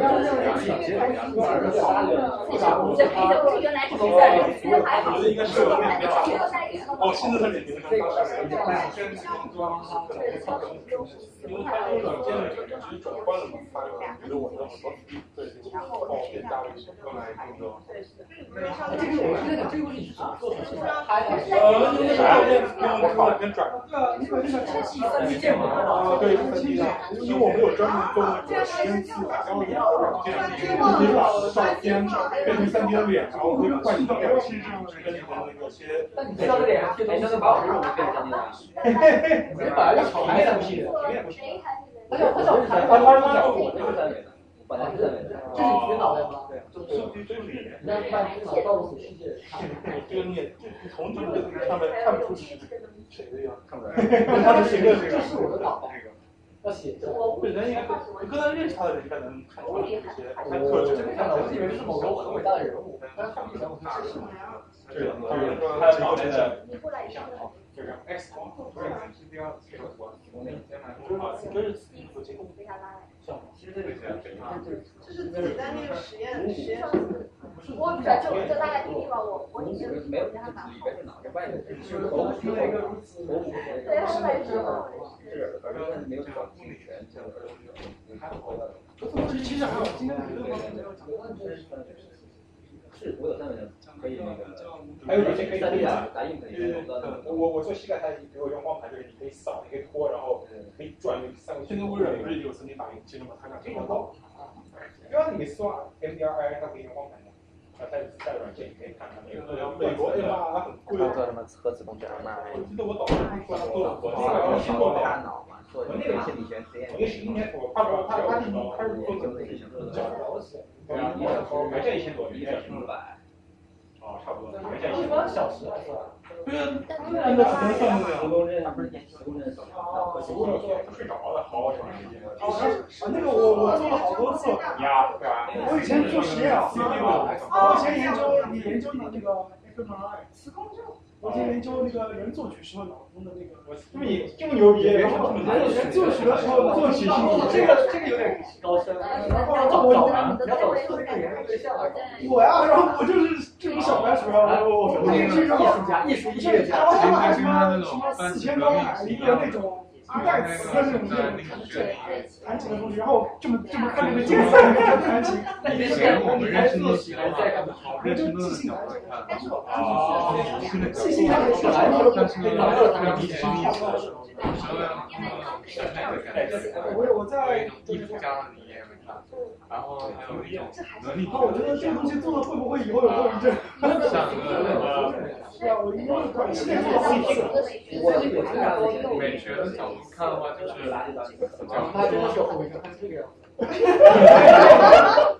我觉得应该是有那个哦，现在他脸评上当时跟装，因为他用软件的感觉其实转换了嘛，他就觉得我的很多对这个哦变大了，用来那个。
这个我现在讲这个问题是怎么做的？
呃，用啥？用软件转。
三 D 建模
啊，对，三 D 的，因为我们有专门做那个实验器，然后这样你把照片变成三 D 的脸，然后会换成表情，跟你的那个些。
那你知道这脸上贴东西把我这种变三 D 的？你本来就炒台三 D 的，他叫他叫台，他他他叫我这个三 D 的，本来是三 D 的。这是你的脑袋吗？对，就是就是你。那把你脑到了世界。
这个你也从这个上面看不出是谁的呀？看不出来。
他是谁的？这是我的脑袋。要写着。
本来应该你跟他认识他的人应该能看出这些。我
真没看到，我以为是某个很伟大的人物，但是他一想我看是什么呀？
这个就是他脑袋的就是 X 光，不是是第二这个图提供的，
就是不进攻。
其实这个
就是你在那个实验实验
室，我只就就大概听听吧，我我
没有，里边是哪个外面是
头听了一个如此模糊的，
对，他来之后
是，反正没有找自己权，这样
其实还有今天理论方面没有讲到，
是我有三个可以那个，
还有软件可以
三 D 打打印可以。
我我我做膝盖，它给我一张光盘，就是你可以扫，你可以拖，然后可以转三个。
现在微软不是有三 D 打印机了吗？它俩
这个好。只要你刷 M D R I， 它可以用光盘的，啊，它有自带软件，你可以看看那个。
美国 A 八很贵。
做什么核子动脚嘛？
我记得我导师说他做了
国内
新做
大脑嘛，做那个心理学实验。
我那十一年，我他他他他是他是做这个软件一千多，一千五百。哦，差不多，软件一千多
小时是吧？
对啊，那个时间算的呀。
手工认，他不是手工认手。
哦，手工认都睡着了，好长时间。
哦，那个我我做了好多次。
呀，对吧？
我以前做实验啊，我以前研究你研究你那个 F M R I 磁共振，我以前研究那个人作曲时候脑中的那个。
这么你这么牛逼，
然后人作曲的时候作曲
这个这个有点高深。然后我找完，你要找四个研究对象啊。
我呀，然后我就是这种小白鼠啊，我我进去之后，
艺术家、艺术音乐家，
他买什么什么四千刀买了一个那种不带磁的那种弹琴的东西，然后这么这么看着竞赛弹琴，
那你是我们认识的起来在干嘛？
我就即兴弹琴，
哦，
即兴弹琴来了，
但是老热他们
我我在
艺术家的理念，然后还有一种能力。
那我觉得这个东西做的会不会以后有后遗症？
像呃，
是啊，我因为短期内做好几次。
美学的角度看的话，就是
他真的是有后遗症，他是这个样子。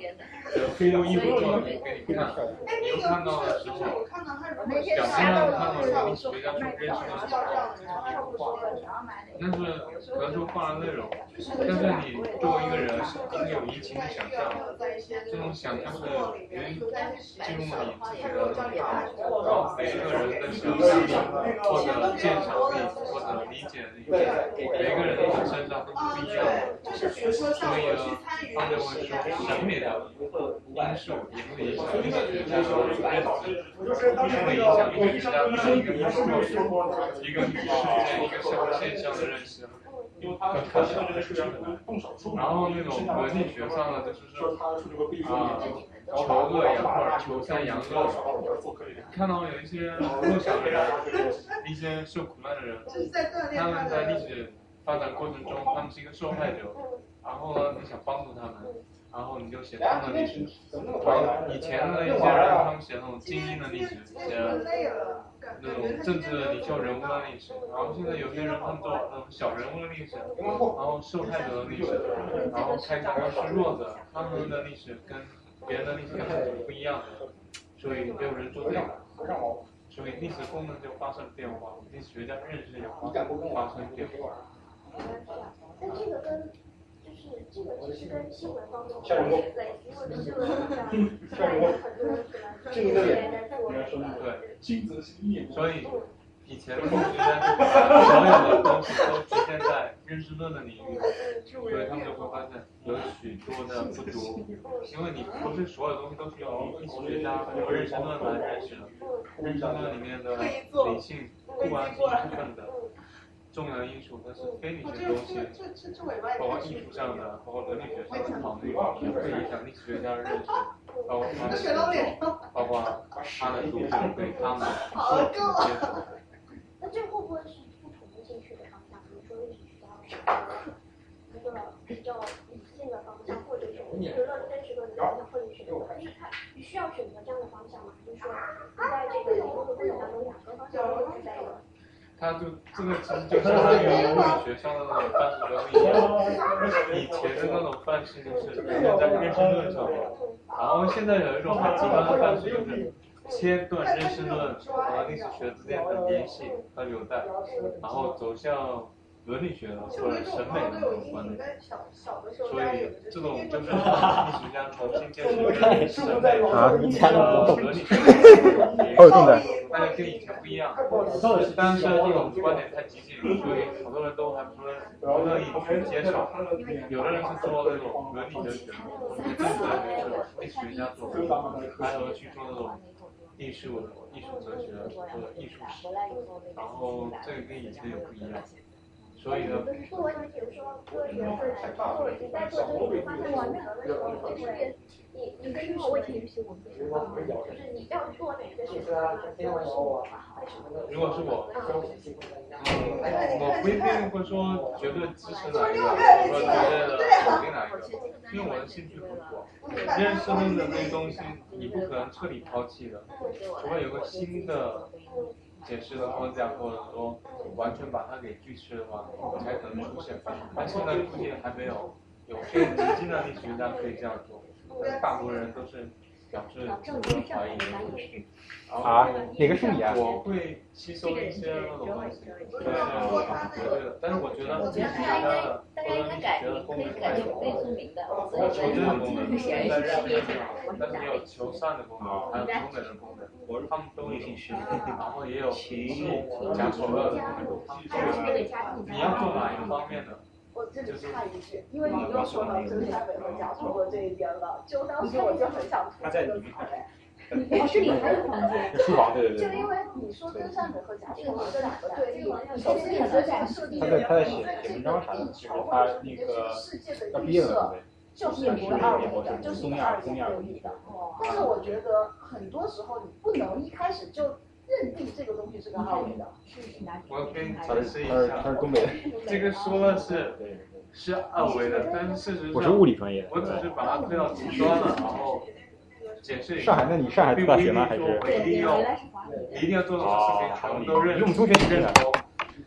非用衣服照给你看，你又看到的时候，表面上看到是历史学家说认识的，但是可能说画的内容，但是你作为一个人，一定有移情的想象，这种想象是因为进入了你自己的然后每个人的想象力或者鉴赏力或者理解力，每个人的身上都是不一样的，所以呢，他们会说审美的因素也会影响历史学家的认知，也会影响历史学家对一个艺术作品、一个事件、一个社会现象的认识。因为他们看到这个数量很难动手术，然后那种文理学上的就是说啊，求恶扬或者求善扬恶，看到有一些弱小的人，一些受苦难的人，他们在历史发展过程中，他们是一个受害者，然后呢，你想帮助他们，然后你就写他们的历史。以前的一些人，他们写那种精英的历史，写那种政治领袖人物的历史，然后现在有些人他们做那种小人物的历史，然后受害者的历史，然后开始都是弱者，他们的历史跟别人的历史是不一样的，所以没有人做这个，所以历史功能就发生变化，历史学家认识也发生变化。
但这个跟就是这个其实跟新闻方面是类似，因为新闻上现在有很多这个人在做
对，亲子心意，所以以前的历史学家就把所有的东西都局限在认识论的领域，所以他们就会发现有许多的不足，因为你不是所有东西都是用历史学家用认识论来认识的，认识论里面的理性固然是一部分的。重要的因素，但是非理性的东西，包括艺术上的，包括伦理学上的考虑，也会影响历史学家的认识，包括他的，包括他的读者对他们做出的接受。
那这会不会是不同的兴趣的方向？比如说历史学家是一个比较理性的方向，或者是一个论认识论的方向，或者是就是他你需要选择这样的方向吗？还是说在这个理论的过程当中，两个方向都存在有？
他就这个其实就相当于物理学上的那种范式革命一样，以前的那种范式就是在认识论上，然后现在有一种很极端的范式就是切断认识论和历史学之间的联系和纽带，然后走向伦理学的或者审美的那种观念，所以这种就是历史学家重新建设审美和伦理学的，大家跟以前不一样。但是这种观点太激进了，所以好多人都还不乐不乐意去接受。有的人是做那种伦理的学，政治的学，历史学家做，还有去做那种艺术的艺术哲学或者艺术史，然后这个跟以前也不一样。所以呢，
就是作为比如说科学或者是做你在做这个发现完美的时候，你会你你跟我问题是我们就是你要做哪个选择？
如果是我，嗯，我不一定会说绝对支持哪一个，或者绝对的否定哪一个，因为我的兴趣很广。认识论的那些东西，你不可能彻底抛弃的，除非有个新的解释的框架，或者说完全把它给锯齿的话，才可能出现。但现在估计还没有有些激进的历史学家可以这样做，大部分人都是表示自我怀疑。
啊，哪个是你啊？
我会吸收一些那种东西，就是绝对的。但是我觉得历史学家的或者历史学的功能太有了，有求真的功能，在认识上，但是也有求善的功能，还有求美的功能，他们都有。然后也有讲丑恶的功能，他们都有。你要做哪一个方面的？
我这里插一句，因为你又说到真善美和假丑恶这一点了，就当时我就很想吐这个槽。你这里还有房间，
书房对对对。
就因为你说真善美和假丑恶这两个对立，首先你的假设定的，
他在写写文章啥的，就是他那个要毕业了，
就是一个二维的，就是一个二维对立的。但是我觉得很多时候你不能一开始就认定这个东西是个二维的。
我跟你解释一下，
他是东北的。
这个说的是是二维的，但是事实上
我是物理专业的，
我只是把它推到极端了，然后解释一下。
上海，那你上海大学吗？还是？
一定要一定要做到事情，全部都认。
因为我们同学是这样的。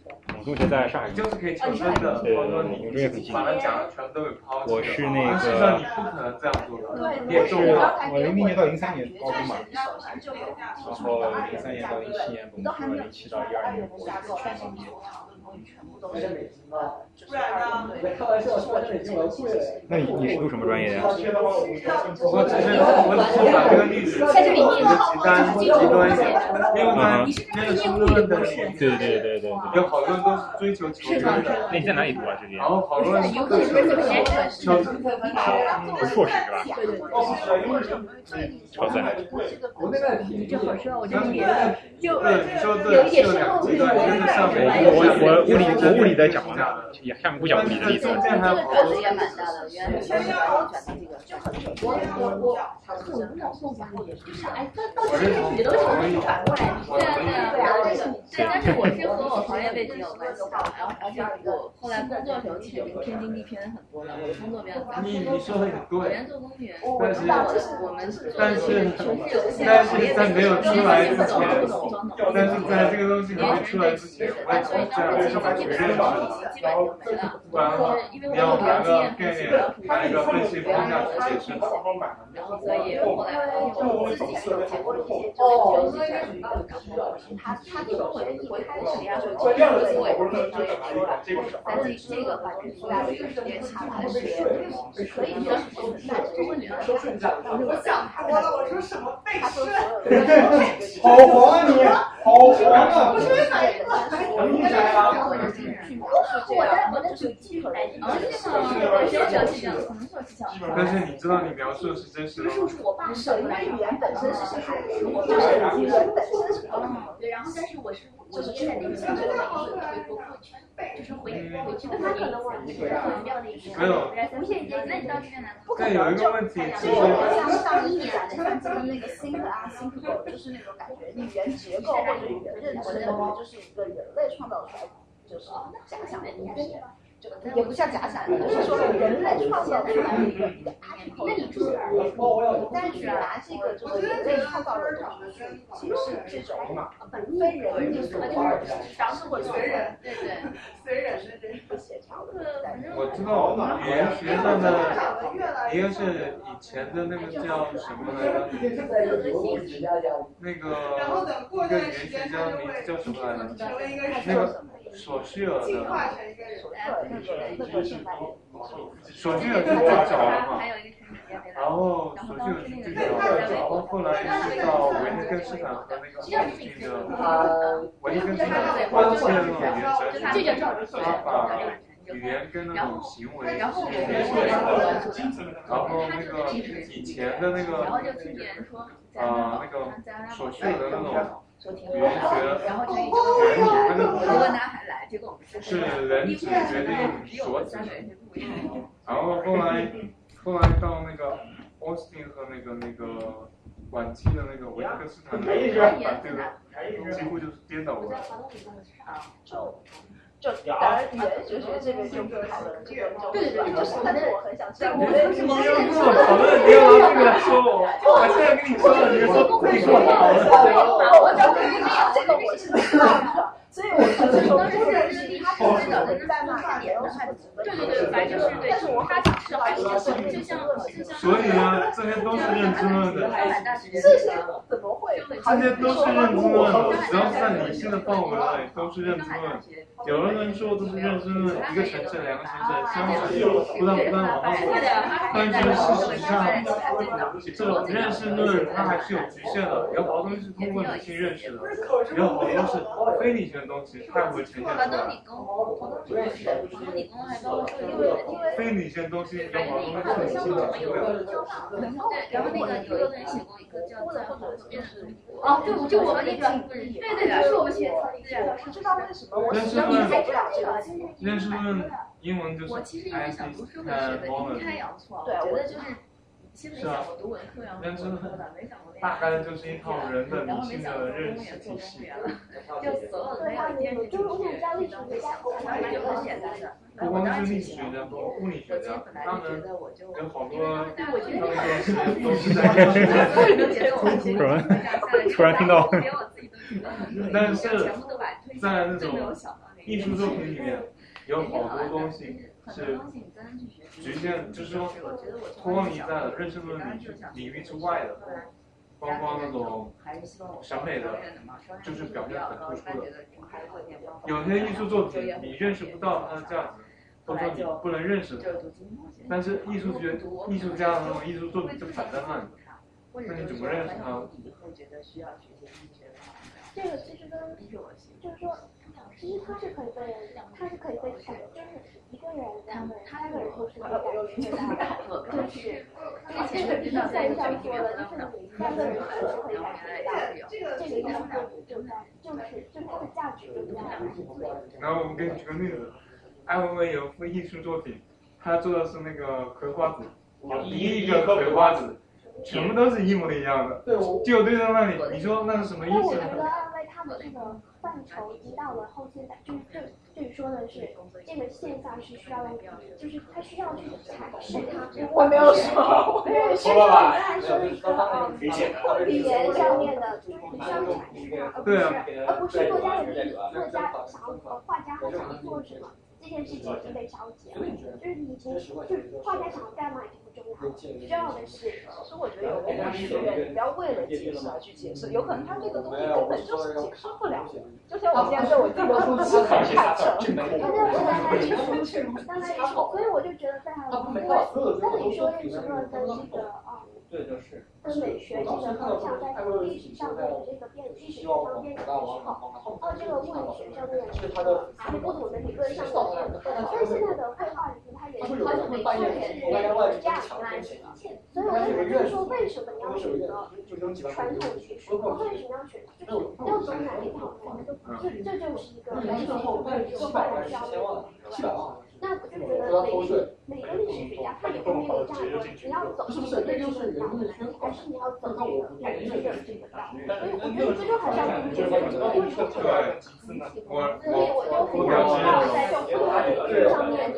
永中学在上海，
就是可以求真的，
对
或者说
永中也很近。
把它讲的全都给抛弃。
我是那个，
事实上你不可能这样做的。
你也是我零零年到零三年高中嘛，然后零三年到零七年本科，零七到一二年国际全方毕业。
都是美金吗？
不然呢？
开玩笑，说美金蛮贵的。
那你你是读什么专业的呀？
我只是我只是把这个例子举的极端极端一点，因为呢，那个书论的里面，
对对对对对，
有好多人都是追求求真的。
那你在哪里读啊？这边？
然后好多人都是求真，
不是硕士是吧？
对对对。
高三。
国内的体
这好说，我这里就
对，说对，是有两个极端，一个是上面，
我我我物理我物理在讲嘛，也下面不讲物理的例子。
这个转折也蛮大的，原来是转到这个就很我我我我弄弄反过，就是哎，到到这个你都是反过来，对啊对啊对啊，对，但是我是和我行业背景有关系的，然后而且我后来工作的时候其实已经偏经济偏很多了，我的工作变得繁
你你说的很对，
我原做公务员，
但是
我们是
但是但是在没有出来之前，但是在这个东西还没出来之前，我也是这样这么去认识的。不然的话，你要拿个概念，拿一个分析框架去解释。
然后所以后来我自己有结过一些就是学习这样的，然后他他跟我一开始呀说这样的我也不是说了，但这这个反正出来的时间差还是可以说是但是问题是我想
我了，我说什么背诗？
好黄啊你，好黄啊！
我是为哪一个？
很厉害啊！
我在我在举记出来，啊，这个我学小技巧，可能做技巧。
但是你知道你描述的是真实的吗？
是我爸
手语言本身是是我就是语言本身是
嗯，对，然后但是我是我是在那个这个回国过去，就是回回去的他可能我是很妙的一个
没有。
无限接，那你到这边来，
但有一个问题，其实
像上一年像这个那个 think 啊 think go 就是那种感觉，语言结构或者语言认知的东西，就是一个人类创造出来，就是假想的东西。就也不叫假想，就是说人类创造出来的一个一个 article。那你就是，但是你拿这个就是人类创造的东西去解释这种非人力所就是当时我随人，对对，随人的人不协调的。
我知道语言学上的一个是以前的那个叫什么来着？那个一个语言学家名字叫什么来着？那个。索绪尔的，索绪尔就最早了嘛，然后索绪尔是最早的，然后后来是到维特根斯坦和那个奥斯汀的，维特根斯坦关切了语言哲学，他把语言跟那种行为联系在一起，然后那个以前的那个啊那个索绪尔的那种。语言学，
然后这一
原理跟那
个男孩来，结果我们
是人只决定所指，然后后来后来到那个奥斯汀和那个那个晚期的那个维特根斯坦的把这个几乎就是颠倒了。
就就当然语言哲学这个就不讨论，这个就对对对，就是但是我很想知道，我为什么
要跟我讨论？你要拿这个来说我，我现在跟你说了，你说不可以跟我讨论。
我讲对这个我是知道的，所以我就是说这个是他是真的在骂点的话，对对对，反正就是对，但是我他讲是还是就像就像。
所以呢，这些都是认知论的。
这些怎么会？
这些都是认知论的，只要在理性的范围内都是认知论。有的人说都是认知论，一个城市、两个城市相似，不断不断往上走。但是事实上，这种认识论它还是有局限的，有好多东西是通过理性认识的，有好多是非理性的东西，它也会呈现出来。非理性的东西有好多东西是理性的不了。
对，然后那个有一个人写过一个叫在后边的哦，对，就我们那个，对对对，是我们写的，对，
不知道为什么我
认识论，认识论英文就是
I C T moment。阴差阳错，我觉得就是。先没想过读文科，然后
认知论大概就是一套人的理性的认识体系。
就所有的没有一件事情是你都会想，它蛮有很简单的。
不光是历史学家，包括物理学家，他们有好多他们都是都是在认识论。
突然突然听到。
但是在那种艺术作品里面有好多东西是局限，就是说脱离在认知论领领域之外的，包括那种审美的，就是表现很突出的。有些艺术作品你认识不到它的价值，或者说你不能认识它，但是艺术学艺术家的那种艺术作品就摆在那里，那你怎么认识它？
这个其实跟就是说，其实它是可以被，它是可以被改，就是一个人，他们三个人都是可以改变的，就是这个就是三上说的，就是你三个人都是可以改变的，这个艺术作品就在就是就是它的价值就在于。
然后我们给你举个例子，艾薇薇有幅艺术作品，他做的是那个葵花籽，第一个葵花籽。全部都是一模一样的，就对在那里，你说那是什么意思？
我觉得因为他们这个范畴移到了后现代，就是对对说的是这个现象是需要用，就是它需要去阐释它。
我没有说，
没有说吧？来说的一个呃语言上面的，就是你需要阐释它，而不是而不是作家的意作家想要和画家他想要做什么。这件事情已经被消解了，就是已经就是画家想要干嘛已经不重要了，重要的是，
其实我觉得有的学员，你不要为了解释而去解释，有可能他这个东西根本就是解释不了。就像我现在对我弟弟不是很坦诚，
当然也所以我就觉得非常有意思。那你说认知论跟这个啊，跟美学这个方向在历史上面的这个变历史学上变革的时候，哦，这个物理学上面是不同的理论上的。但现在的绘画里面，它也是它是它也是这样来，所以我就觉得说，为什么你要选择传统艺术？为什么要选就是要走哪一条路？这这就是一个历史学就画的需要的。那我就觉得每个每个历史学家他也会面临这样的问题，你要走这个历史的道路，还是你要走这个感知的这个道路？所以我觉得这就好像理解为什么会说很多所以我就很想要在这种绘画领域上面。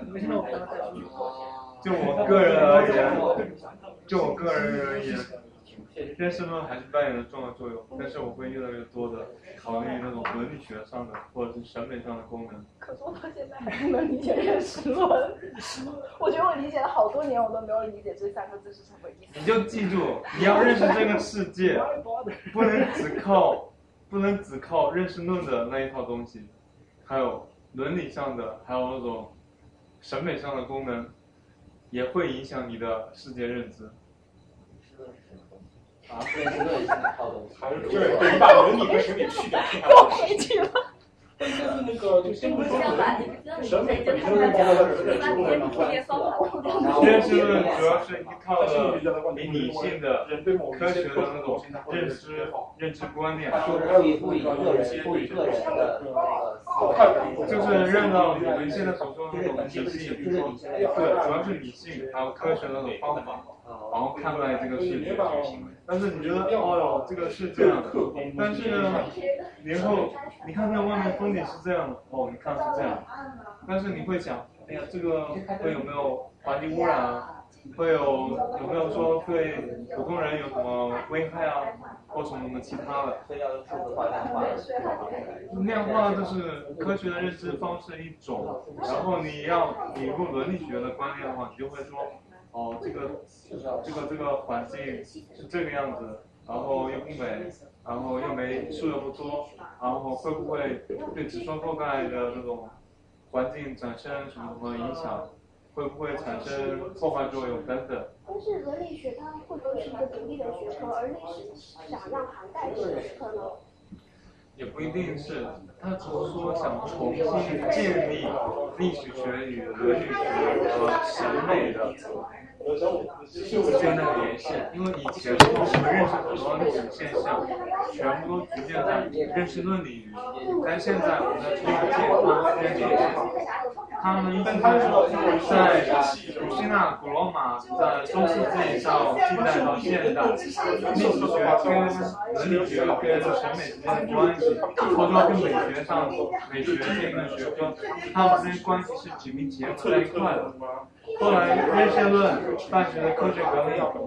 就我个人而言，就我个人而言，认识论还是扮演了重要作用，但是我会越来越多的考虑那种伦理学上的或者是审美上的功能。
可是我到现在还不能理解认识论，我觉得我理解了好多年，我都没有理解这三个字是什么意思。
你就记住，你要认识这个世界，不能只靠不能只靠认识论的那一套东西，还有伦理上的，还有那种审美上的功能，也会影响你的世界认知。
啊，认知论是哪套东西？
还是对对，你把伦理和审美去掉，
又回去了。
但是那个就先不说审美本身是这个认知论的话，
认知论主要是依靠了以理性的、科学的那种认知、认知观念，
不以不以个人不以个人的
就是认到我们现在所说的那种理性，比如说对，主要是理性，还有科学的那种方法，然后看待这个世界。但是你觉得哦哟，这个是这样的，但是呢，然后你看在外面风景是这样的，哦，你看是这样，但是你会想，哎呀，这个会有没有环境污染啊？会有有没有说对普通人有什么危害啊，或什么什么其他的？
所以要用数字化量化。
量化就是科学的认知方式一种，然后你要引入伦理学的观念的话，你就会说。哦，这个这个这个环境是这个样子，然后又不美，然后又没树又不多，然后会不会对植生覆盖的那种环境产生什么什么影响？会不会产生破坏作用等等？
但是伦理学它会不会是一个独立的学科，而历史想要涵盖这个学科呢？
也不一定是，他只是说想重新建立历史学与伦理学和审美的之间的连线，因为以前我们认识很多历史现象，全部都局限在认识论领域，但现在我们在重新建它之间连线。他们一般在古希腊、古罗马，在中世纪到近代到现代，历史学跟伦理学跟审美之间的关系，或者说跟美学上美学这个学科，他们之间关系是紧密结合在一块的。后来认识论、大学的科学革命，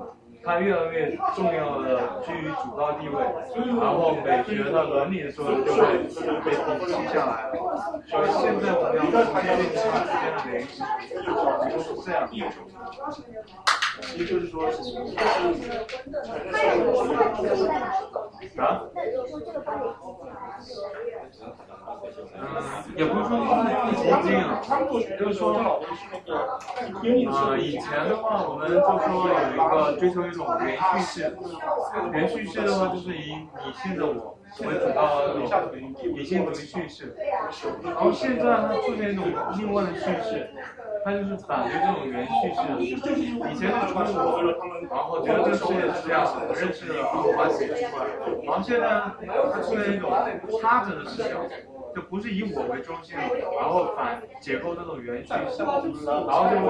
它越来越重要的居于主导地位，然后美学的伦理的作用就会被摒弃下来了。所以现在我们要逐渐去查之间的联系，就是这样。
也就是说，就是
啊？嗯，也不是说就是激进啊，就是说，呃，以前的话，我们就说有一个追求一种原叙事，原叙事的话就是以理性的我为主导的那种理性主义叙事，然后现在它出现一种另外的叙事。他就是反对这种原叙事，以前是纯我，然后觉得这个世界是这样的，我认识了，然后把它写出来，然后现在它出现一种他者的视角，就不是以我为中心了，然后反解构这种原叙事，然后就是说，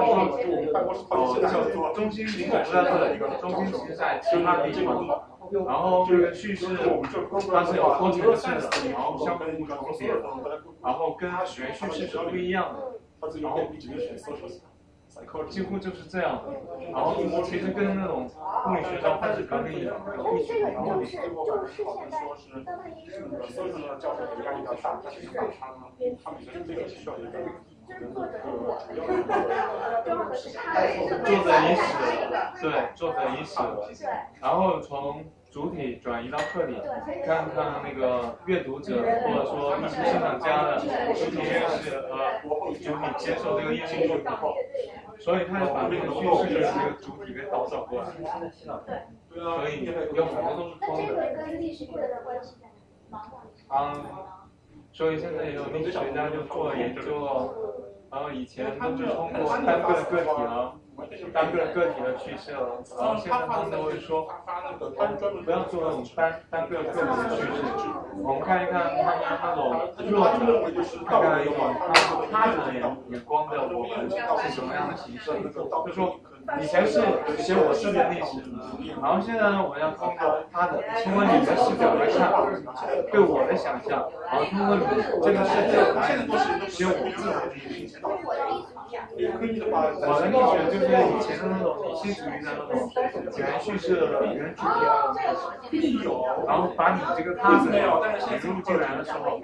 哦，中心领导不在这里，中心其实在其他地方。然后这个叙事它是有多层次的，然后相互重叠的，然后跟原叙事是不一样的。然后几乎就是这样的，然后其实跟那种物理学上范式革命一样，有异曲同工的地方。
就是现在当代艺术的学习教授的压力比较大，就是他们这个需要一个。就是作者是我们，重要的是他
作者已死，对，作者已死，然后从主体转移到客体，看看那个阅读者或者说艺术欣赏家的主体认识和主体接受这个艺术作品，所以他就把这个叙事的这个主体给导转过来，所以有很多都是空的。
那这个跟历史课的关系在哪里？
嗯，所以现在也有历史学家就做了研究了。然后以前都是通过单个的个体了，单个的个体的叙事了，然后现在他们都会说，不要做那种单单个个体的叙事，我们看一看他们那种弱者，看看一种他他者的眼眼光的我们是什么样的形式，就说以前是写我自己的历史，然后现在呢，我要通过他的，通过你的视角来看，对我的想象，然后通过你这个视角来写我自己的历史。我的历史就是以前的那种理性主义的那种原叙事的原主义，然后把你这个他者引入进来的时候，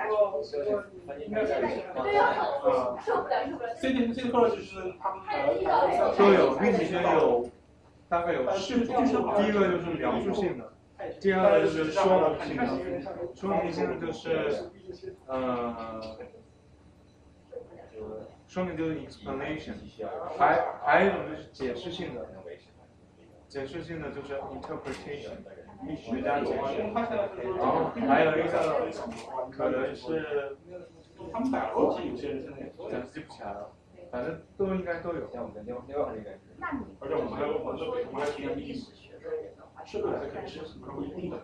呃
，C D C D 课就是他们的
都有，并且有大概有四种，第一个就是描述性的，第二个就是说明性的，说明性的就是呃。说明就是 explanation， 还还有一种就是解释性的，解释性的就是 interpretation， 学家解释，然后还有一个可能是
他们打逻辑有些人现在
讲记不起来了，反正都应该都有。
像我们另另外一个人，
而且我们还有我们我们还提炼历史学的人的话，是不是可以是不一定的？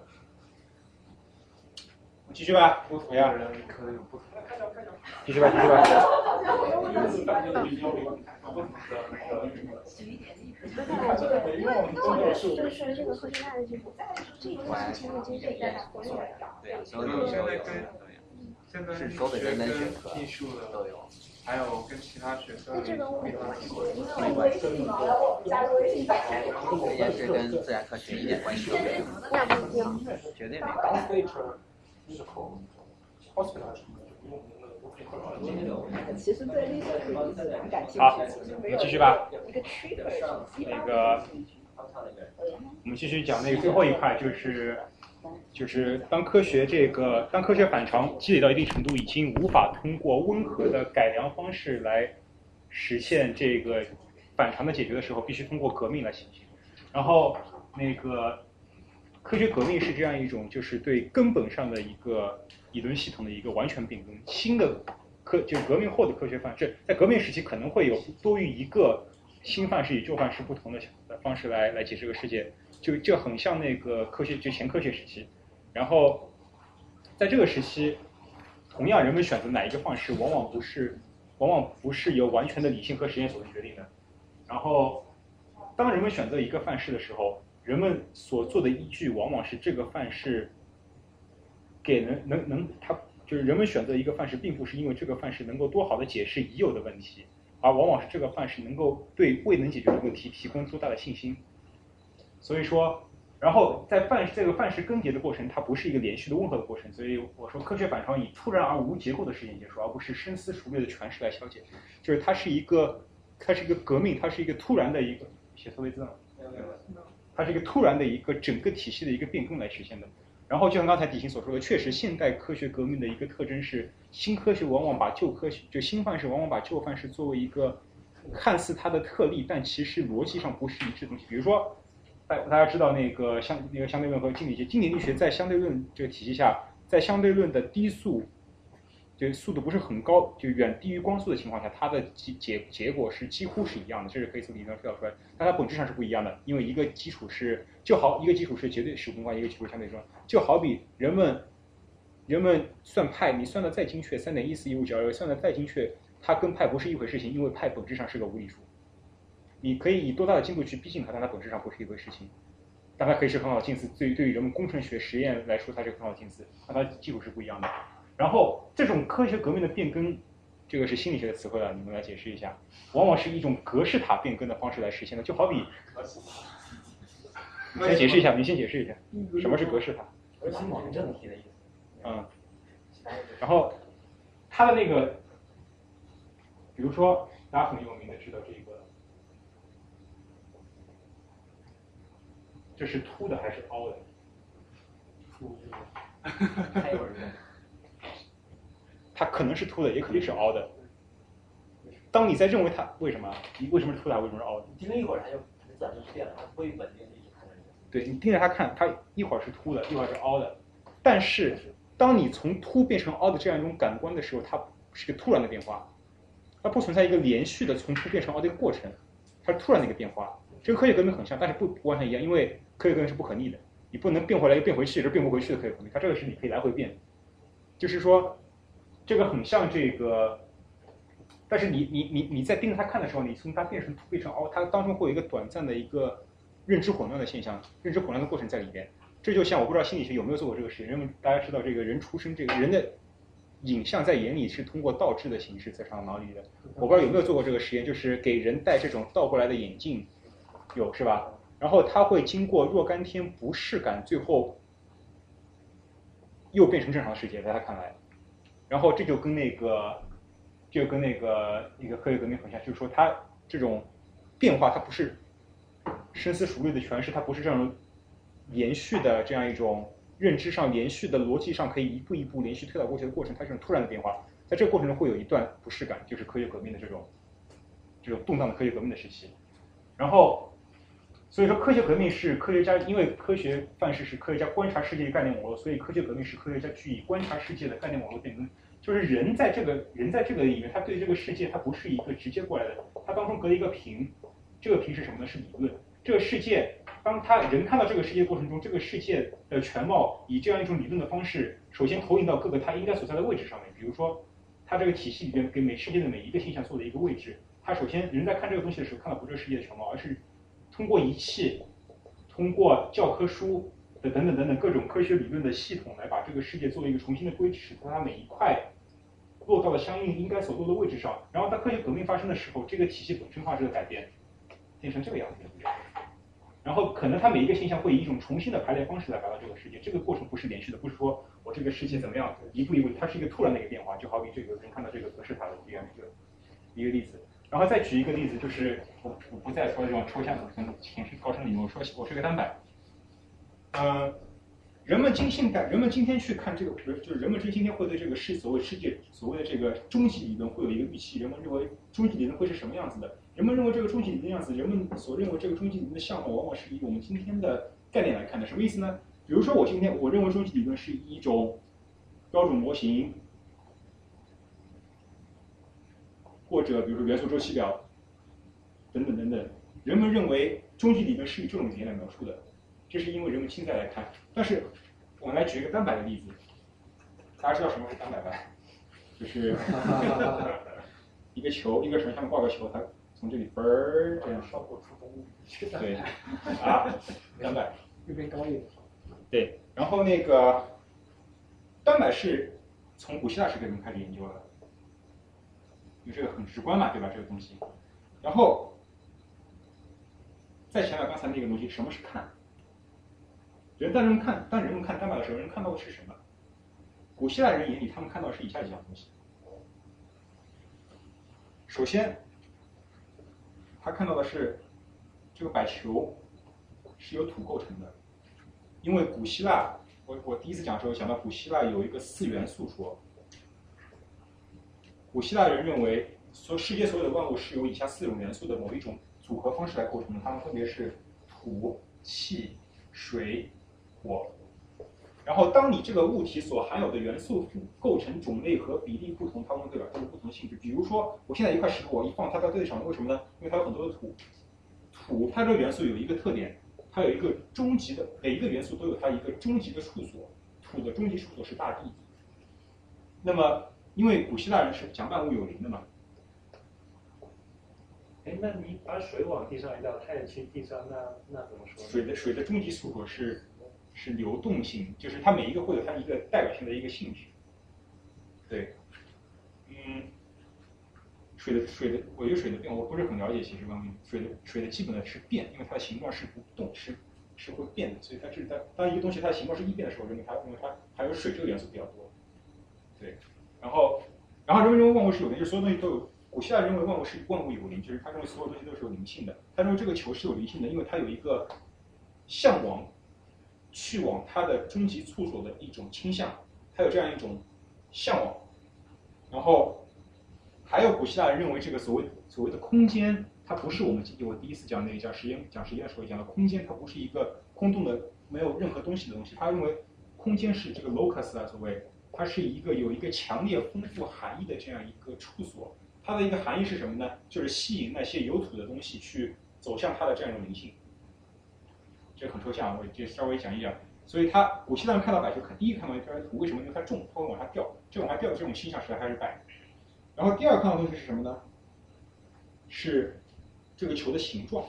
继续吧，
不同样的人可能有不同。
继续吧，继续吧。
就是这个核心价值不在这个事情已经是在打国内了。
对，所有
现在跟现在
是所有的人文学科
艺术的
都有，
还有跟其他学科
那这个我没关系，因为
没关系。这件事跟自然科学一点关系都没有，
那不一样，
绝对没关系。
其实对历史蛮感兴趣，
好，
没有
继续吧。
一个区分。
那个，我们继续讲那个最后一块，就是就是当科学这个当科学反常积累到一定程度，已经无法通过温和的改良方式来实现这个反常的解决的时候，必须通过革命来行进。然后那个科学革命是这样一种，就是对根本上的一个理论系统的一个完全变更。新的科就是革命后的科学范式，在革命时期可能会有多于一个新范式与旧范式不同的方式来来解释这个世界，就就很像那个科学就前科学时期。然后在这个时期，同样人们选择哪一个方式，往往不是往往不是由完全的理性和实验所决定的。然后当人们选择一个范式的时候，人们所做的依据往往是这个范式给能能能他就是人们选择一个范式，并不是因为这个范式能够多好的解释已有的问题，而往往是这个范式能够对未能解决的问题提供多大的信心。
所以说，然后在范这个范式更迭的过程，它不是一个连续的温和的过程，所以我说科学反常以突然而无结构的事件结束，而不是深思熟虑的诠释来消解，就是它是一个它是一个革命，它是一个突然的一个写错位字了，它是一个突然的一个整个体系的一个变更来实现的。然后就像刚才底行所说的，确实现代科学革命的一个特征是，新科学往往把旧科学就新范式往往把旧范式作为一个看似它的特例，但其实逻辑上不是一致的东西。比如说，大大家知道那个相那个相对论和静理学，静理力学在相对论这个体系下，在相对论的低速，就速度不是很高，就远低于光速的情况下，它的结结结果是几乎是一样的，这是可以从理论上推导出来。但它本质上是不一样的，因为一个基础是就好，一个基础是绝对时空观，一个基础是相对论。就好比人们人们算派，你算的再精确，三点一四一五九二六算的再精确，它跟派不是一回事情，因为派本质上是个无理数。你可以以多大的精度去逼近它，但它本质上不是一回事情。但它可以是很好的近似，对于对于人们工程学实验来说，它是很好的近似，但它基础是不一样的。然后这种科学革命的变更，这个是心理学的词汇了，你们来解释一下，往往是一种格式塔变更的方式来实现的，就好比，你先解释一下，你先解释一下，什么是格式塔？
核心网正体的意思。
嗯，然后它的那个，比如说大家很有名的知道这个，这是凸的还是凹的？凸的。还有人。它可能是凸的，也可能是凹的。当你在认为它为什么？你为什么是凸的，为什么是凹的？
盯了一会儿，它就自然就变了，它不会稳定的一直看着你。
对，你盯着它看，它一会儿是凸的，一会儿是凹的。但是，当你从凸变成凹的这样一种感官的时候，它是个突然的变化，它不存在一个连续的从凸变成凹的一个过程，它是突然的一个变化。这个科学革命很像，但是不不完全一样，因为科学革命是不可逆的，你不能变回来又变回去，也是变不回去的科学革命。它这个是你可以来回变，就是说。这个很像这个，但是你你你你在盯着它看的时候，你从它变成凸变成凹，它当中会有一个短暂的一个认知混乱的现象，认知混乱的过程在里边。这就像我不知道心理学有没有做过这个实验，人们大家知道这个人出生，这个人的影像在眼里是通过倒置的形式在上脑里的。我不知道有没有做过这个实验，就是给人戴这种倒过来的眼镜，有是吧？然后他会经过若干天不适感，最后又变成正常世界，在他看来。然后这就跟那个，就跟那个一个科学革命很像，就是说它这种变化，它不是深思熟虑的诠释，它不是这种连续的这样一种认知上连续的逻辑上可以一步一步连续推导过去的过程，它是种突然的变化。在这个过程中会有一段不适感，就是科学革命的这种这种动荡的科学革命的时期。然后，所以说科学革命是科学家，因为科学范式是科学家观察世界的概念网络，所以科学革命是科学家据以观察世界的概念网络变更。就是人在这个人在这个里面，他对这个世界，他不是一个直接过来的，他当中隔了一个屏，这个屏是什么呢？是理论。这个世界，当他人看到这个世界过程中，这个世界的全貌以这样一种理论的方式，首先投影到各个他应该所在的位置上面。比如说，他这个体系里边给每世界的每一个现象做了一个位置。他首先人在看这个东西的时候，看到不是这个世界的全貌，而是通过仪器，通过教科书的等等等等各种科学理论的系统来把这个世界做一个重新的规制，使它每一块落到了相应应该所落的位置上。然后当科学革命发生的时候，这个体系本身发生了改变，变成这个样子的。然后可能它每一个现象会以一种重新的排列方式来达到这个世界。这个过程不是连续的，不是说我这个世界怎么样一步一步，它是一个突然的一个变化。就好比这个人看到这个格式塔的这样一个一个例子。然后再举一个例子，就是我我不再说这种抽象的跟形式高深理论，我说我说一个单摆。呃，人们今现代，人们今天去看这个，就是人们今天会对这个世所谓世界所谓的这个终极理论会有一个预期，人们认为终极理论会是什么样子的？人们认为这个终极理论的样子，人们所认为这个终极理论的项目，往往是以我们今天的概念来看的。什么意思呢？比如说我今天我认为终极理论是一种标准模型，或者比如说元素周期表等等等等，人们认为终极理论是以这种语言来描述的。这是因为人们现在来看，但是我们来举一个单摆的例子，大家知道什么是单摆吧？就是一个球，一个绳上面挂个球，它从这里嘣儿这样烧过出风。对，啊，单摆。
又变高一点。
对，然后那个单摆是从古希腊时代人开始研究的，因为这个很直观嘛，对吧？这个东西，然后。 再想想刚才那个东西，什么是看？人当人们看当人们看丹麦的时候，人们看到的是什么？古希腊人眼里，他们看到的是以下几样东西。首先，他看到的是这个柏球是由土构成的，因为古希腊，我我第一次讲的时候讲到古希腊有一个四元素说。古希腊人认为，所世界所有的万物是由以下四种元素的某一种组合方式来构成的，它们分别是土、气、水、火。然后，当你这个物体所含有的元素构成种类和比例不同，它们会表现出不同性质。比如说，我现在一块石头，我一放它到地上，为什么呢？因为它有很多的土。土它这个元素有一个特点，它有一个终极的，每一个元素都有它一个终极的处所。土的终极处所是大地。那么，因为古希腊人是讲万物有灵的嘛。
哎，那你把水往地上一倒，它也去地上，那那怎么说？
水的水的终极处所是是流动性，就是它每一个会有它一个代表性的一个性质。对，嗯，水的水的，我觉得水的变，我不是很了解其实方面。水的水的基本的是变，因为它的形状是不动，是是会变的，所以它是当当一个东西它的形状是异变的时候，认为它认为它还有水这个元素比较多。对，然后然后人们认为万物是有灵，就是所有东西都有。古希腊认为万物是万物有灵，就是他认为所有东西都是有灵性的。他认为这个球是有灵性的，因为它有一个向往去往它的终极处所的一种倾向，它有这样一种向往。然后还有古希腊人认为这个所谓所谓的空间，它不是我们我第一次讲那个讲实验讲实验的时候讲的空间，它不是一个空洞的没有任何东西的东西。他认为空间是这个 locus 啊，所谓它是一个有一个强烈丰富含义的这样一个处所。它的一个含义是什么呢？就是吸引那些有土的东西去走向它的这样一种灵性。这个很抽象，我就稍微讲一讲。所以它古希腊人看到柏球，第一个看到一块土，为什么？因为它重，它会往下掉。这往下掉的这种倾向使它开始摆。然后第二个看到的东西是什么呢？是这个球的形状。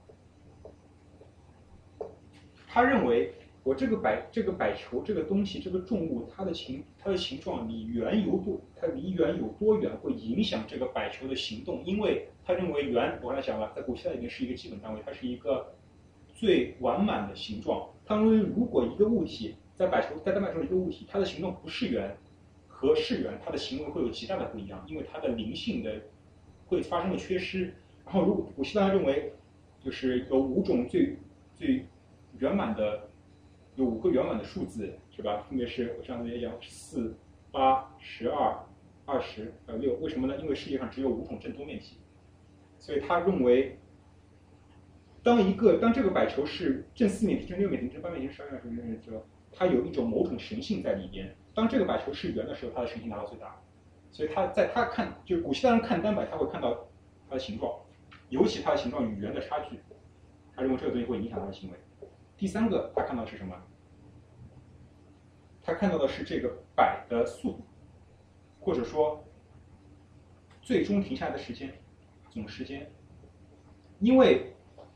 他认为我这个柏这个柏球这个东西这个重物，它的形它的形状离圆有多，它离圆有多远会影响这个柏球的行动，因为他认为圆，我刚才讲了，在古希腊里面是一个基本单位，它是一个最完满的形状。他认为如果一个物体在柏球在丹麦中一个物体，它的形状不是圆和是圆，它的行为会有极大的不一样，因为它的灵性的会发生了缺失。然后如果古希腊认为就是有五种最最圆满的。有五个圆满的数字，是吧？分别是我上次也讲四、八、十二、二十、呃六。为什么呢？因为世界上只有五种正多面体，所以他认为，当一个当这个柏球是正四面体、正六面体、正八面体、十二面体的时候，它有一种某种神性在里边。当这个柏球是圆的时候，它的神性达到最大。所以他在他看，就是古希腊人看单柏，他会看到它的形状，尤其它的形状与圆的差距，他认为这个东西会影响他的行为。第三个，他看到的是什么？他看到的是这个摆的速度，或者说最终停下来的时间，总时间。因为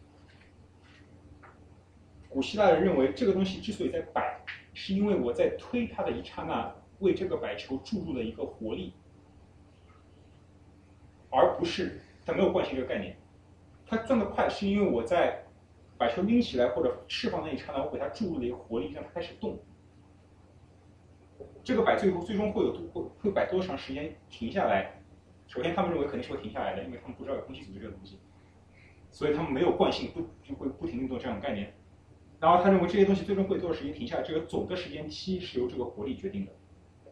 古希腊人认为这个东西之所以在摆，是因为我在推它的一刹那，为这个柏球注入了一个活力，而不是它没有惯性这个概念。它转得快，是因为我在把球拎起来或者释放那一刹那，我给它注入了一个活力，让它开始动。这个摆最后最终会有会会摆多长时间停下来？首先，他们认为肯定是会停下来的，因为他们不知道有空气组织这个东西，所以他们没有惯性，不就会不停运动这样的概念。然后他认为这些东西最终会多少时间停下来，这个总的时间期是由这个活力决定的。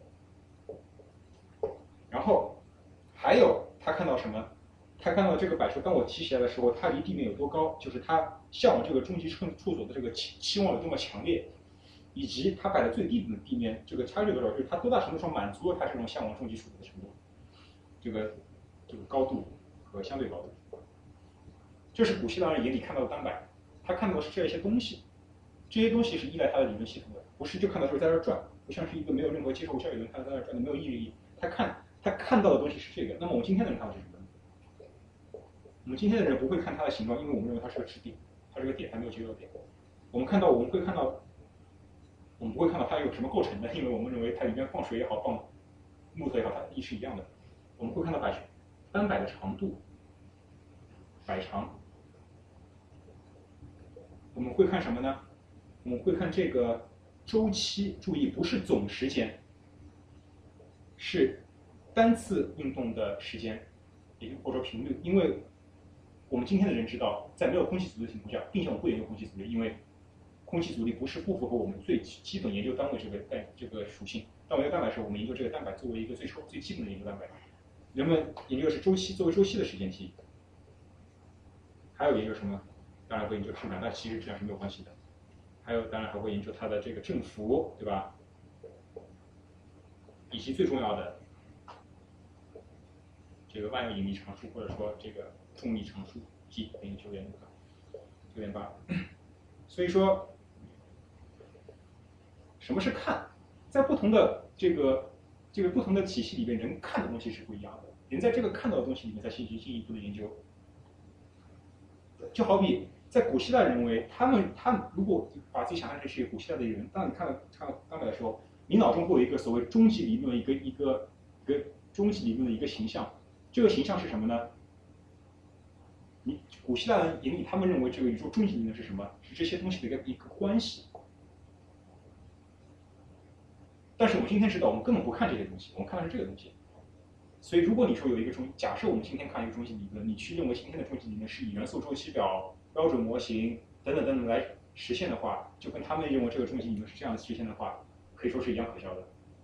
然后还有他看到什么？他看到这个柏球，当我提起来的时候，它离地面有多高，就是它向往这个终极处处所的这个期期望有多么强烈，以及它摆在最低的地面这个差距多少，就是它多大程度上满足了它这种向往终极处所的程度，这个这个高度和相对高度。这是古希腊人眼里看到的单摆，他看到的是这一些东西，这些东西是依赖他的理论系统的，不是就看到就是在这转，不像是一个没有任何接受教育的人看到在那转的没有意义。他看他看到的东西是这个，那么我们今天的人看到是什么？我们今天的人不会看它的形状，因为我们认为它是个支点，它是个点，它没有接受点。我们看到，我们会看到，我们不会看到它有什么构成的，因为我们认为它里面放水也好，放木头也好，它的力是一样的。我们会看到摆单摆的长度，摆长， 我们会看什么呢？我们会看这个周期，注意不是总时间，是单次运动的时间，也或者说频率。因为我们今天的人知道，在没有空气阻力的情况下，并且我们不研究空气阻力，因为空气阻力不是不符合我们最基本研究单位这个单这个属性。当我们研究蛋白时，我们研究这个蛋白作为一个最抽最基本的研究蛋白。人们研究的是周期，作为周期的时间体。还有研究什么？当然会研究质量，但其实质量是没有关系的。还有，当然还会研究它的这个振幅，对吧？以及最重要的这个万有引力常数，或者说这个重力常数 G 等于九点九九点八。所以说，什么是看？在不同的这个这个不同的体系里面，人看的东西是不一样的。人在这个看到的东西里面，再进行进一步的研究。就好比在古希腊人认为，他们他们如果把自己想象成是一个古希腊的人，当你看到看到蛋白的时候，你脑中会有一个所谓终极理论，一个一个一个终极理论的一个形象。这个形象是什么呢？你古希腊人眼里，他们认为这个宇宙终极理论是什么？是这些东西的一个一个关系。但是我们今天知道，我们根本不看这些东西，我们看的是这个东西。所以，如果你说有一个中，假设我们今天看一个终极理论，你去认为今天的终极理论是以元素周期表、标准模型等等等等来实现的话，就跟他们认为这个终极理论是这样实现的话，可以说是一样可笑的。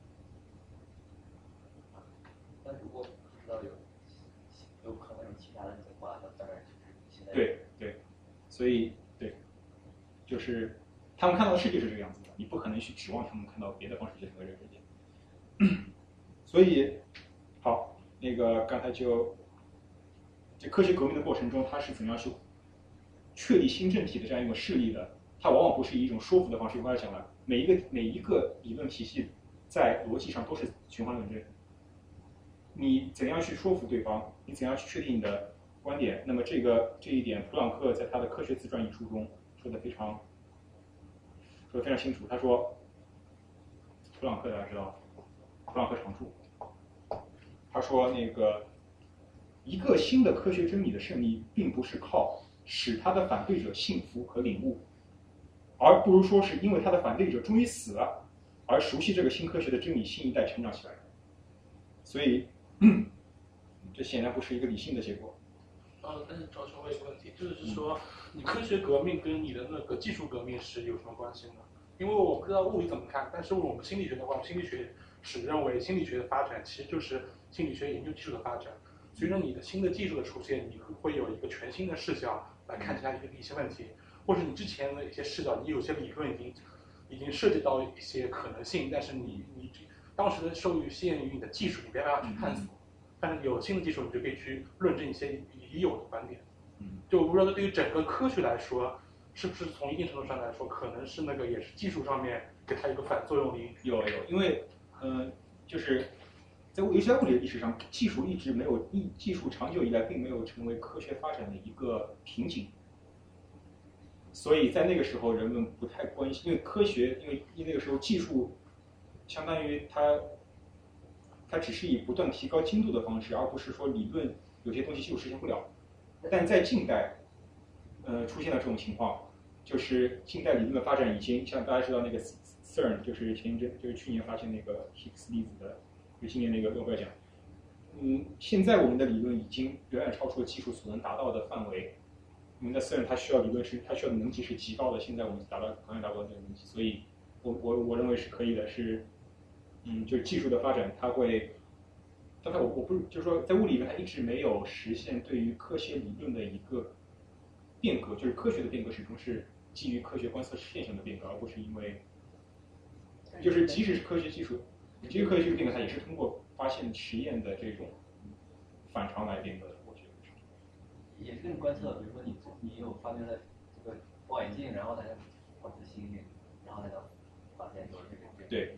那如果不知道有有可能有其他的的话，那当然就是现在
对对，所以对，就是他们看到的世界是这个样子的，你不可能去指望他们看到别的方式去整个这个世界。所以。好，那个刚才就，这科学革命的过程中，它是怎样去确立新政体的这样一种势力的？它往往不是以一种说服的方式。我刚才讲了，每一个每一个理论体系在逻辑上都是循环论证。你怎样去说服对方？你怎样去确定你的观点？那么这个这一点，普朗克在他的《科学自传》一书中说的非常说的非常清楚。他说，普朗克大家知道，普朗克常数。他说：“那个一个新的科学真理的胜利，并不是靠使他的反对者信服和领悟，而不如说是因为他的反对者终于死了，而熟悉这个新科学的真理，新一代成长起来。所以，这显然不是一个理性的结果。”
呃，但是赵成问一个问题，就是说，你科学革命跟你的那个技术革命是有什么关系呢？因为我不知道物理怎么看，但是我们心理学的话，心理学史认为心理学的发展其实就是心理学研究技术的发展。随着你的新的技术的出现，你会有一个全新的视角来看其他一个一些问题，或者你之前的一些视角，你有些理论已经已经涉及到一些可能性，但是你你当时的受限于你的技术，你没办法去探索。但是有新的技术，你就可以去论证一些已有的观点。就我不知道对于整个科学来说，是不是从一定程度上来说，可能是那个也是技术上面给它一个反作用力？
有有，因为呃，就是在尤其在物理的历史上，技术一直没有技技术长久以来并没有成为科学发展的一个瓶颈。所以在那个时候，人们不太关心，因为科学，因为因为那个时候技术相当于它。它只是以不断提高精度的方式，而不是说理论有些东西技术实现不了。但在近代，呃，出现了这种情况，就是近代理论的发展已经像大家知道那个 C E R N， 就是前一阵就是去年发现那个 Higgs 粒子的，就今年那个诺贝尔奖。嗯，现在我们的理论已经远远超出了技术所能达到的范围。我们的 C E R N 它需要理论是它需要的能级是极高的，现在我们达到好像达不到这个能级，所以我我我认为是可以的，是。嗯，就是技术的发展，它会，刚才我我不是就是说，在物理里面它一直没有实现对于科学理论的一个变革，就是科学的变革始终是基于科学观测现象的变革，而不是因为，就是即使是科学技术，即使科学技术变革，它也是通过发现实验的这种反常来变革的，我觉得是。
也是跟观测，比如说你你有发明了这个望远镜，然后大家观测星星，然后大家发现有这个这个
对。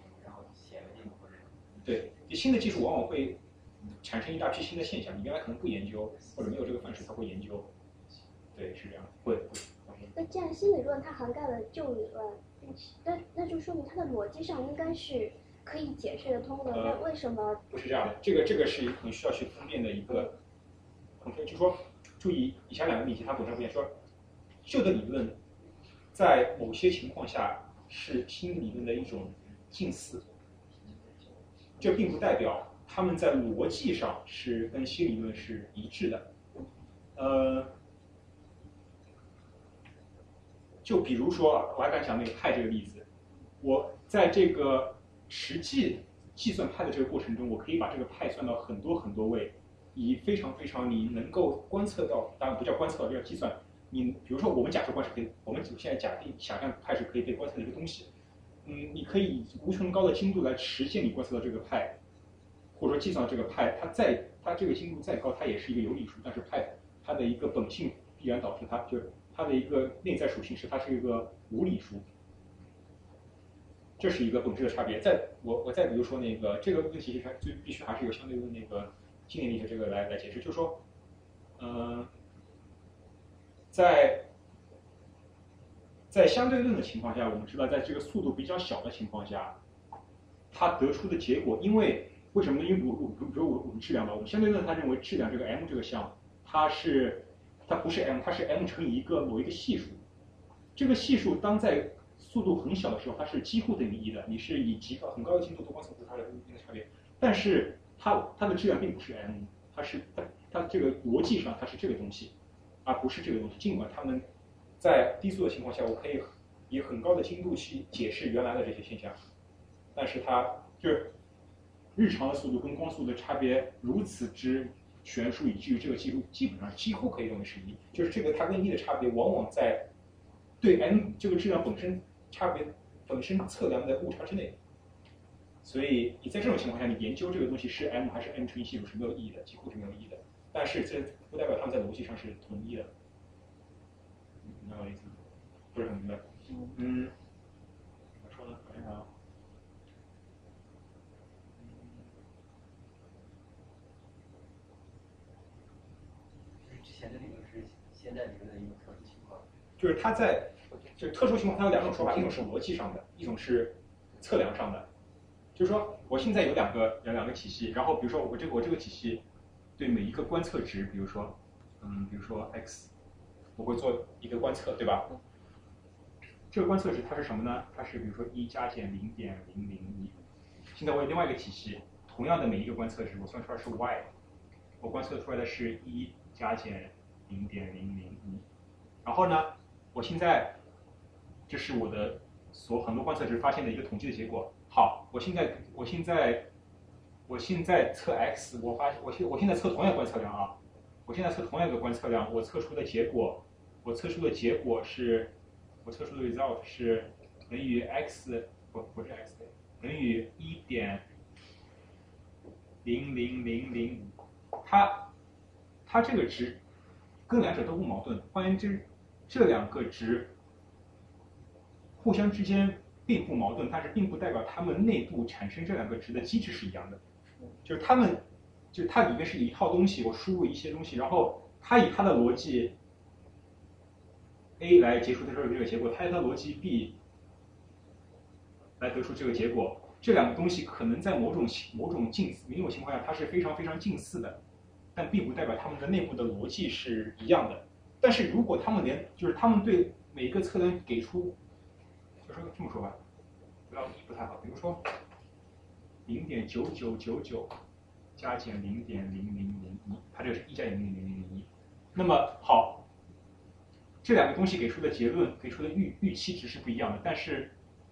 对，
新的技术往往会产生一大批新的现象，你原来可能不研究，或者没有这个范式，它会研究。对，是这样，会会。
那既然新理论它涵盖了旧理论，那那就说明它的逻辑上应该是可以解释得通的。那、呃、为什么？
不是这样的，这个这个是很需要去分辨的一个，很就说注意以下两个例题，它本身不一样。说旧的理论在某些情况下是新理论的一种近似，这并不代表他们在逻辑上是跟新理论是一致的。呃，就比如说我还敢讲那个派这个例子，我在这个实际计算派的这个过程中，我可以把这个派算到很多很多位，以非常非常你能够观测到，当然不叫观测到，这叫计算。你比如说，我们假设观是可以，我们现在假定想象派是可以被观测的一个东西，嗯，你可以以无穷高的精度来实现你观测到这个派，或者说计算这个派，它再它这个精度再高，它也是一个有理数，但是派它的一个本性必然导致它就是它的一个内在属性是它是一个无理数，这是一个本质的差别。再我我再比如说那个这个问题其实就必须还是有相对论那个经典力学这个来来解释，就是说，嗯、呃。在在相对论的情况下，我们知道，在这个速度比较小的情况下，它得出的结果，因为为什么呢？因为我我比如我我们质量吧，我们相对论它认为质量这个 m 这个项，它是它不是 m， 它是 m 乘以一个某一个系数。这个系数当在速度很小的时候，它是几乎等于一的，你是以极高很高的精度做观测出它的一个差别。但是它它的质量并不是 m， 它是它它这个逻辑上它是这个东西。而不是这个东西，尽管他们在低速的情况下，我可以以很高的精度去解释原来的这些现象，但是它就是日常的速度跟光速的差别如此之悬殊，以至于这个记录基本上几乎可以认为是一，就是这个它跟一的差别往往在对 m 这个质量本身差别本身测量的误差之内，所以你在这种情况下，你研究这个东西是 m 还是 m 乘以系数是没有意义的，几乎是没有意义的。但是这不代表他们在逻辑上是统一的，明白我意思吗？不是很明白。嗯，怎么说呢？我想想啊，
就是之前的理论是现在理论的一种特殊情况。
就是它在就是特殊情况，它有两种说法，一种是逻辑上的，一种是测量上的。就是说，我现在有两个有两个体系，然后比如说我这个我这个体系。对每一个观测值，比如说，嗯，比如说 x， 我会做一个观测，对吧？这个观测值它是什么呢？它是比如说一加减零点零零一。现在我有另外一个体系，同样的每一个观测值，我算出来是 y， 我观测出来的是一加减零点零零一。然后呢，我现在这是我的所很多观测值发现的一个统计的结果。好，我现在我现在。我现在测 x， 我发现我现我现在测同样的观测量啊，我现在测同样一个观测量，我测出的结果，我测出的结果是，我测出的 result 是等于 x 不不是 x 等于一点零零零零五，它它这个值跟两者都不矛盾，换言之，这两个值互相之间并不矛盾，但是并不代表它们内部产生这两个值的机制是一样的。就是他们，就是它里面是一套东西，我输入一些东西，然后它以它的逻辑 A 来结出的这个结果，它以它的逻辑 B 来得出这个结果。这两个东西可能在某种某种近某种情况下它是非常非常近似的，但并不代表它们的内部的逻辑是一样的。但是如果他们连就是他们对每一个测量给出，就说这么说吧，不要不太好，比如说。零点九九九九加减零点零零零一，它这个是一加减零点零零零一。那么好，这两个东西给出的结论、给出的预预期值是不一样的，但是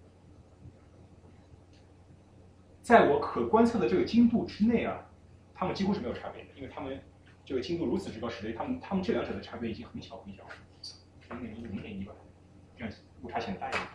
在我可观测的这个精度之内啊，它们几乎是没有差别的，因为它们这个精度如此之高，使得它们它们这两者的差别已经很小很小，零点一、零点一吧，这样误差显得大一点。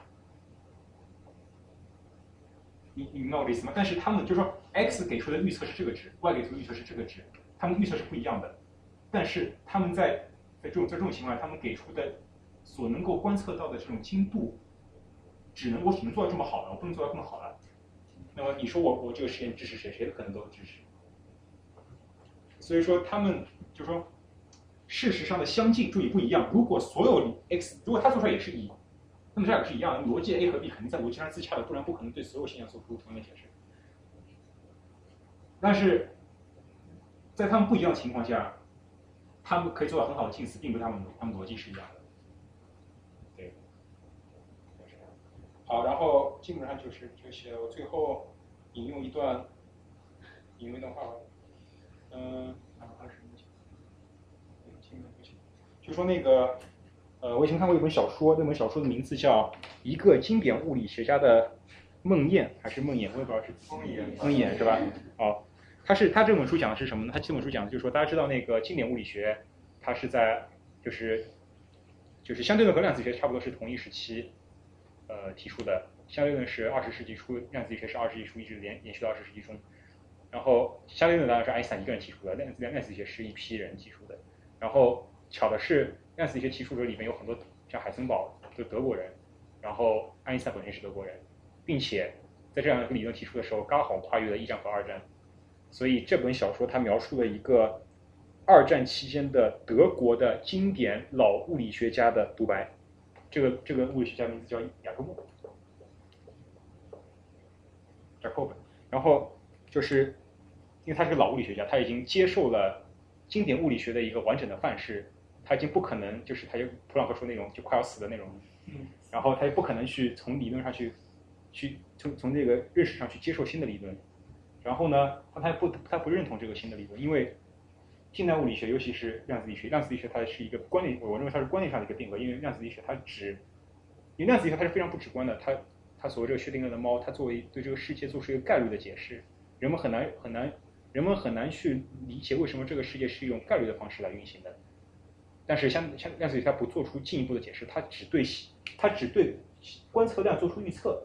你你明白我的意思吗？但是他们就是说 ，x 给出的预测是这个值 ，y 给出的预测是这个值，他们预测是不一样的。但是他们在在这种在这种情况下，他们给出的所能够观测到的这种精度，只能我只能做到这么好了，我不能做到更好了。那么你说我我这个实验支持谁？谁的可能都支持。所以说他们就是说，事实上的相近，注意不一样。如果所有 x， 如果他做出来也是一。那么这两个是一样的，逻辑 A 和 B 肯定在逻辑上自洽的，不然不可能对所有现象做出同样的解释。但是，在他们不一样的情况下，他们可以做到很好的近似，并不是他们他们逻辑是一样的。对， 好，然后基本上就是这些。我最后引用一段，引用一段话，嗯，二十年前，就说那个，呃，我以前看过一本小说，那本小说的名字叫《一个经典物理学家的梦魇》还是梦魇，我也不知道是梦魇，梦魇是吧？哦，他是他这本书讲的是什么呢？他这本书讲的就是说，大家知道那个经典物理学，它是在就是就是相对论和量子学差不多是同一时期。呃，提出的相对论是二十世纪初，量子力学是二十世纪初，一直连延续到二十世纪中。然后相对论当然是爱因斯坦一个人提出的，量子量子力学是一批人提出的。然后巧的是，量子力学提出者里面有很多像海森堡就德国人，然后爱因斯坦本身是德国人，并且在这样一个理论提出的时候，刚好跨越了一战和二战。所以这本小说它描述了一个二战期间的德国的经典老物理学家的独白。这个这个物理学家名字叫雅各布，雅各布。然后就是因为他是个老物理学家，他已经接受了经典物理学的一个完整的范式，他已经不可能就是他就普朗克说那种就快要死的那种，然后他也不可能去从理论上去去从从这个认识上去接受新的理论。然后呢，他他不他不认同这个新的理论，因为近代物理学，尤其是量子力学，量子力学它是一个观念，我认为它是观念上的一个变革，因为量子力学它只，因为量子力学它是非常不直观的，它它所谓这个薛定谔的猫，它作为对这个世界做出一个概率的解释，人们很难很难，人们很难去理解为什么这个世界是用概率的方式来运行的。但是像像量子力学它不做出进一步的解释，它只对它只对观测量做出预测。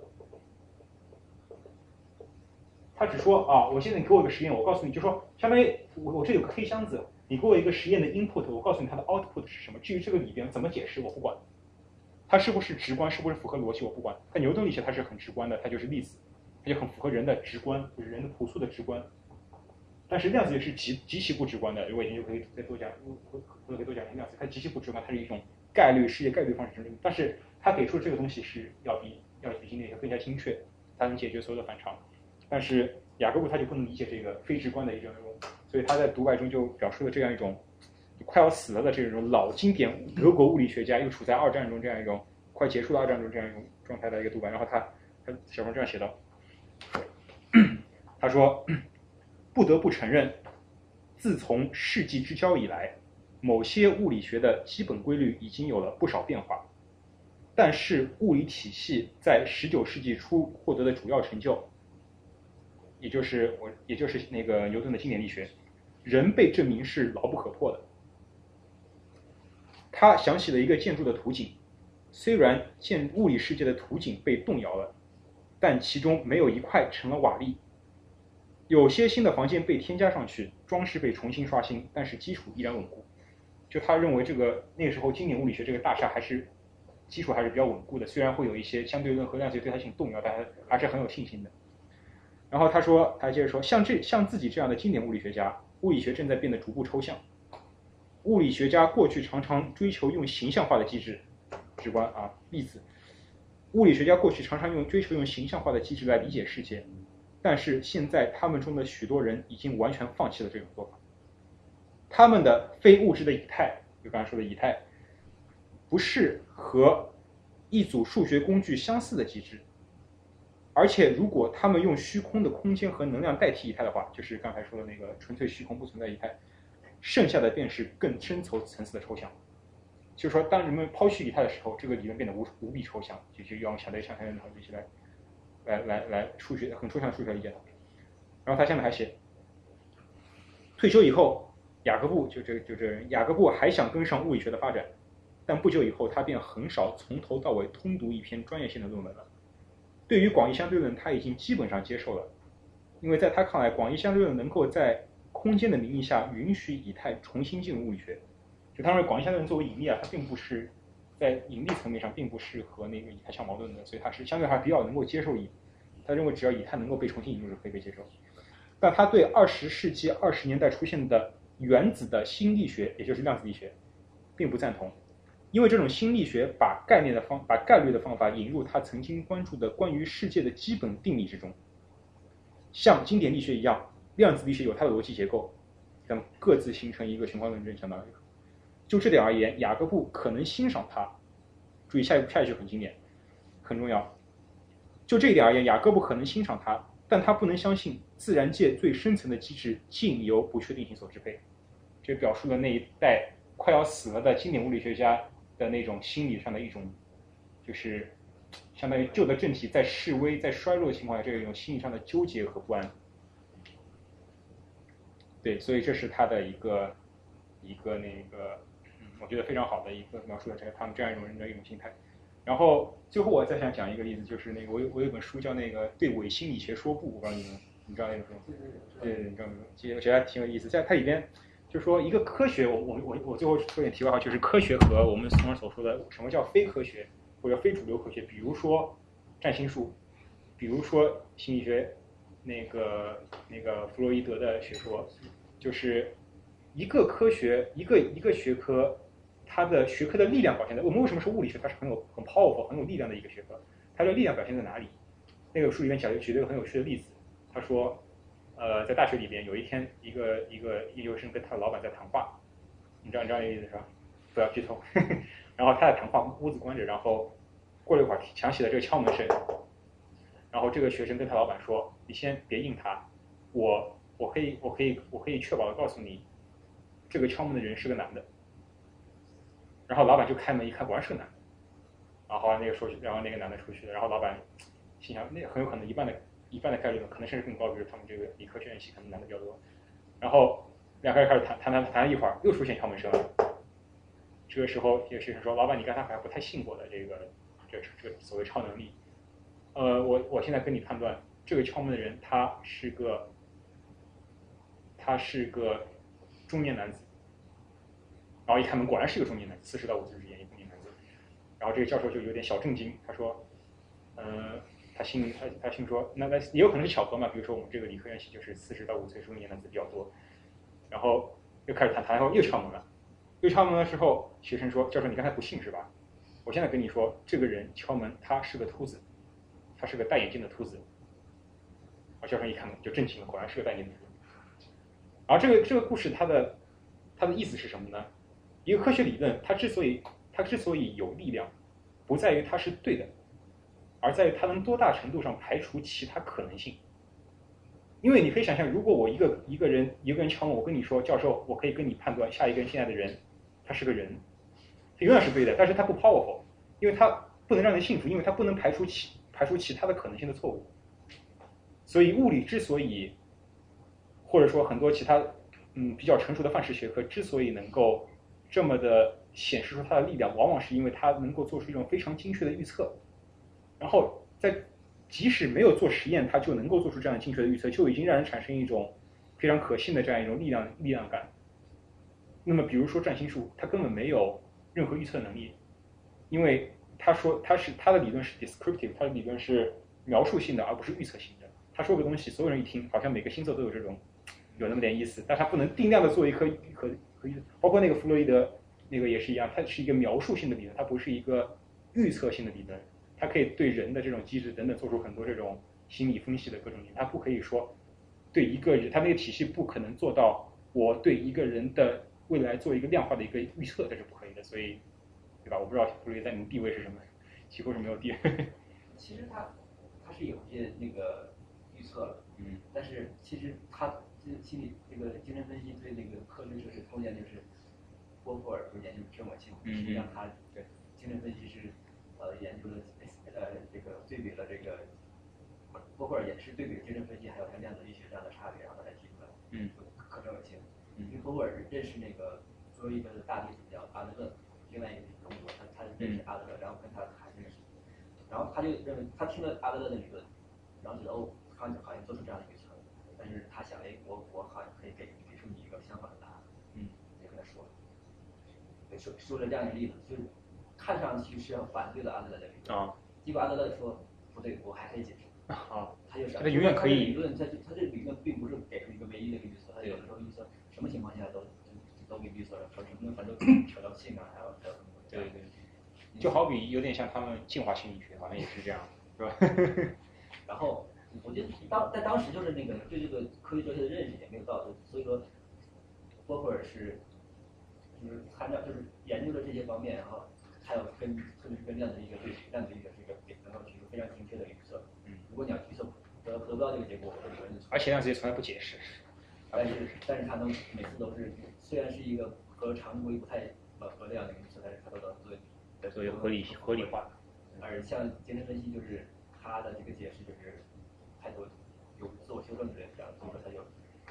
他只说啊，我现在你给我一个实验，我告诉你，就说相当于我我这有个黑箱子，你给我一个实验的 input， 我告诉你它的 output 是什么。至于这个里边怎么解释，我不管，它是不是直观，是不是符合逻辑，我不管。但牛顿力学它是很直观的，它就是粒子，它就很符合人的直观，就是人的朴素的直观。但是量子也是极极其不直观的，如果研究可以再多讲，可以多讲量子，它极其不直观，它是一种概率世界概率方式证明。但是它给出的这个东西是要比要比经典力学更加精确，它能解决所有的反常。但是雅各布他就不能理解这个非直观的一种，所以他在独白中就表述了这样一种快要死了的这种老经典德国物理学家又处在二战中这样一种快结束的二战中这样一种状态的一个独白。然后他他小说这样写道，他说不得不承认，自从世纪之交以来，某些物理学的基本规律已经有了不少变化，但是物理体系在十九世纪初获得的主要成就，也就是我，也就是那个牛顿的经典力学，仍被证明是牢不可破的。他想起了一个建筑的图景，虽然建物理世界的图景被动摇了，但其中没有一块成了瓦砾。有些新的房间被添加上去，装饰被重新刷新，但是基础依然稳固。就他认为这个那个时候经典物理学这个大厦还是基础还是比较稳固的，虽然会有一些相对论和量子对它进行动摇，但还是很有信心的。然后他说，他接着说，像这像自己这样的经典物理学家，物理学正在变得逐步抽象。物理学家过去常常追求用形象化的机制，直观啊例子。物理学家过去常常用追求用形象化的机制来理解世界，但是现在他们中的许多人已经完全放弃了这种做法。他们的非物质的以太，就刚才说的以太，不是和一组数学工具相似的机制。而且，如果他们用虚空的空间和能量代替以太的话，就是刚才说的那个纯粹虚空不存在以太，剩下的便是更深层层次的抽象。就是说，当人们抛弃以太的时候，这个理论变得无无比抽象，就就要用相对象象的这些来，来来来数学很抽象的数学理解它。然后他下面还写，退休以后，雅各布就这就这人，雅各布还想跟上物理学的发展，但不久以后，他便很少从头到尾通读一篇专业性的论文了。对于广义相对论，他已经基本上接受了，因为在他看来，广义相对论能够在空间的名义下允许以太重新进入物理学。就他认为广义相对论作为引力啊，它并不是在引力层面上并不是和那个以太相矛盾的，所以他是相对还比较能够接受以，他认为只要以太能够被重新引入就可以被接受。但他对二十世纪二十年代出现的原子的新力学，也就是量子力学，并不赞同。因为这种新力学把概念的方把概率的方法引入他曾经关注的关于世界的基本定理之中，像经典力学一样，量子力学有它的逻辑结构，但各自形成一个全观论证，相当于。就这点而言，雅各布可能欣赏它。注意下一下一句很经典，很重要。 就这一点而言，雅各不可能欣赏它，但他不能相信自然界最深层的机制竟由不确定性所支配。这表述了那一代快要死了的经典物理学家的那种心理上的一种，就是相当于旧的政体在式微、在衰弱的情况下，这种心理上的纠结和不安。对，所以这是他的一个一个那个，嗯，我觉得非常好的一个描述了这个他们这样一种人的一种心态。然后最后我再想讲一个例子，就是那个我有我有本书叫那个《对伪心理学说不》，我不知道你们你知道那本书吗？对对，你知道吗？其实我觉得还挺有意思，在它里边就是说一个科学，我我我我最后说点题外话，就是科学和我们从而所说的什么叫非科学或者非主流科学，比如说占星术，比如说心理学，那个那个弗洛伊德的学说，就是一个科学一个一个学科。它的学科的力量表现在我们为什么说物理学它是很有很 powerful 很有力量的一个学科？它的力量表现在哪里？那个书里面讲举了一个很有趣的例子，他说，呃，在大学里边有一天，一个一个研究生跟他的老板在谈话，你知道你知道那个意思是吧？不要剧透。然后他在谈话，屋子关着，然后过了一会儿响起了这个敲门声，然后这个学生跟他老板说：“你先别应他，我我可以我可以我可以确保的告诉你，这个敲门的人是个男的。”然后老板就开门一看，果然是个男的。然后那个说，然后那个男的出去了。然后老板心想，那很有可能一半的一半的概率，可能甚至更高，比如他们这个理科学院系可能男的比较多。然后两个人开始谈谈谈谈了一会儿，又出现敲门声了。这个时候，这个学生说：“老板，你刚才好像不太信我的这个这个这个所谓超能力。呃，我我现在跟你判断，这个敲门的人他是个他是个中年男子。”然后一开门，果然是一个中年男子，四十到五十之间一个中年男子。然后这个教授就有点小震惊，他说：“嗯，他心里他他心说，那那也有可能是巧合嘛，比如说我们这个理科院系就是四十到五十岁中年男子比较多。”然后又开始谈谈，然后又敲门了。又敲门的时候，学生说：“教授，你刚才不信是吧？我现在跟你说，这个人敲门，他是个秃子，他是个戴眼镜的秃子。”然后教授一看门就震惊了，果然是个戴眼镜的秃子。然后这个这个故事它的它的意思是什么呢？一个科学理论，它之所以它之所以有力量，不在于它是对的，而在于它能多大程度上排除其他可能性。因为你可以想象，如果我一个一个人一个人敲门，我跟你说，教授，我可以跟你判断下一个人现在的人，他是个人，他永远是对的，但是他不 powerful， 因为他不能让人信服，因为他不能排除其排除其他的可能性的错误。所以物理之所以，或者说很多其他嗯比较成熟的范式学科之所以能够这么的显示出它的力量，往往是因为它能够做出一种非常精确的预测，然后在即使没有做实验，它就能够做出这样精确的预测，就已经让人产生一种非常可信的这样一种力量力量感。那么，比如说占星术，它根本没有任何预测能力，因为他说他是他的理论是 descriptive， 他的理论是描述性的，而不是预测性的。他说个东西，所有人一听，好像每个星座都有这种有那么点意思，但他不能定量的做一颗可可以，包括那个弗洛伊德那个也是一样，它是一个描述性的理论，它不是一个预测性的理论。它可以对人的这种机制等等做出很多这种心理分析的各种理论，它不可以说对一个人，它那个体系不可能做到我对一个人的未来做一个量化的一个预测，这是不可以的。所以，对吧？我不知道弗洛伊德在你们地位是什么，几乎是没有地位。
其实他他是有些那个预测了，嗯，但是其实他这心理这个精神分析对那个科学设施通鉴就是波普尔不是研究生物系统，实际上他对精神分析是呃研究了呃这个对比了这个波普尔也是对比精神分析还有像量子力学这样的差别，然后他才提出来嗯可证伪性。因为波普尔认识那个作为一个大弟子叫阿德勒，另外一个荣格，他他认识阿德勒，然后跟他谈这个事情，然后他就认为他听了阿德勒的理论，然后觉得哦，好像好像做出这样的预测，但是他想哎，我我好像可以给给出你一个相反的答案，嗯，也跟他说了，对，说说了这样一个例子，就是看上去是要反对了阿德勒的理论啊，结果阿德勒说不对，我还可以解释啊，他就想他永远可以理论，他他这理论并不是给出一个唯一的一个预测，他有的时候预测什么情况下都都给预测了，说什么反正扯到性啊，还有还有什么，
对对对，就好比有点像他们进化心理学，好像也是这样，是吧？
然后我觉得当在当时就是那个对这个科学哲学的认识也没有到，所以说波普尔是就是参照就是研究了这些方面，然后还有跟特别是跟量子力学对比，量子力学是一个能够提出非常精确的预测， 如果你要预测得得不到这个结果，这个理论就
而且量子也从来不解释。
但是但是它能每次都是虽然是一个和常规不太吻合的这样的一个预测，但是它都能做
做一个合理合理化。
而像精神分析就是它的这个解释就是太多有自我修正之类的这样，所以说它就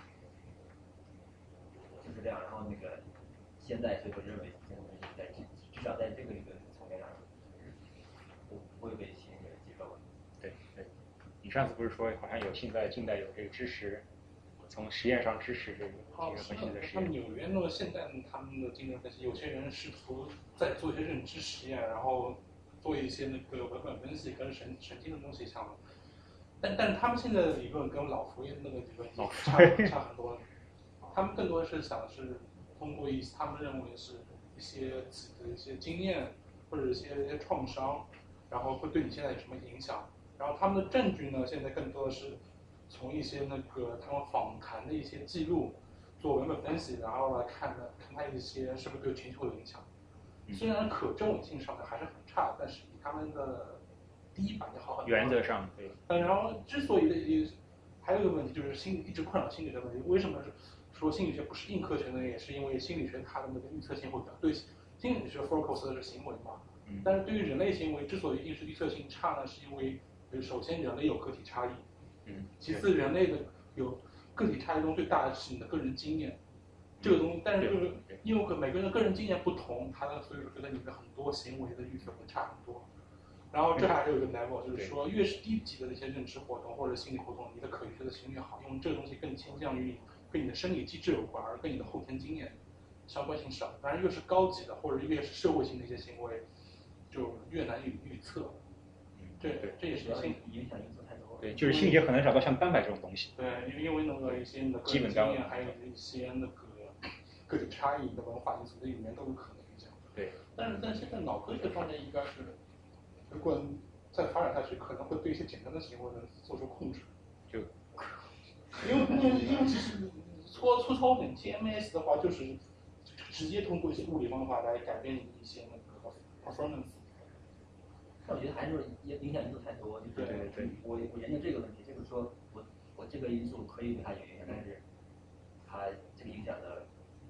就是这样。然后那个现在所以说认为精神分析在至至少在这个理论层面上不不会被新人接受的。
对对，你上次不是说好像有现在近代有这个支持，从实验上支持这个精神分析的实
验。
他
纽约呢，现在他们的精神分析，有些人试图在做一些认知实验，然后做一些那个文本分析跟神神经的东西像，但但是他们现在的理论跟老福音那个理论差差很多。他们更多是想是通过一他们认为是一些自己的一些经验或者一些一些创伤，然后会对你现在有什么影响。然后他们的证据呢，现在更多的是从一些那个他们访谈的一些记录做文本分析，然后来看呢看他一些是不是对全球有影响。虽然可证伪性上面还是很差，但是比他们的第一版要好很多。
原则上对。
嗯，然后之所以的还有一个问题就是心理一直困扰心理学问题，为什么是说心理学不是硬科学呢？也是因为心理学它的那个预测性会比较对，心理学 focus 的是行为嘛。但是对于人类行为之所以预测性差呢，是因为首先人类有个体差异，
嗯，
其次人类的有个体差异中最大的是你的个人经验。这个东西，但是就是因为每个人的个人经验不同，他的所以说觉得你的很多行为的预测会差很多。然后这还有一个 level， 就是说越是低级的一些认知活动或者心理活动，你的可预测的性越好，因为这个东西更倾向于跟你的生理机制有关，而跟你的后天经验相关性少。当然越是高级的或者越是社会性的一些行为，就越难以预测。这这也是心
影响因素太多。
对，就是心理学很难找到像蛋白这种东西。
对，因为那个一些的个人经验，还有一些那个个体差异的文化因素，这里面都有可能影响。
对。
但是但现在脑科学方面应该是，如果再发展下去，可能会对一些简单的行为能做出控制。
就。
因为因为因为其实粗粗糙点 T M S 的话，就是直接通过一些物理方法来改变你一些那个 performance。
但我觉得还是影影响因素太多，就是
对对对
我我研究这个问题，就是说我我这个因素可以对它有影响，但是它这个影响的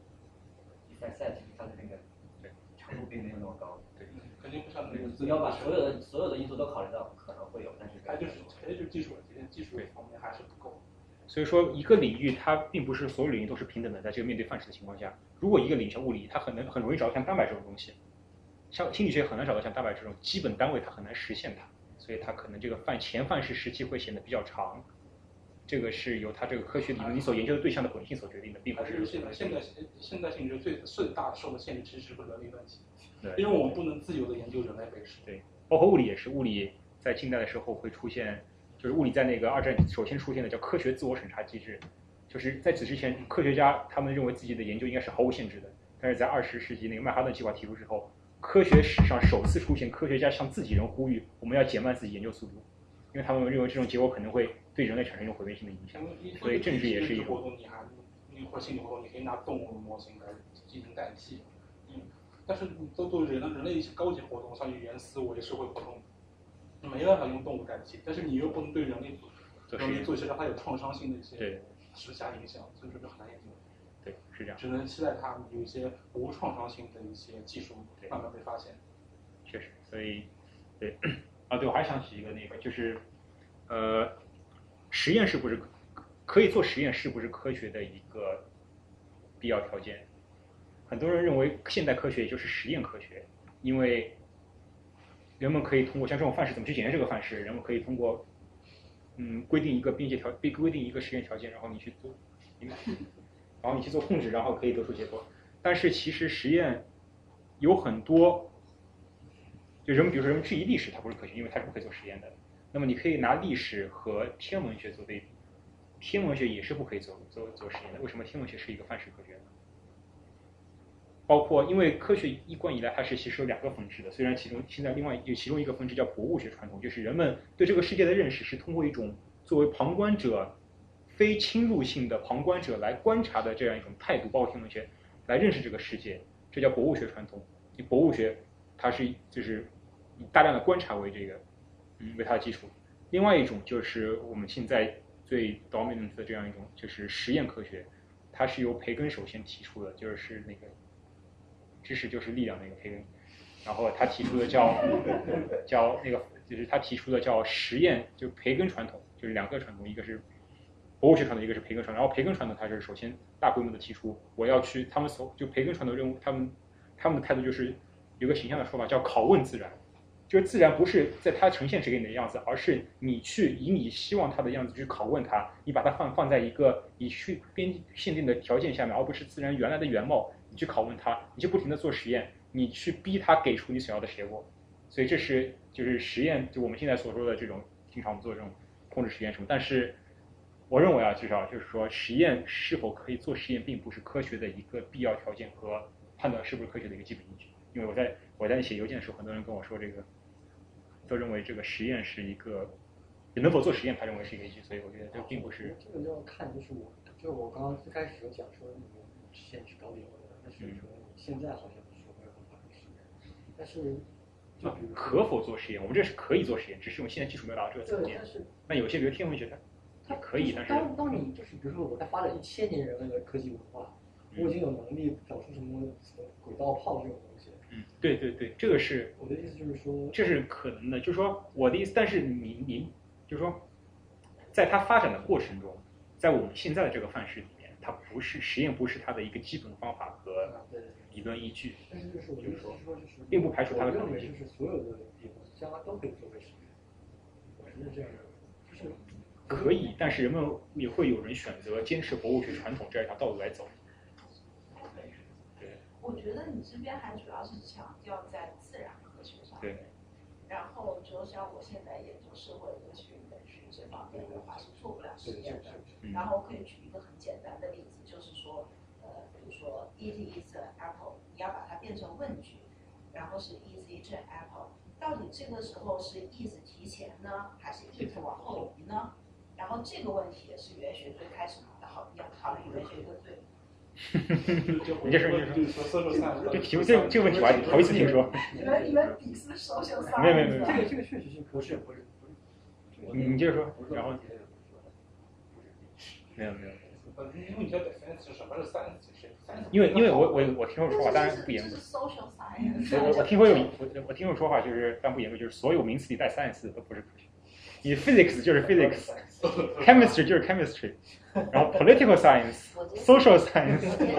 effect size 它的那个程度并没有那么高。
对，肯定不像那个。
你要把所有的所有的因素都考虑到，可能会有，但是
它就是还就是技术问题，技术方面还是不够。
所以说，一个领域它并不是所有领域都是平等的，在这个面对范式的情况下，如果一个领域像物理，它很能很容易找到像蛋白这种东西。像心理学很难找到像蛋白这种基本单位，它很难实现它，所以它可能这个范前范式时期会显得比较长。这个是由它这个科学理论你所研究的对象的本性所决定的，并不是。
现在现在现在心理学最最大受的限制其实是伦理问题，
对，
因为我们不能自由的研究人类本身。
对，包括物理也是，物理在近代的时候会出现，就是物理在那个二战首先出现的叫科学自我审查机制，就是在此之前，科学家他们认为自己的研究应该是毫无限制的，但是在二十世纪那个曼哈顿计划提出之后。科学史上首次出现科学家向自己人呼吁，我们要减慢自己研究速度，因为他们认为这种结果可能会对人类产生一种毁灭性的影响。所以政治也是一种。
活动，你还你或心理活动，你可以拿动物的模型来进行代替。嗯，但是你都做人人类一些高级活动，像语言、思维、社会活动，你没办法用动物代替，但是你又不能对人类做人类做一些让它有创伤性的一些实下影响，所以说就很难研究。
对，是这样。
只能期待它有一些无创伤性的一些技术慢慢被发现。
确实，所以，对，啊，对，我还想起一个那个，就是，呃，实验是不是可以做实验，是不是科学的一个必要条件？很多人认为现代科学也就是实验科学，因为人们可以通过像这种范式怎么去检验这个范式，人们可以通过，嗯，规定一个边界条，规规定一个实验条件，然后你去做，然后你去做控制，然后可以得出结果。但是其实实验有很多，就人们比如说人们质疑历史，它不是科学，因为它是不可以做实验的。那么你可以拿历史和天文学做对比，天文学也是不可以做做做实验的。为什么天文学是一个范式科学呢？包括因为科学一贯以来它是其实有两个分支的，虽然其中现在另外有其中一个分支叫博物学传统，就是人们对这个世界的认识是通过一种作为旁观者。非侵入性的旁观者来观察的这样一种态度，包括天文学来认识这个世界，这叫博物学传统。以博物学它是就是以大量的观察为这个，嗯，为它的基础。
另外一种就是我们现在最 dominant 的这样一种就是实验科学，它是由培根首先提出的，就是那个知识就是力量那个培根，然后他提出的叫叫那个就是他提出的叫实验，就培根传统，就是两个传统，一个是博物学传统，一个是培根传统。然后培根传统它是首先大规模的提出，我要去他们所就培根传统任务，他们他们的态度就是有个形象的说法叫拷问自然。就是自然不是在它呈现时给你的样子，而是你去以你希望它的样子去拷问它，你把它放放在一个你去边限定的条件下面，而不是自然原来的原貌，你去拷问它，你就不停的做实验，你去逼它给出你想要的结果。所以这是就是实验，就我们现在所说的这种经常我们做这种控制实验什么。但是我认为啊，至少就是说实验是否可以做实验，并不是科学的一个必要条件和判断是不是科学的一个基本依据。因为我在我在写邮件的时候，很多人跟我说这个。都认为这个实验是一个能否做实验，他认为是一个依据，所以我觉得这并不是。
这个要看，就是我，就是我刚刚最开始有讲说你们之前是搞理论的，但是说现在好像说没有办法做实验，但是就比如
可否做实验，我们这是可以做实验，只是我们现在技术没有达到这个层面。那有些比如天文学它它可以，但是
当当你就是比如说我在发展一千年人类的科技文化，我已经有能力找出什么什么轨道炮这种东西。
嗯，对对对，这个是
我的意思，就是说
这是可能的，就是说我的意思，但是你你就是说，在它发展的过程中，在我们现在的这个范式里面，它不是实验，不是它的一个基本方法和理论依据。
但是就是我的意思是说，就是
并不排除它的可
能
能性。
就是所有的理论将来都可以作为实验，我是这样的，就是
可以，但是人们也会有人选择坚持博物学传统这样一条道路来走。
我觉得你这边还主要是强调在自然科学上面，然后就像我现在研究社会科学、人学这方面的话是做不了实验的。然后可以举一个很简单的例子，就是说，呃，比如说 "It is an apple"， 你要把它变成问句，然后是 "Is it an apple"， 到底这个时候是 is 提前呢，还是 it 往后移呢？然后这个问题也是语言学最开始考要考虑语言学的最。
你这是你说，这题这这个问题我还头一次听说。
你们你们笔是手写上。
没有没有没有，
这个这个确实是不是不是不是。
你你接着说，然后。没有没有。
因为你晓得 science 是什么是 science？
因为因为我我我听说说法，当然不严格。我我听说有我我听说说法就是，但不严格，就是所有名词里带 science 都不是科学。你 physics 就是 physics，chemistry 就是 chemistry， 然后 political science、social science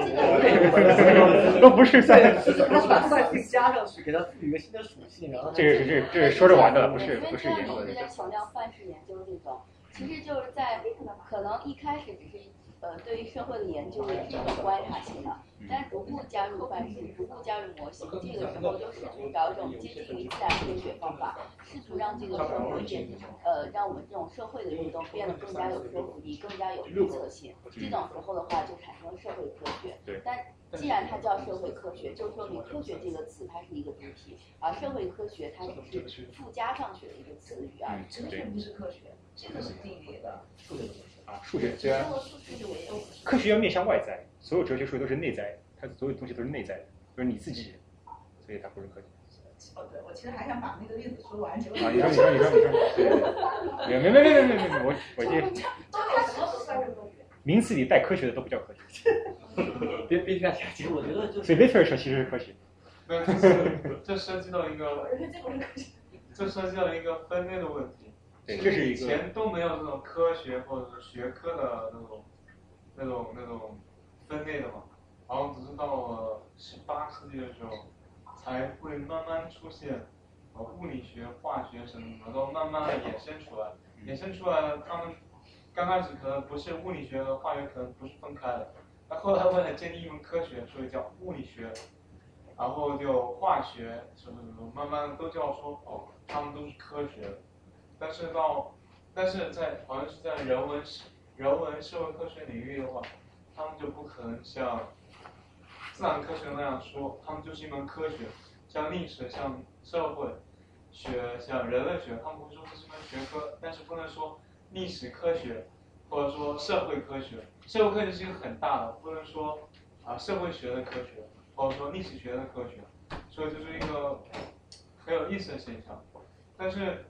都不是 science。
他把 science 加上去，给它赋予一个新的属性，然后
这个是这这是说着玩的，不是不是研究的。
因为在强调范式研究这种，其实就是在可能一开始只是呃对于社会的研究也是一种观察性的，但逐步加入范式，逐步加入模型，这个时候就试图找一种接近于自然科学方法，试图让这个社会变呃让我们这种社会的运动变得更加有说服力，更加有预测性。这种时候的话，就产生了社会科学。但既然它叫社会科学，就说明科学这个词它是一个主体，而社会科学它只是附加上去的一个词语啊。
哲学不是科学，这个是定义的。
啊，数学虽然科学要面向外在，所有哲学说都是内在，它所有东西都是内在的，就是你自己，所以它不是科学。
哦，对，我其实还想把那个例子说完，结果
啊，你说你说你说你说，没没没没没没没，我我这
什么不算是科学？
名词里带科学的都不叫科学。
别别这样讲，其实我觉得就
所以 literature 其实是科学。
没有，这是这涉及到一个，这涉及到一个分类的问题。
对，这是一个。
以前都没有这种科学或者是学科的那种、那种、那种分类的嘛，然后只是到了十八世纪的时候，才会慢慢出现，呃，物理学、化学什么的都慢慢的衍生出来，衍生出来了，他们刚开始可能不是物理学和化学可能不是分开的，那后来为了建立一门科学，所以叫物理学，然后就化学什么什么，慢慢都叫说哦，他们都是科学。但是到，但是在好像是在人文、人文社会科学领域的话，他们就不可能像自然科学那样说，他们就是一门科学，像历史、像社会学、像人类学，他们会说这是一门学科，但是不能说历史科学或者说社会科学，社会科学是一个很大的，不能说啊社会学的科学或者说历史学的科学，所以这是一个很有意思的现象，但是。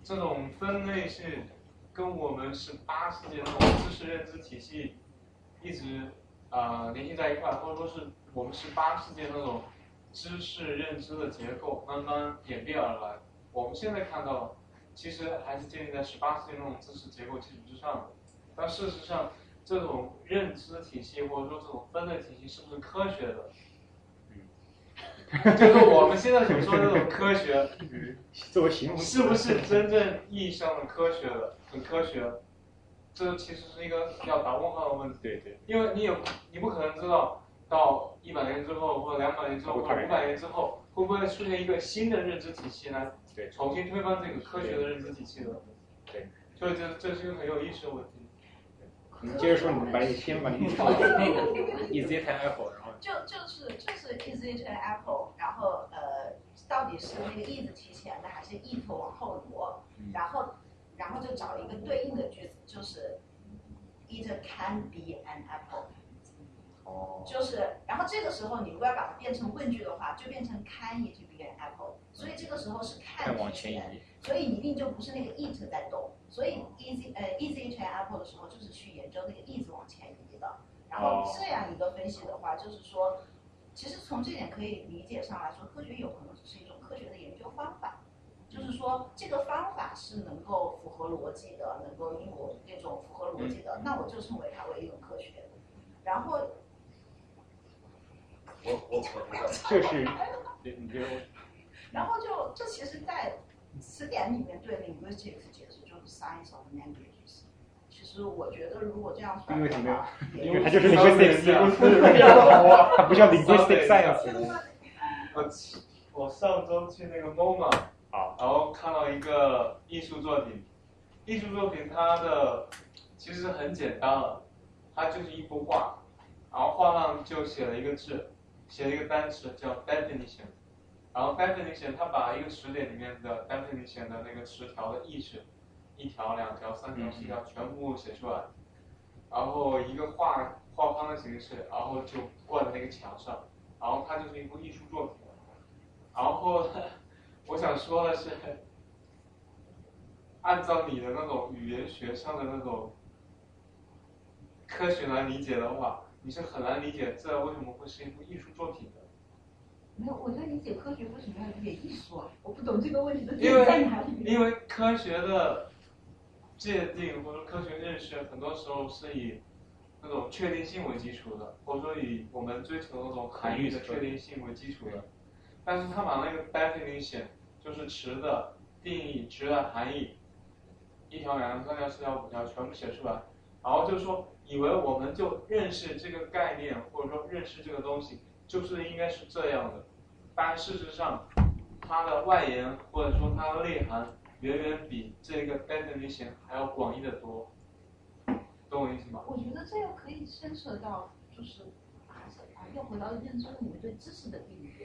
这种分类是跟我们十八世纪那种知识认知体系一直啊、呃、联系在一块，或者说是我们十八世纪那种知识认知的结构慢慢演变而来。我们现在看到，其实还是建立在十八世纪那种知识结构基础之上的。但事实上，这种认知体系或者说这种分类体系是不是科学的？就是我们现在所说的这种科学，
作为形容
是不是真正意义上的科学的？很科学？这其实是一个要打问号的问题。
对对。
因为你有，你不可能知道到一百年之后，或者两百年之后，或者五百年之后，会不会出现一个新的认知体系呢？
对。
重新推翻这个科学的认知体系的。
对。
所以这这是一个很有意思的问题。
你接着说，你把你先把你说那个 is it an apple， 然后
就就是就是 is it an apple， 然后呃，到底是那个 is 提前的还是 it 往后挪？然后然后就找一个对应的句子，就是 it can be an apple。哦。就是，然后这个时候你如果要把它变成问句的话，就变成 can it be an apple。所以这个时候是 can 提前，所以一定就不是那个 it 在动。所以 is 呃 is it an apple 的时候，就是去研究那个 is 往前移的。然后这样一个分析的话，就是说，其实从这点可以理解上来说，科学有可能只是一种科学的研究方法，就是说这个方法是能够符合逻辑的，能够因我那种符合逻辑的，那我就称为它为一种科学。然后，
我我我
这是你就，
然后就这其实，在词典里面对 linguistics 解释就是 science of languages。其实我觉得，如果这样算的话，
因为它就是 linguistics， 它不叫 linguistic science。
我我上周去那个 M O M A， 然后看到一个艺术作品，艺术作品它的其实很简单了，它就是一幅画，然后画上就写了一个字，写了一个单词叫 definition， 然后 definition 它把一个词典里面的 definition 的那个词条的意思。一条、两条、三条、四条，全部写出来，然后一个画画框的形式，然后就挂在那个墙上，然后它就是一部艺术作品。然后我想说的是，按照你的那种语言学上的那种科学来理解的话，你是很难理解这为什么会是一部艺术作品的。
没有，我在理解科学为什么要理解艺术啊？我不懂这个问题的点在哪里。
因为科学的界定或者科学认识，很多时候是以那种确定性为基础的，或者说以我们追求那种含义的确定性为基础的。但是他把那个 definition 就是词的定义、词的含义，一条、两条、三条、四条、五条全部写出来，然后就说以为我们就认识这个概念，或者说认识这个东西，就是应该是这样的。但事实上，它的外延或者说它的内涵。远远比这个 definition 还要广义的多，懂我意思吗？
我觉得这个可以牵扯到，就是啊，又回到认知里面对知识的定义。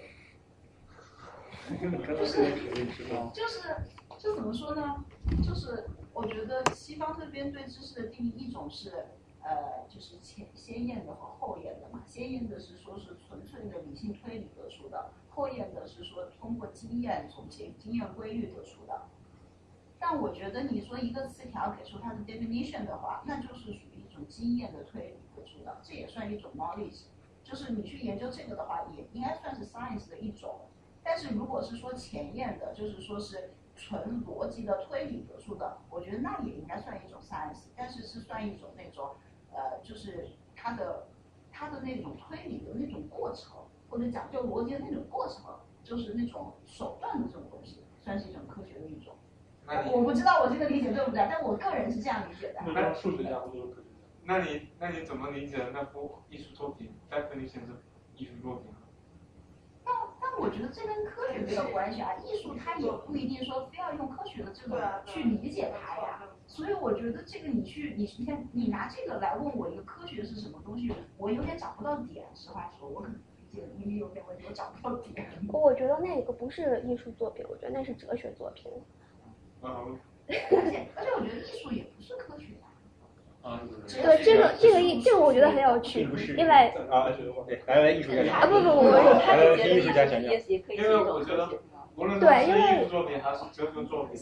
就是就是就怎么说呢？就是我觉得西方这边对知识的定义，一种是呃，就是前先验的和后验的嘛。先验的是说是纯粹的理性推理得出的，后验的是说通过经验总结、经验规律得出的。但我觉得你说一个词条给出它的 definition 的话，那就是属于一种经验的推理得出的，这也算一种 knowledge。就是你去研究这个的话，也应该算是 science 的一种。但是如果是说前验的，就是说是纯逻辑的推理得出的，我觉得那也应该算一种 science， 但是是算一种那种呃，就是它的它的那种推理的那种过程，或者讲究逻辑的那种过程，就是那种手段的这种东西，算是一种科学的一种。我不知道我这个理解对不对，但我个人是这样理解的。
那数学家不都是科学家？
那你那你怎么理解那部艺术作品 definition 是艺术作品？
但但我觉得这跟科学没有关系啊，艺术它也不一定说非要用科学的这种去理解它呀。所以我觉得这个你去你你看你拿这个来问我一个科学是什么东西，我有点找不到点。实话说，我可能这个因为有点问题，我找不到点。
我觉得那个不是艺术作品，我觉得那是哲学作品。
嗯。
而且而且我觉得艺术也不是科学呀。
啊，
对，这个这个艺这个我觉得很有趣，因为
啊，对，来来艺术家讲。
啊不不，我
他是觉得
艺术家讲讲。
因为我觉得无论是艺术作品还是哲学作品，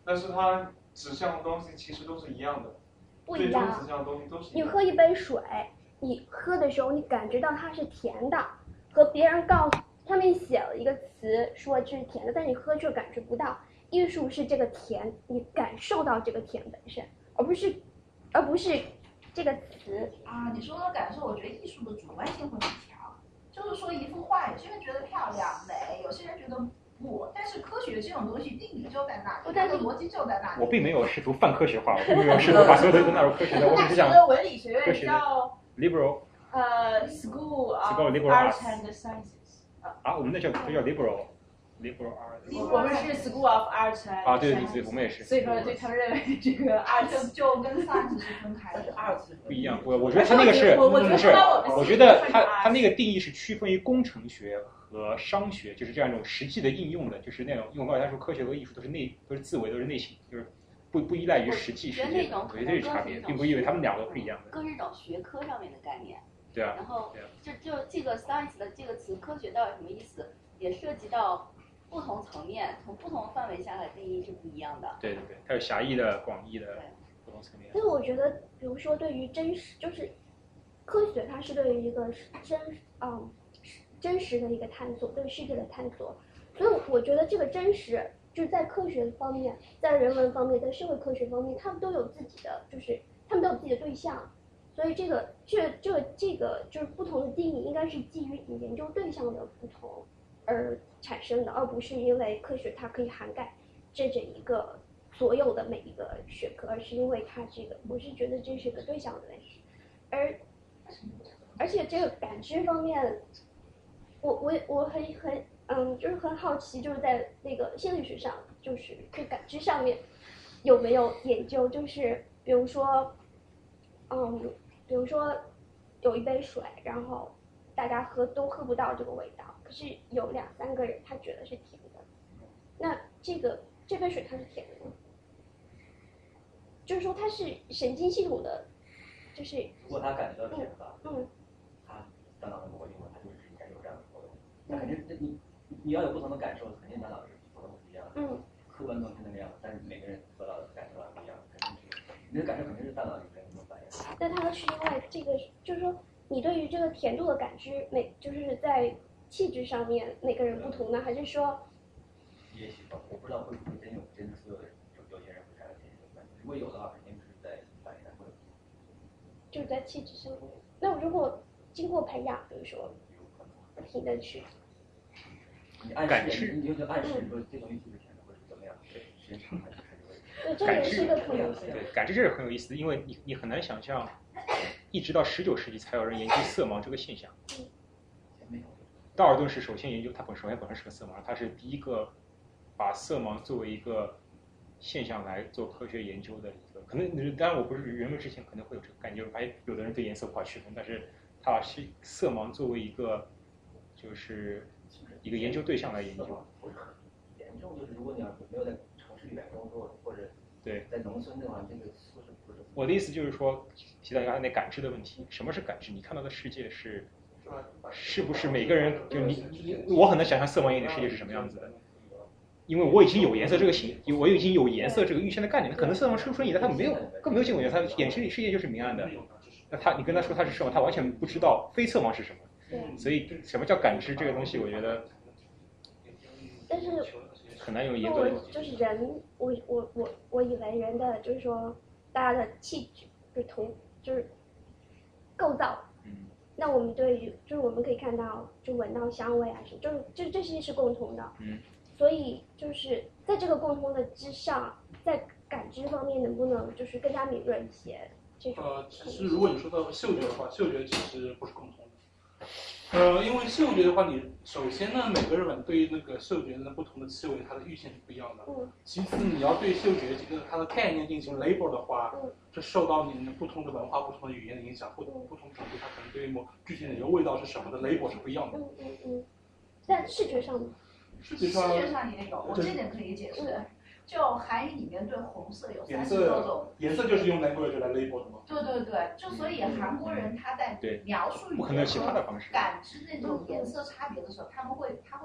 但是它指向的东西其实都是一样的，
不一样。
最终指向的东西都是一样的。
你喝一杯水，你喝的时候你感觉到它是甜的，和别人告诉上面写了一个词说这是甜的，但你喝却感觉不到。艺术是这个甜，你感受到这个甜本身，而不是，而不是这个词
啊。你说的感受，我觉得艺术的主观性会很强。就是说一幅画，有些人觉得漂亮美，有些人觉得不。但是科学这种东西，定理就在那里，它的逻辑就在那里。
我并没有试图泛科学化，我并没有试图把所有东西都纳入科学的，我只是讲
的文理学院叫
liberal，
呃 School of
Liberal
Arts and Sciences。
啊，我们那叫就叫 liberal。liberal art，
我们是 School of Arts
啊，对对对，我们也是。
所以说，对他们认为这个 art
就跟 science 是分开的，art
不一样。我我觉得他那个是，不是，我觉得他他那个定义是区分于工程学和商学，就是这样一种实际的应用的，就是那种用刚才说科学和艺术都是内都是自为，都是内省，就是不不依赖于实际世界。我觉得这是差别，并不意味他们两个不一样的。
更是一种学科上面的概念。
对啊。
然后就就这个 science 的这个词，科学到底什么意思，也涉及到。不同层面，从不同范围下的定义是不一样的。
对对对，它有狭义的、广义的不同层面。
但是我觉得，比如说对于真实，就是科学，它是对于一个真嗯真实的一个探索，对世界的探索。所以我觉得这个真实，就是在科学方面，在人文方面，在社会科学方面，他们都有自己的，就是他们都有自己的对象。所以这个这这这个就是不同的定义，应该是基于你研究对象的不同而产生的，而不是因为科学它可以涵盖这整一个所有的每一个学科，而是因为它这个，我是觉得这是个对象的问题，而而且这个感知方面，我我我很很嗯，就是很好奇，就是在那个心理学上，就是对感知上面有没有研究，就是比如说，嗯，比如说有一杯水，然后大家喝都喝不到这个味道。可是有两三个人他觉得是甜的，那这个这杯水它是甜的吗？就是说它是神经系统的，就是
如果他感觉到甜的话，
嗯，
他大脑如果用了，他就会感受这样的活动。那肯定，你你要有不同的感受，肯定大脑是活动不一样的。
嗯，
客观东西那样，但是每个人得到的感受不一样，肯定是你的感受肯定是大脑里面有反应。
那它是因为这个，就是说你对于这个甜度的感知，每就是在气质上面每个人不同呢，还是说？
也许吧，我不知道会不会真有真的所有的有有些人会产生这种关系。如果有的话，肯定是在反应上会有。
就是在气质上面。那如果经过培养，比如说不停的去，
你暗示，你就暗示说这东西就是甜的，或者怎么样，时间长了就会。
对，这也是个可能性。
对，感知这是很有意思的，因为你你很难想象，一直到十九世纪才有人研究色盲这个现象。
嗯。
道尔顿是首先研究，他本首先本身是个色盲，他是第一个把色盲作为一个现象来做科学研究的一个。可能当然我不是人们之前可能会有这个感觉，哎，有的人对颜色不好区分，但是他是色盲作为一个就是一个研究对象来研究。
严重就是如果你要没有在城市里面工作，或者
对
在农村的话，这个素质不是。
我的意思就是说，提到刚才那感知的问题，什么是感知？你看到的世界是。是不是每个人就你你我很难想象色盲眼里的世界是什么样子的，因为我已经有颜色这个形，我已经有颜色这个预先的概念。可能色盲出生以来他没有更没有见过颜色，他眼睛里世界就是明暗的。那他你跟他说他是色盲，他完全不知道非色盲是什么。所以什么叫感知这个东西，我觉得，
但是
很难用研究。
就是人，我我我我以为人的就是说大家的气质就是同就是构造。那我们对于就是我们可以看到，就闻到香味啊什么，就是这这些是共同的。
嗯。
所以就是在这个共同的之上，在感知方面能不能就是更加敏锐一些？这种。
呃，其实如果你说到嗅觉的话，嗅觉其实不是共同的。呃，因为嗅觉的话，你首先呢，每个人对于那个嗅觉的不同的气味，它的阈限是不一样的。
嗯。
其次，你要对嗅觉这个它的概念进行 label 的话，
嗯，
是受到你不同的文化、不同的语言的影响，不不同程度，它可能对于某具体的一个味道是什么的 label 是不一样的。
嗯嗯嗯。在视觉上呢？
视觉上，
视觉上也有，我这点可以解释。就韩语里面对红色有三十多种，
颜色就是用 language 来 label 的吗？
对对对，就所以韩国人他在描述语言和感知那种颜色差别的时候，他们会他会比你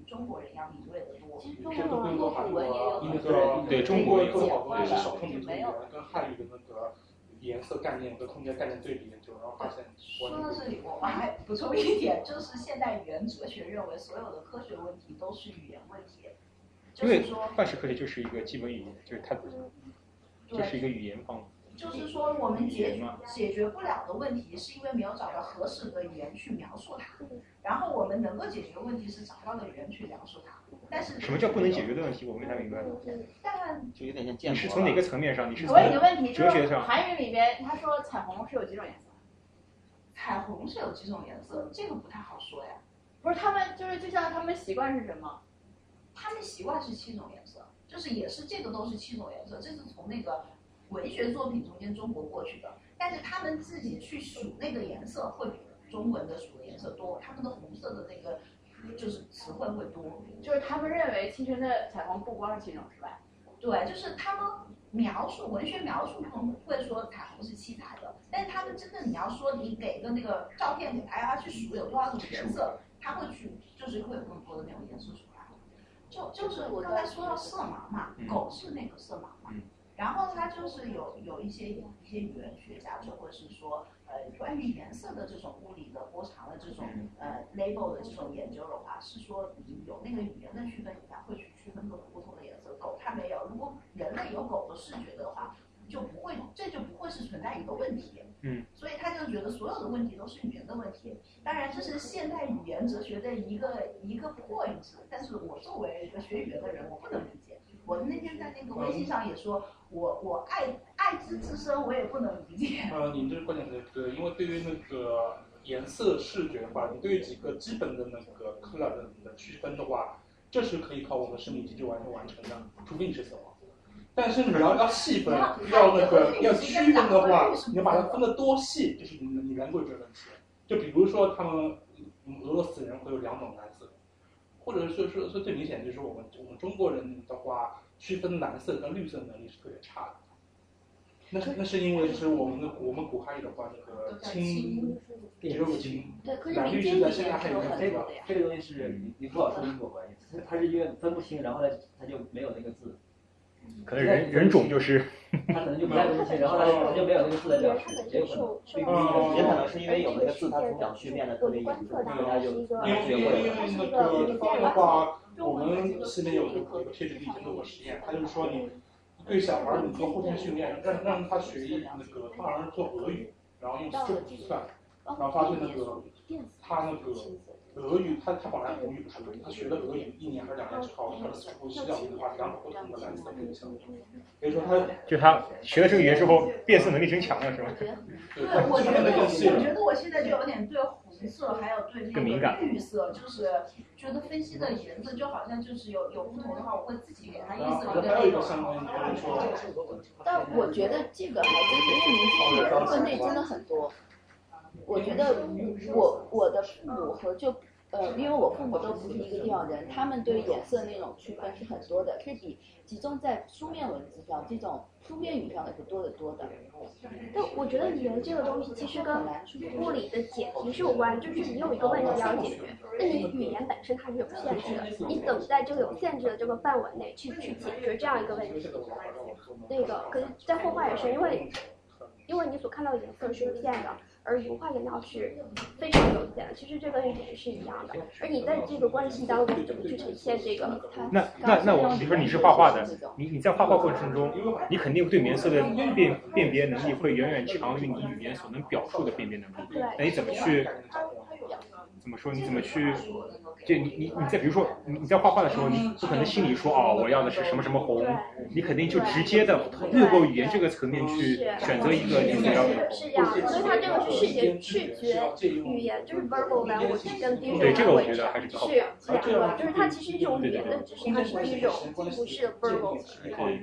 中国人要敏锐得多。
其实中国古文也有
那个
对中国
做了好多就是少数民族语言跟汉语的那个颜色概念和空间概念对比研究，然后发现。
说到这里，我还补充一点，就是现代语言哲学认为所有的科学问题都是语言问题，就是说，
范式科学就是一个基本语言，就是它就是一个语言方。
就是说，我们解解决不了的问题，是因为没有找到合适的语言去描述它。然后我们能够解决问题，是找到了语言去描述它。但是
什么叫不能解决的问题？我没太明白。
但
就有点像建模。
你是从哪个层面上？你是从
我问你个问题，
哲学上？
韩语里边他说彩虹是有几种颜色？
彩虹是有几种颜色？这个不太好说呀。
不是，他们就是就像他们习惯是什么？
他们习惯是七种颜色，就是也是这个都是七种颜色，这是从那个文学作品中间中国过去的，但是他们自己去数那个颜色会比中文的数的颜色多，他们的红色的那个就是词汇会多，
就是他们认为青春的彩虹不光是七种，是吧？
对，就是他们描述文学描述中会说彩虹是七彩的，但是他们真的你要说你给个那个照片给他，让他去数有多少种颜色，他会去就是会有更多的那种颜色出来。就就是我刚才说到色盲嘛，狗是那个色盲嘛，然后它就是有有一些一些语言学家就会是说，呃，关于颜色的这种物理的波长的这种呃 label 的这种研究的话，是说你有那个语言的区分，你才会去区分各种不同的颜色。狗它没有，如果人类有狗的视觉的话，就不会，这就不会是存在一个问题。
嗯，
所以他就觉得所有的问题都是语言的问题。当然，这是现代语言哲学的一个一个 point， 但是我作为一个学语言的人，我不能理解。我那天在那个微信上也说，我我爱爱之至深，我也不能理解。
呃，您这个观点对，因为对于那个颜色视觉的话，你对于几个基本的那个 color 的的区分的话，这是可以靠我们生理机制完全完成的，除非你是色盲。但是你要要细分，要那个要区分的话，你要把它分得多细，就是你你能够这个问题。就比如说他们俄罗斯人会有两种蓝色，或者是说说最明显就是我们我们中国人的话，区分蓝色跟绿色能力是特别差的。那是那是因为就是我们的我们古汉语的话，那个青只有个青，蓝绿是在现代汉语里面
这个这个东西是你你不好说因果关系，它是因为分不清，然后呢它就没有那个字。
可能人人种就是，
他可能就不太分清，然后他他就没有那个字的表示，也有可能，也可能是因为有那个字，它从小训练的特别严重，所以他就学会了。
因为那个方的话，我们这边有有个贴纸已经做过实验，他就是说你对小孩你做后天训练，让让他学一那个帮儿做俄语，然后用字计算，然后发现那个他那个。俄语，他他本来俄语不是，他学了俄语一年还是两年之后，他的似乎是要的话两种不同的蓝色配色，所以说他
就他学了这个语言之后，辨识能力真强了，是吧？
对，我觉得我觉得我现在就有点对红色还有对那个绿色，就是觉得分析的颜色就好像就是有有不同的话，我会自己给它意思一个那种。
但我觉得这个还真是因为民间语言分类真的很多。我觉得我我的父母和就呃，因为我父母都不是一个地方人，他们对颜色那种区分是很多的，是比集中在书面文字上这种书面语上的是多得多的。
但我觉得语言这个东西其实跟物理的解题是有关，就是你有一个问题要解决，那你语言本身它是有限制的，你怎么在这个有限制的这个范围内去去解决这样一个问题？那个可是，在绘画也是因为。因为你所看到的颜色是有限的，而油画颜料是非常有限的。其实这跟语言是一样的，而你在这个关系当中怎么去呈现这个？
那那那我比如说你是画画的，你你在画画过程中，你肯定对颜色的辨辨别能力会远远强于你语言所能表述的辨别能力。那你怎么去？怎么说？你怎么去？就你你你在比如说你你在画画的时候，你不可能心里说哦，我要的是什么什么红，你肯定就直接的越过语言这个层面去选择一个你想要的。
是这样，所以它这个是视觉视觉语言，就是 verbal language 跟 visual language
对这个我觉得还是
是两个，就是它其实是一种语言的知识，它是一种不是 verbal 的。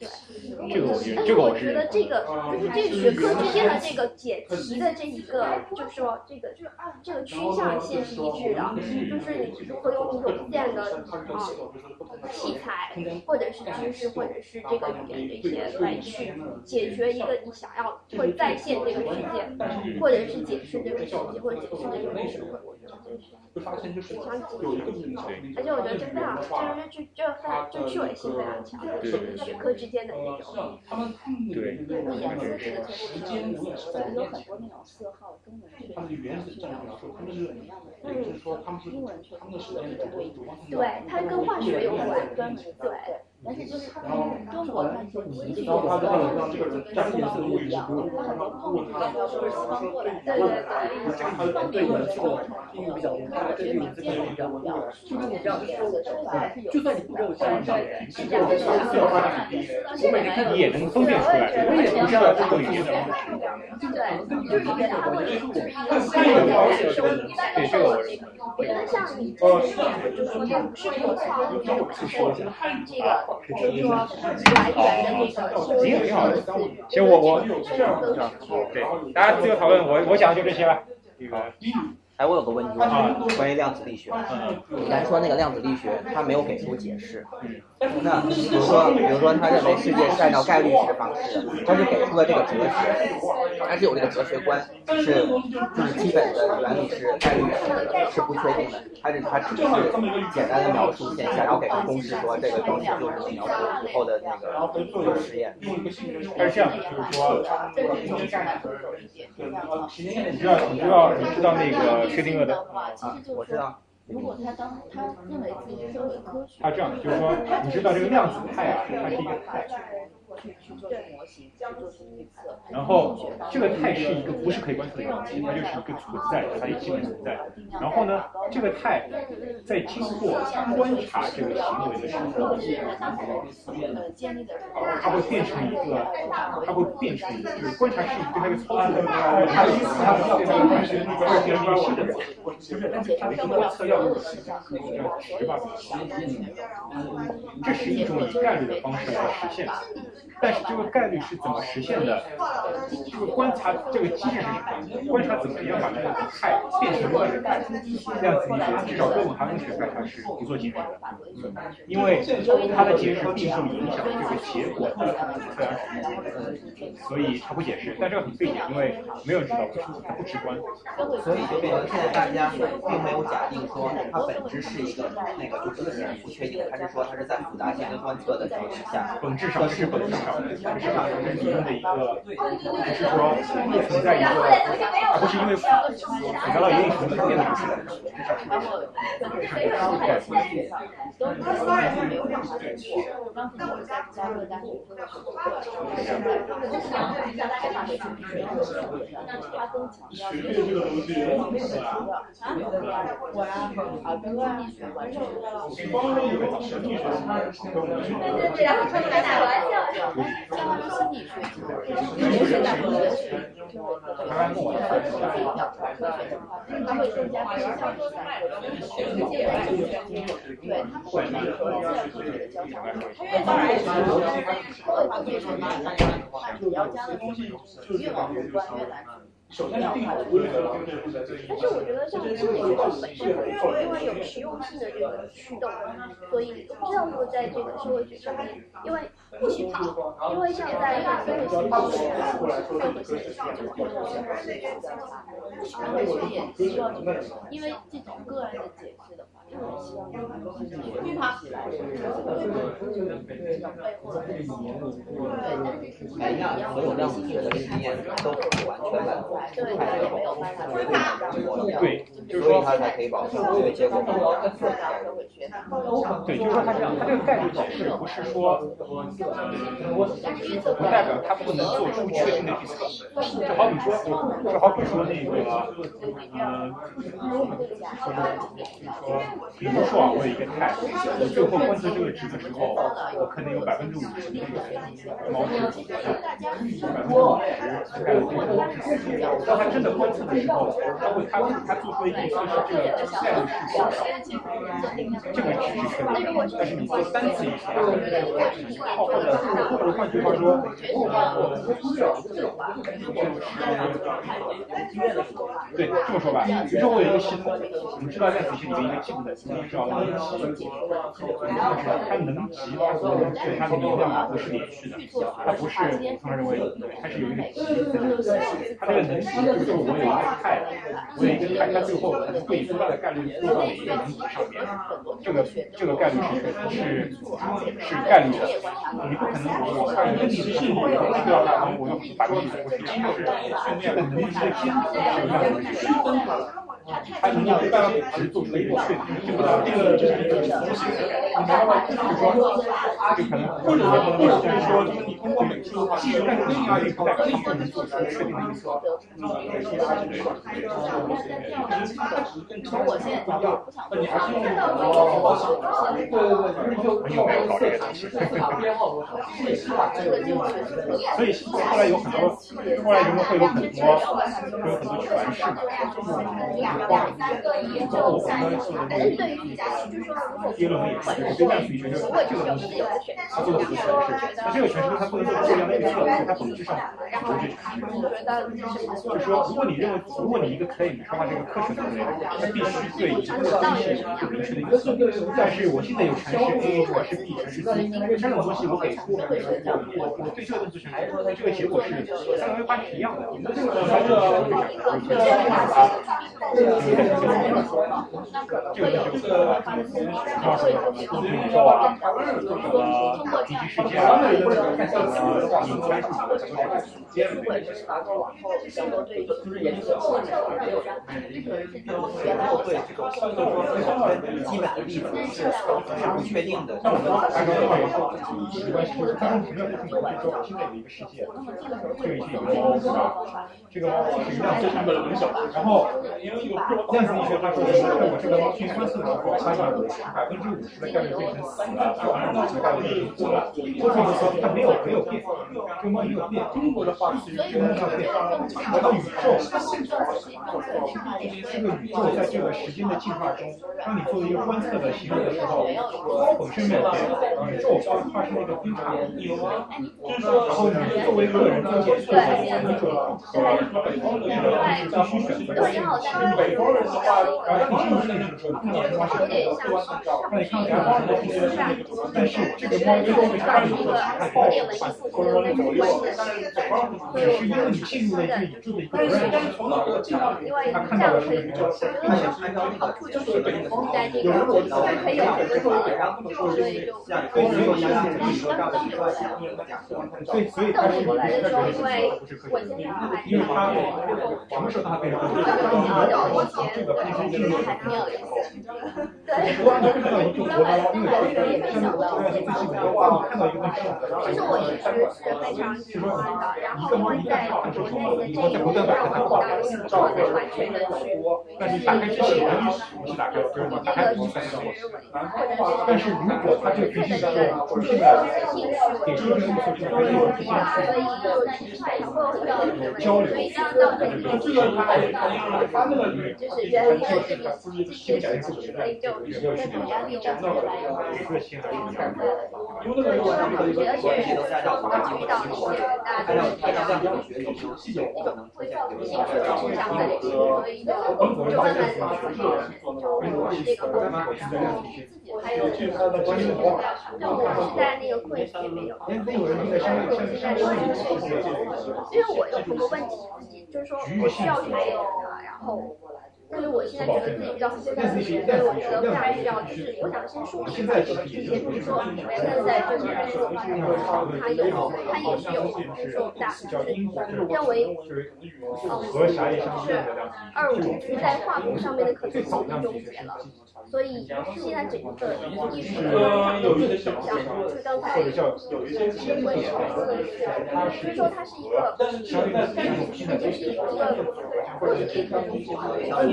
对，
这个我觉得，
但
这个我
我觉得这个就是这个学科之间的这个解题的这一个，就是说这个这个趋向性是一致的，就是你如何用有限的啊器材，或者是知识，或者是这个语言这些来去解决一个你想要或者再现这个世界，或者是解释这个世界，或者解释这个故事，我觉得这是非常紧密的。而且我觉得这非常就是就就非常就趣味性非常强的这个学科之间的那种。
对，
颜色是个特别有有很多那种色号中文是
他们的原始证描述，他们是就是说他们是他们的时间是
对，它跟化学有关，
专门的对。但是就是中国它就你
知道他这个让这个人占颜色的位置，
它很多碰不到都是西方过来的，
对对对，
它的对你这个地域比较多，它这个这个比较多，就是你这样说的手法，就算你不够相信，是这样的，
我每天你也能分辨出来，我也不知道这个语言怎么回事。
对，就是觉得他会就是一个新的感受，但是我我觉得像你这个就是说它不是口腔这种感受，这个就是说来源的那个说颜色的词语。
行，我我对，大家自由讨论，我我讲的就这些了。这个。
哎，我有个问题，关于量子力学。你刚才说那个量子力学，它没有给出解释。那比如说，比如说，他认为世界是按照概率式方式的，他是给出了这个哲学，他是有这个哲学观，是就是基本的原理是概率是是不确定的，他是他只是简单的描述现象，然后给个公式说这个东西就是描述以后的那个实验。
它是这样的，就是说，你知道你知道你知道那个薛定谔的
啊，
我知道。
如果他当他认为自己是社会科学，
他这样的就是说，你知道这个量子态啊，它是一个态。
去去做模型，去做出预测。
然后这个态是一个不是可以观测的东西，它就是一个存在，它也基本存在。然后呢，这个态在经过观察这个行为的时候，它会变成一个，它会变成一个，就是观察是一个对它的操作，它的意思，它对它的观察那个二点零七的，不是，但是它一个观测要有时叫值吧，这是一种以概率的方式来实现的。但是这个概率是怎么实现的？这个观察这个机制是什么？观察怎么样把这个态变成另一个态？这样子你说至少对我们航天学派它是不做解释的，因为它的解释并不影响这个结果的自然属性，所以它不解释。但这个很费解，因为没有人知道为什么，它不直观。
所以就变成现在大家并没有假定说它本质是一个那个就是不确定的，还是说它是在复杂性跟观测的情况下，
本质上是本质上。本质上是理论的一个，就是说存在一个，而不是因为复杂到一定程度变得不是本质上是本质上是概率。
都是没有办法通过，当时我在加入大学做的时候，我想让大家大学去学的时候，他更强调学这个东西，没有强调啊，我呀啊，跟经济学完全是光是有神秘学，对对对，然后他们来打玩笑。相当于心理学，就是现代科学，就会特别相信它的自己表达科学的话，它会更加偏向于在世界的科学，对，它不会和自然科学的交叉。它越当然是它会特别是它只要加的东西越往宏观越难。量化的，
但是我觉得像心理学它本身因为有实用性的这个驱动，所以不知道说在这个社会学上面，因为不许跑，因为像在社会学方面，社会学这个或者是社会学也希望就是因为这种个案的解释的话，因为希望就是起来是背后的背后对，但是实际上你要
所有量子学的实验都不是完全满足。
对，它也没有办法
绝对的，
对，就是
说它才可以保证这个结果不好。
对，就是说它这样，它这个概率解释不是说，不代表它不能做出确定的预测。就好比说，就好比说那个，呃，说
比如说啊，我有一个态，我最后观测这个值的时候，我可能有百分之五十的这个猫是主的，百分之五十概率这个猫是死的。当他真的观测的时候，他会他他做出一个测试，这个概率是多少？这个只是确定，但是你做三次以上，或者或者换句话说，对，这么说吧，比如说我有一个系统，我们知道量子系里面一个基本的东西叫能级，它能级，它是它的能量不是连续的，它不是我常认为，它是有一个级在那里，它这个能级就是说我有一个态，我有一个态，它最后会以多大的概率落到一个能级上面，这个这个概率是是是概率的，你不可能我我看一个历史是我知道它，我用百分之五十，这个这个能级的基础是有量子系统。它能够办法只做出一个确定，这个这个这是一个模型的概念，你知道吗？就是说，这可能或者或者就是说，就是你通过每次的话，其实但是另外一个代表另一个能做出确定的预测。
从我现在不要，
你还是用对对对，就靠测试打编号多少，这个就所以后来有很多，后来人们会有很多会有很多诠释嘛。
两三个亿就三亿，但是对于就是说，如果
结论也是，对量子力学就是这个东西，它做的是诠释，那这个诠释它不能做质量的预测，所以它本质上不是就是说，如果你认为，如果你一个 claim 说它是一个科学的 claim，它必须对一个东西有明确的预测。但是我现在有阐释 A 或者是 B 阐释 C， 这种东西我给出，我我对这个东西是这个结果是三个维八是一样的。这个就是告诉你们，宇宙啊，什么地球世界啊，呃，隐参数什么的，
对这种基本的例子是不确定的。
按照这个说，没关系，就是它从没有不可能宇宙现在有一个世界，这个是有个猫，对吧？这个猫是一个量子力学，然后量子力学它说的是，我这个猫去观测的时候，它把百分之五十的概率变成死了，百分之五十的概率变成活了。或者说它没有没有变，这个猫没有变。中国的话是这个猫变，而到宇宙，这个宇宙在这个时间的进化中，当你做一个观测的行为的时候，它本身没有变，宇宙它它是那个非常有，就是说，然后你作为个人中间做一种和北方的这个是必须选择的，是北方人的话，然后你进入那个时候，你情况是没有做参照，那你看北方人的这些，但是这个猫最后是看你说它报换或者说那种六，只是因为你进入了一个宇宙的一个认识，他看到的是宇宙，他想按照那个就是北方有人我知道可以有这个，然后说是像所以所以像你说这样的一个所以所以他是他觉得因为因为他什么时候他变成这个变成进入的时候，对，我看到一个国家，因为现在最基本的话，看到一个东西，
其实我一直是非常喜欢的，然后因为在国内的这一部分我当时做的完全的是，
但是打开之前，我是打开就是打开第三张，但是如果它这个培训当中出现了给出这个数据，还是有这样
所以就还会有很多的
交流，
这个他这个就是人跟这个其实是可以就跟同样力争出来的。
一个心还是一样的，
因为我而且而且遇到一些大家就是这样一种会造成性质上上的一些，所以就就慢慢的去就这个方法，然后还有就是像我是在那个 quiz 里面有，然后我现在是因为我有很多问题自己就是说我需要去问他，然后。但是我现在觉得自己比较复杂，所以我觉得非常需要，就是我想先说明这些，比如说人们在这个说法的时候，它有它也是有，就是说大认为
和狭义相
是二五在画布上面的可能性被终结了。所以现在整个艺术的有一个想象，就是刚才有一些新闻说的是，所以说它是一个，但是但是就是一个或者一个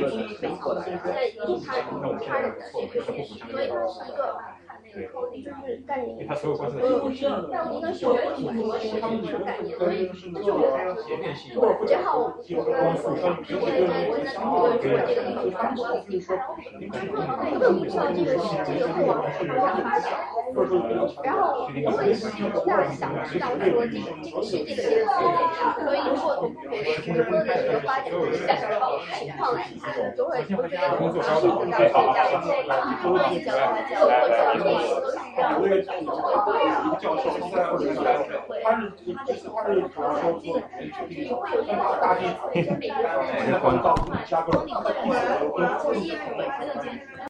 是非常的在影响他人的这个学习，所以它是一个就是概念，所有的学习模式的一个概念，所以对我来说，也好，我跟我在我在做这个艺术传播里面，根本不知道这个是这个会往什么方向发展，然后我会是这样想，知道说这个这个世界的这个氛围，所以如果从整个的这个发展的下情况来看，就会我觉得我是比较这样的，从另一角度来讲，我觉得这个都是这样的，
教授现在或者是他是他是他是主要说做大地，但是关到加个。